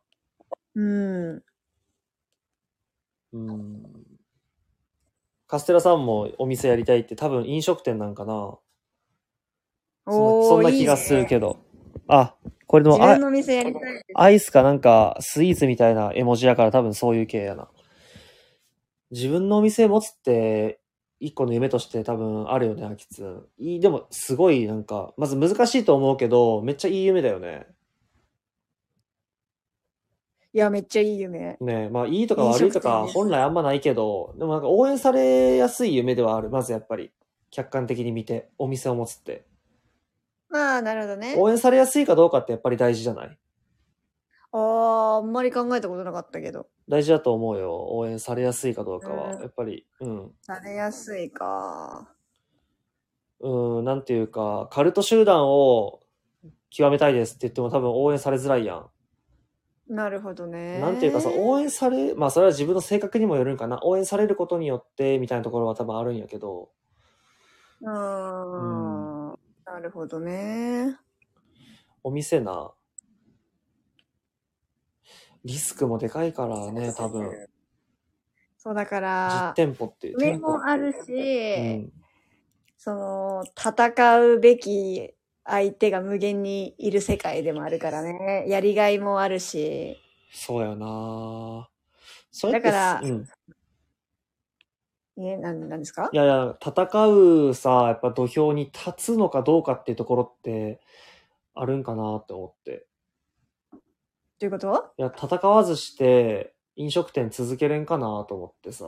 S1: カステラさんもお店やりたいって多分飲食店なんかな。そんな気がするけど。あ、これの
S2: 自分の店やりたいです。
S1: アイスかなんかスイーツみたいな絵文字やから多分そういう系やな。自分のお店持つって一個の夢として多分あるよね、アキツ。でもすごいなんか、まず難しいと思うけど、めっちゃいい夢だよね。
S2: いや、めっちゃいい夢。
S1: ねえ、まあいいとか悪いとか本来あんまないけど、でもなんか応援されやすい夢ではある。まずやっぱり。客観的に見て、お店を持つって。
S2: まあ、なるほどね。
S1: 応援されやすいかどうかってやっぱり大事じゃない？
S2: あんまり考えたことなかったけど。
S1: 大事だと思うよ。応援されやすいかどうかは。やっぱり、
S2: されやすいか。
S1: なんていうか、カルト集団を極めたいですって言っても多分応援されづらいやん。
S2: なるほどね。
S1: なんていうかさ、応援され、まあそれは自分の性格にもよるんかな。応援されることによってみたいなところは多分あるんやけど。
S2: なるほどね。
S1: お店な。リスクもでかいからね、多分。
S2: そうだから、
S1: 実店舗っていう。
S2: 上もあるし、戦うべき相手が無限にいる世界でもあるからね。やりがいもあるし。
S1: そうやな。
S2: だから、何ですか？
S1: いや、戦うさ、やっぱ土俵に立つのかどうかっていうところってあるんかなって思って。
S2: どういうこと？
S1: いや、戦わずして飲食店続けれんかなと思ってさ。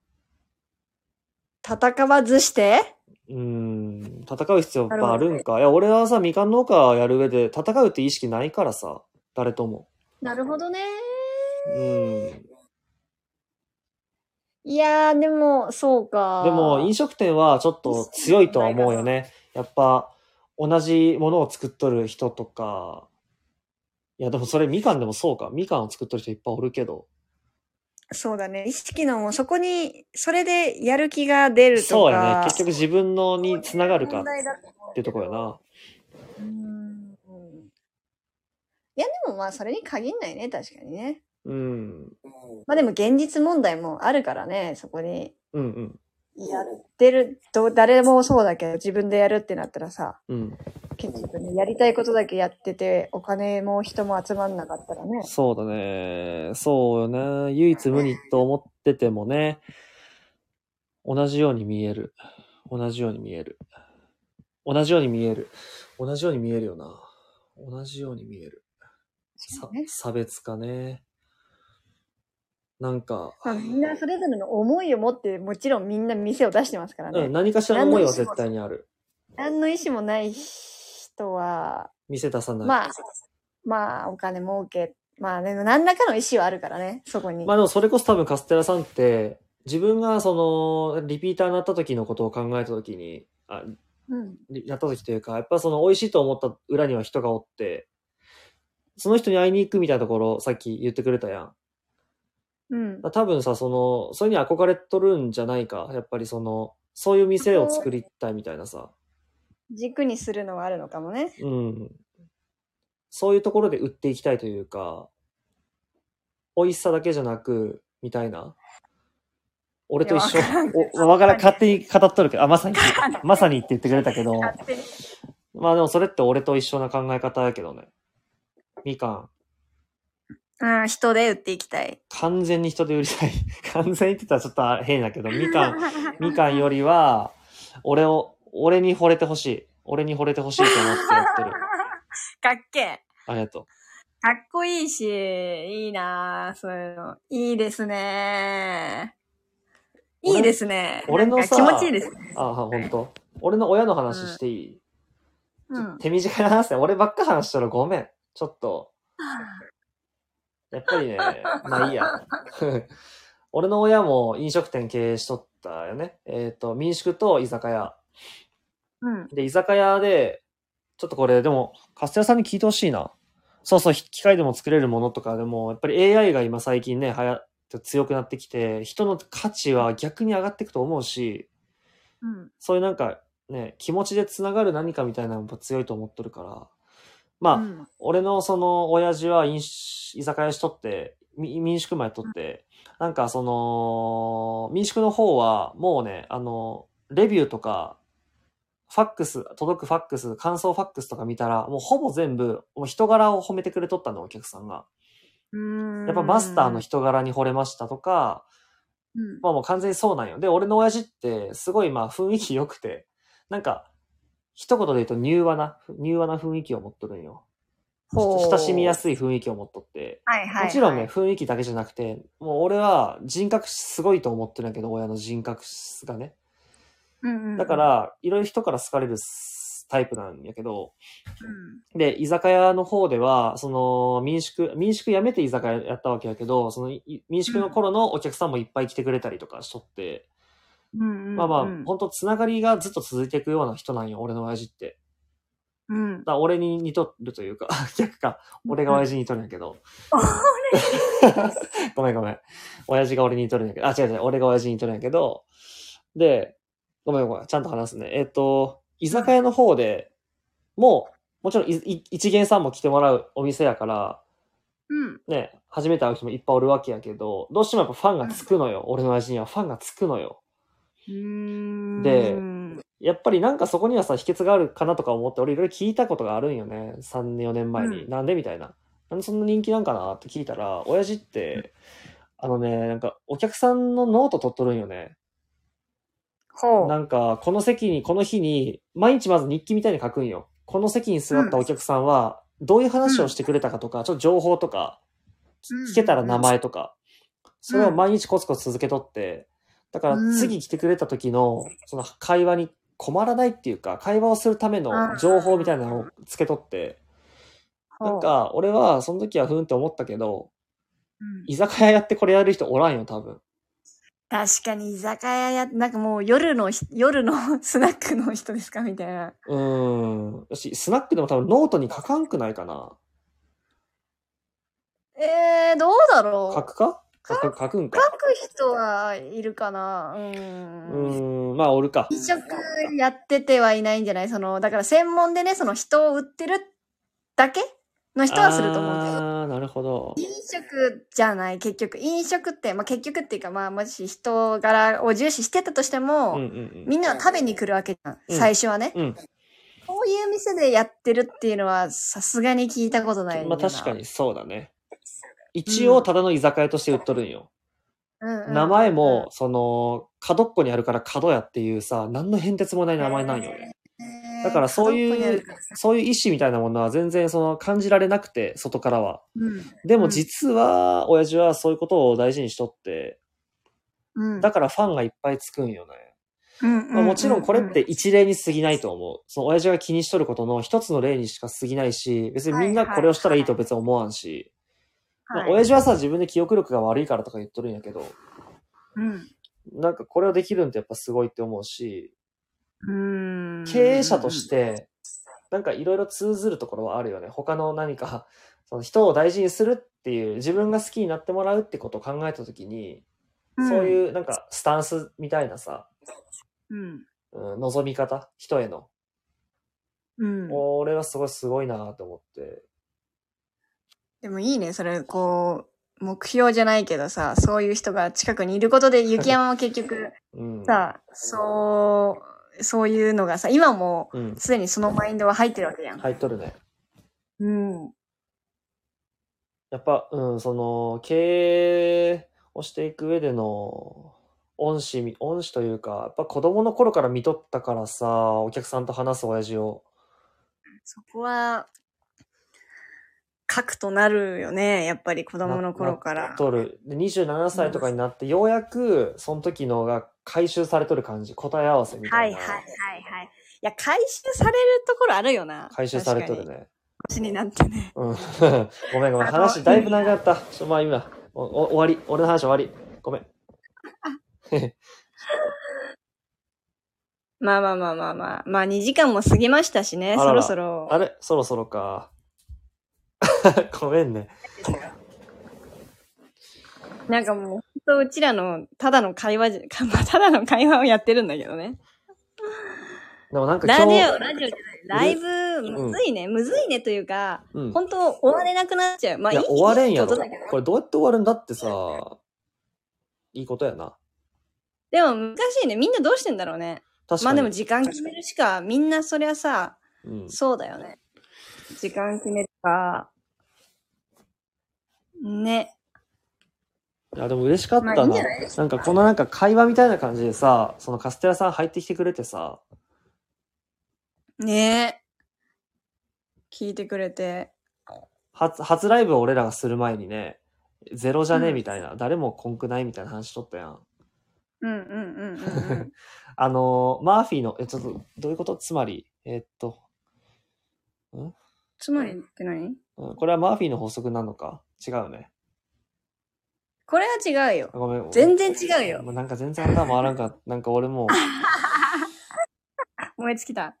S2: 戦わずして？
S1: 戦う必要やっぱあるんか。いや、俺はさ、みかん農家やる上で戦うって意識ないからさ、誰とも。
S2: なるほどね。いやー、でも、そうか。
S1: でも、飲食店はちょっと強いとは思うよね。やっぱ、同じものを作っとる人とか。いや、でもそれみかんでもそうか。みかんを作っとる人いっぱいおるけど。
S2: そうだね。意識のもそこに、それでやる気が出るとか。
S1: そうやね。結局自分のにつながるかっていうところやな。
S2: いや、でもまあ、それに限んないね。確かにね。
S1: うん。
S2: まあでも現実問題もあるからね、そこに。
S1: うんうん。
S2: やってる、誰もそうだけど、自分でやるってなったらさ、
S1: うん。
S2: 結局ね、やりたいことだけやってて、お金も人も集まんなかったらね。
S1: そうだね。そうよね。唯一無二と思っててもね、同じように見える。同じように見える。同じように見える。同じように見えるよな。同じように見える。差別化ね。なんか。
S2: まあ、みんなそれぞれの思いを持って、もちろんみんな店を出してますからね。
S1: うん、何かしらの思いは絶対にある。
S2: 何の意思もない人は、
S1: 店出さない。
S2: まあ、お金儲け。まあ、でも何らかの意思はあるからね、そこに。
S1: まあでもそれこそ多分カステラさんって、自分がその、リピーターになった時のことを考えた時に、やった時というか、やっぱその美味しいと思った裏には人がおって、その人に会いに行くみたいなところ、さっき言ってくれたやん。
S2: うん。
S1: 多分さ、それに憧れとるんじゃないか。やっぱりそういう店を作りたいみたいなさ。
S2: 軸にするのはあるのかもね。
S1: うん。そういうところで売っていきたいというか、美味しさだけじゃなく、みたいな。俺と一緒。わからん、勝手に語っとるけど、まさにって言ってくれたけど、まあでもそれって俺と一緒な考え方やけどね。みかん。
S2: うん、人で売っていきたい。
S1: 完全に人で売りたい。完全にって言ったらちょっと変だけど、みかんよりは、俺に惚れてほしい。俺に惚れてほしいと思ってやってる。
S2: かっけ
S1: ありがとう。
S2: かっこいいし、いいなぁ、そういうの。いいですね。いいですね。
S1: 俺のさ、
S2: 気持ちいいですね。
S1: ほんと。俺の親の話していい？
S2: うん。
S1: 手短な話だよ。俺ばっか話したらごめん。ちょっと。やっぱりね、まあいいや。俺の親も飲食店経営しとったよね。民宿と居酒屋。
S2: うん。
S1: で、居酒屋で、ちょっとこれ、でも、カステラさんに聞いてほしいな。そうそう、機械でも作れるものとかでも、やっぱり AI が今最近ね、強くなってきて、人の価値は逆に上がっていくと思うし、
S2: うん。
S1: そういうなんかね、気持ちでつながる何かみたいなのも強いと思っとるから、まあ、俺のその親父は居酒屋しとって、民宿前とって、なんか民宿の方はもうね、レビューとか、届くファックス、感想ファックスとか見たら、もうほぼ全部、もう人柄を褒めてくれとったの、お客さんが。やっぱマスターの人柄に惚れましたとか、まあもう完全にそうなんよ。で、俺の親父って、すごいまあ雰囲気良くて、なんか、一言で言うと柔和な雰囲気を持っとるんよ。親しみやすい雰囲気を持っとって。もちろんね、雰囲気だけじゃなくて、もう俺は人格すごいと思ってるんだけど、親の人格がね。だから、いろいろ人から好かれるタイプなんやけど、で、居酒屋の方では、民宿辞めて居酒屋やったわけやけど、民宿の頃のお客さんもいっぱい来てくれたりとかしとって、まあまあ、本当つながりがずっと続いていくような人なんよ、俺の親父って。だ俺に似とるというか、逆か。俺が親父に似とるんやけど。ごめん。親父が俺に似とるんやけど、違う、俺が親父に似とるんやけど、で、ごめん、ちゃんと話すね。居酒屋の方で、もちろん一元さんも来てもらうお店やから、ね、初めて会う人もいっぱいおるわけやけど、どうしてもやっぱファンがつくのよ。俺の親父にはファンがつくのよ。で、やっぱりなんかそこにはさ、秘訣があるかなとか思って、俺いろいろ聞いたことがあるんよね。3年、4年前に。なんでみたいな。なんでそんな人気なんかなって聞いたら、親父って、なんかお客さんのノート取っとるんよね。なんか、この日に、毎日まず日記みたいに書くんよ。この席に座ったお客さんは、どういう話をしてくれたかとか、ちょっと情報とか、聞けたら名前とか、それを毎日コツコツ続けとって、だから次来てくれた時の、その会話に困らないっていうか、会話をするための情報みたいなのをつけとって、なんか、俺はその時はふんって思ったけど、居酒屋やってこれやる人おらんよ、多分。
S2: 確かに居酒屋なんかもう夜のスナックの人ですかみたいな。
S1: スナックでも多分ノートに書かんくないかな。
S2: どうだろう。
S1: 書くか書くんか。
S2: 書く人はいるかな。
S1: まあおるか。
S2: 飲食やっててはいないんじゃない？だから専門でね、人を売ってるだけの人はすると思うけど。
S1: なるほど。
S2: 飲食じゃない、結局。飲食って、まあ結局っていうか、まあもし人柄を重視してたとしても、みんなは食べに来るわけじゃん。最初はね。こういう店でやってるっていうのは、さすがに聞いたことないんだよな。
S1: まあ確かにそうだね。一応、ただの居酒屋として売っとるんよ。名前も、その、角っこにあるから角屋っていうさ、何の変哲もない名前なんよね。だからそういう意思みたいなものは全然その感じられなくて、外からは。でも実は、親父はそういうことを大事にしとって、だからファンがいっぱいつくんよね。もちろんこれって一例に過ぎないと思う。その親父が気にしとることの一つの例にしか過ぎないし、別にみんなこれをしたらいいと別に思わんし、親父はさ、自分で記憶力が悪いからとか言っとるんやけど、なんかこれをできるんってやっぱすごいって思うし、経営者として、なんかいろいろ通ずるところはあるよね。他の何か、その人を大事にするっていう、自分が好きになってもらうってことを考えたときに、そういうなんかスタンスみたいなさ、望み方、人への。俺はすごいなと思って。
S2: でもいいね、それ、こう、目標じゃないけどさ、そういう人が近くにいることで、雪山は結局、さ、そういうのがさ、今も、すでにそのマインドは入ってるわけやん。
S1: 入っとるね。やっぱ、その、経営をしていく上での、恩師というか、やっぱ子供の頃から見とったからさ、お客さんと話す親父を。
S2: そこは、核となるよね、やっぱり子供の頃から。
S1: なっとる。で、27歳とかになって、ようやく、その時のが回収されとる感じ。答え合わせみたいな。い
S2: や、回収されるところあるよな。
S1: 回収されとるね。
S2: 年になってね。
S1: ごめん。話だいぶ長かった。まあ今、終わり。俺の話終わり。ごめん。
S2: まあ、2時間も過ぎましたしね、そろそろ。
S1: そろそろか。ごめんね。
S2: なんかもう、ほんとうちらのただの会話をやってるんだけどね。
S1: でもなんか
S2: ラジオじゃない。ライブ、むずいねというか、本当終われなくなっちゃう。まあいい
S1: 終われんやろ。これどうやって終わるんだってさ、いいことやな。
S2: でも難しいね。みんなどうしてんだろうね。確かに。まあでも時間決めるしか、みんなそりゃさ、そうだよね。時間決めるか、ね。
S1: いや、でも嬉しかったな。なんかこのなんか会話みたいな感じでさ、そのカステラさん入ってきてくれてさ。
S2: ねえ。聞いてくれて。
S1: 初ライブを俺らがする前にね、ゼロじゃねえみたいな、誰もこんくないみたいな話しとったやん。マーフィーの、ちょっと、どういうことつまり、
S2: つまりって何？
S1: これはマーフィーの法則なのか？違うね。
S2: これは違うよ。
S1: ごめん。
S2: 全然違うよ。
S1: なんか全然頭回らんか。なんか俺も。
S2: 燃え尽きた。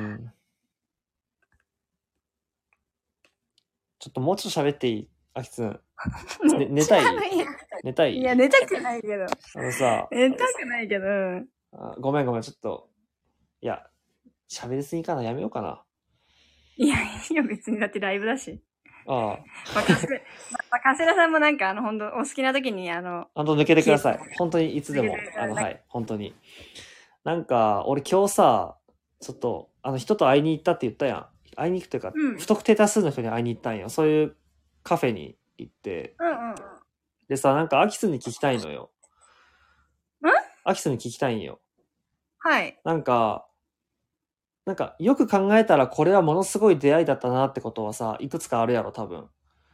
S1: ちょっともうちょっと喋っていい？あきつん。寝たい？寝たい？
S2: いや、寝たくないけど。
S1: さ。
S2: 寝たくないけど。
S1: ごめん、ちょっと。いや、喋りすぎかな？やめようかな。
S2: いや、別にだってライブだし。
S1: カ
S2: セラさんもなんか本当お好きな時に
S1: 抜けてください。本当にいつでも。はい、本当に。なんか、俺今日さ、ちょっと、人と会いに行ったって言ったやん。会いに行くというか、不特定多数の人に会いに行ったんよ。そういうカフェに行って。でさ、なんかアキスに聞きたいのよ。アキスに聞きたいんよ。
S2: はい。
S1: なんか、よく考えたらこれはものすごい出会いだったなってことはさ、いくつかあるやろ、多分。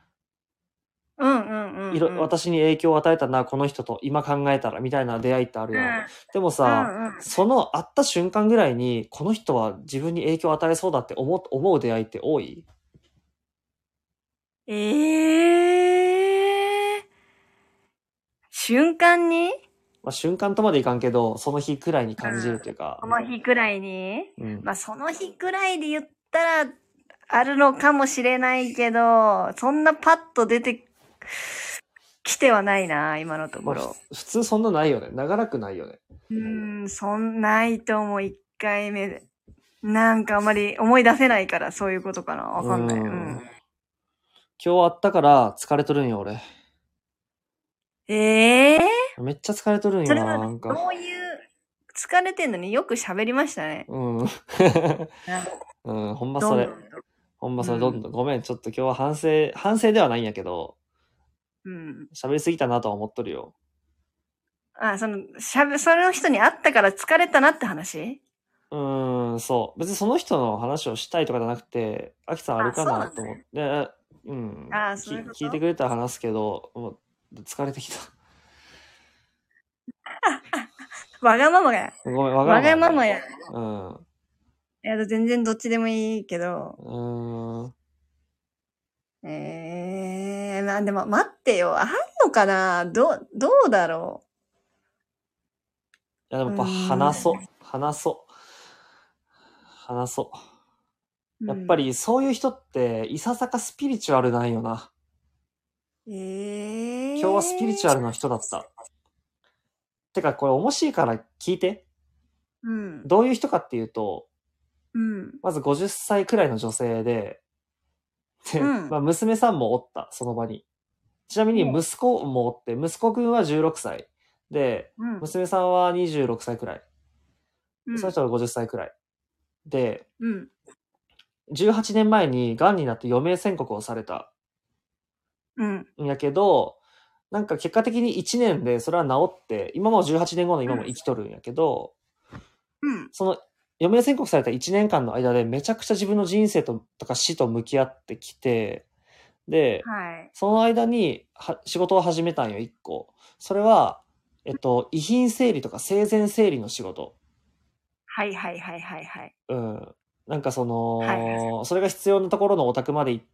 S1: 私に影響を与えたな、この人と、今考えたら、みたいな出会いってあるやん。でもさ、その会った瞬間ぐらいに、この人は自分に影響を与えそうだって思う出会いって多い？
S2: 瞬間に？
S1: 瞬間とまでいかんけど、その日くらいに感じるというか。
S2: その日くらいに？その日くらいで言ったら、あるのかもしれないけど、そんなパッと出てきてはないな、今のところ。
S1: 普通そんなないよね。長らくないよね。
S2: ないと思う、1回目で。なんかあまり思い出せないから、そういうことかな。わかんない。
S1: 今日あったから疲れとるんよ、俺。めっちゃ疲れとるんよな、
S2: それは
S1: なんか。
S2: どういう、疲れてんのによく喋りましたね。
S1: うん。うん、ほんまそれ。ほんまそれ、どんどん、ごめん、ちょっと今日は反省ではないんやけど、
S2: うん。
S1: 喋りすぎたなとは思っとるよ。
S2: あ、その人に会ったから疲れたなって話？
S1: そう。別にその人の話をしたいとかじゃなくて、アキさんあるかなと思って、うん。
S2: そういうこと
S1: 聞いてくれたら話すけど、もう疲れてきた。
S2: わがままや。
S1: ごめん、
S2: わがままや。
S1: うん。
S2: いや、全然どっちでもいいけど。まあでも待ってよ。あんのかな？どうだろ
S1: う。いや、でもやっぱ話そう。やっぱりそういう人って、いささかスピリチュアルなんよな。今日はスピリチュアルな人だった。てか、これ面白いから聞いて。
S2: うん。
S1: どういう人かっていうと、
S2: うん。
S1: まず50歳くらいの女性で、まあ娘さんもおった、その場に。ちなみに息子もおって、息子くんは16歳。で、娘さんは26歳くらい。その人は50歳くらい。で、18年前に癌になって余命宣告をされた。んやけど、なんか結果的に1年でそれは治って、今も18年後の今も生きとるんやけど、その余命宣告された1年間の間でめちゃくちゃ自分の人生とか死と向き合ってきて、で、その間に仕事を始めたんよ、1個。それは、遺品整理とか生前整理の仕事。うん。なんかその、それが必要なところのお宅まで行って、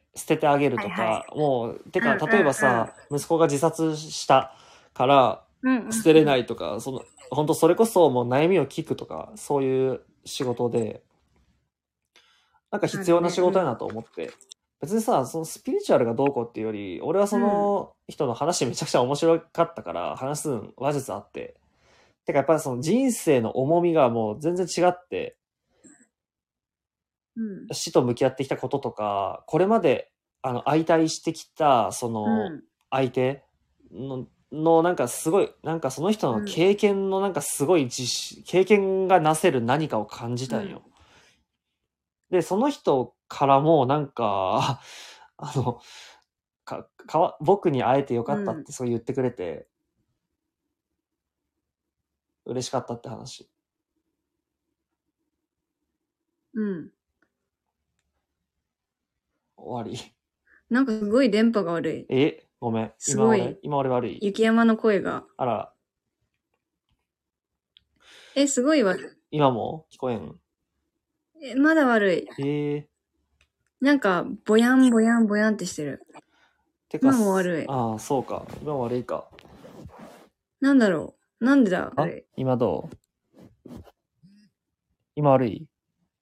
S1: 捨ててあげるとか、もう、てか、例えばさ、息子が自殺したから、捨てれないとか、本当それこそもう悩みを聞くとか、そういう仕事で、なんか必要な仕事やなと思って。別にさ、そのスピリチュアルがどうこうっていうより、俺はその人の話めちゃくちゃ面白かったから話す話術あって。てかやっぱりその人生の重みがもう全然違って、死と向き合ってきたこととか、これまで相対してきたその相手のなんかすごい、なんかその人の経験のなんかすごい経験がなせる何かを感じたんよ。で、その人からもなんか、僕に会えてよかったってそう言ってくれて、嬉しかったって話。終わり。
S2: なんかすごい電波が悪い。
S1: ごめん。
S2: すごい。
S1: 今俺悪い。
S2: 雪山の声が。
S1: あら。
S2: すごい悪い。
S1: 今も聞こえん？
S2: まだ悪い。なんか、ぼやんぼやんぼやんってしてる。今も悪い。
S1: ああ、そうか。今も悪いか。
S2: なんだろう。なんでだ
S1: 悪い。今どう？今悪い？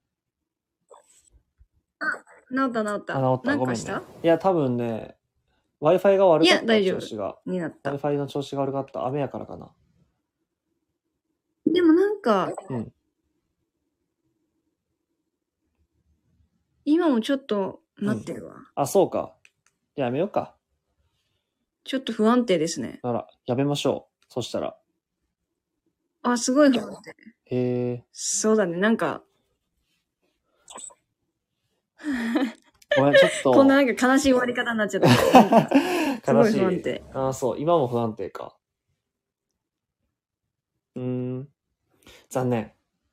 S2: 治った。
S1: 治った。ごめんね。いや、多分ね、Wi-Fi が悪かった。
S2: いや、大丈夫。になった。
S1: Wi-Fi の調子が悪かった。雨やからかな。
S2: でもなんか、今もちょっとなってるわ。
S1: あ、そうか。やめようか。
S2: ちょっと不安定ですね。
S1: あら、やめましょう。そしたら。
S2: あ、すごい不安
S1: 定。
S2: そうだね、なんか。
S1: ごめん、ちょっと。
S2: こんななんか悲しい終わり方になっちゃった。すごい不安定。
S1: あ、そう。今も不安定か。残念。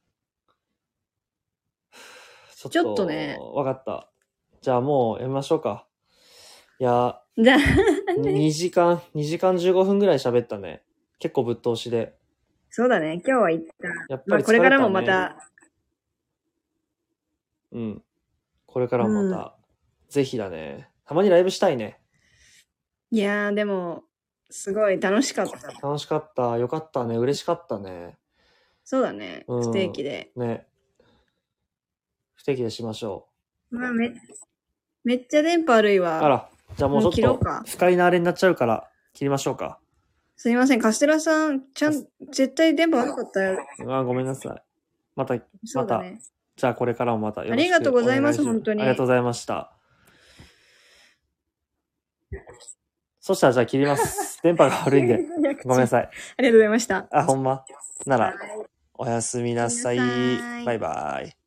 S2: ちょっとね。
S1: わかった。じゃあもうやめましょうか。いや、2時間15分ぐらい喋ったね。結構ぶっ通しで。
S2: そうだね。今日は一旦。
S1: やっぱり
S2: これからもまた。
S1: これからもまた。ぜひだね。たまにライブしたいね。
S2: いやー、でも、すごい楽しかった。
S1: 楽しかった。よかったね。嬉しかったね。
S2: そうだね。不定期で。
S1: ね。不定期でしましょ
S2: う。まあ、めっちゃ電波悪いわ。
S1: あら。じゃあもうちょっと不快なあれになっちゃうから切りましょうか。
S2: すいません。カステラさん、絶対電波悪かったよ。
S1: ごめんなさい。また。じゃあこれからもまたよろしくお願いします。
S2: ありがとうございます、本当に。
S1: ありがとうございました。 そしたらじゃあ切ります。電波が悪いんで。ごめんなさい。
S2: ありがとうございました。
S1: あ、ほんまなら、
S2: はい
S1: おやすみなさい。
S2: おやすみなさい
S1: バイバイ。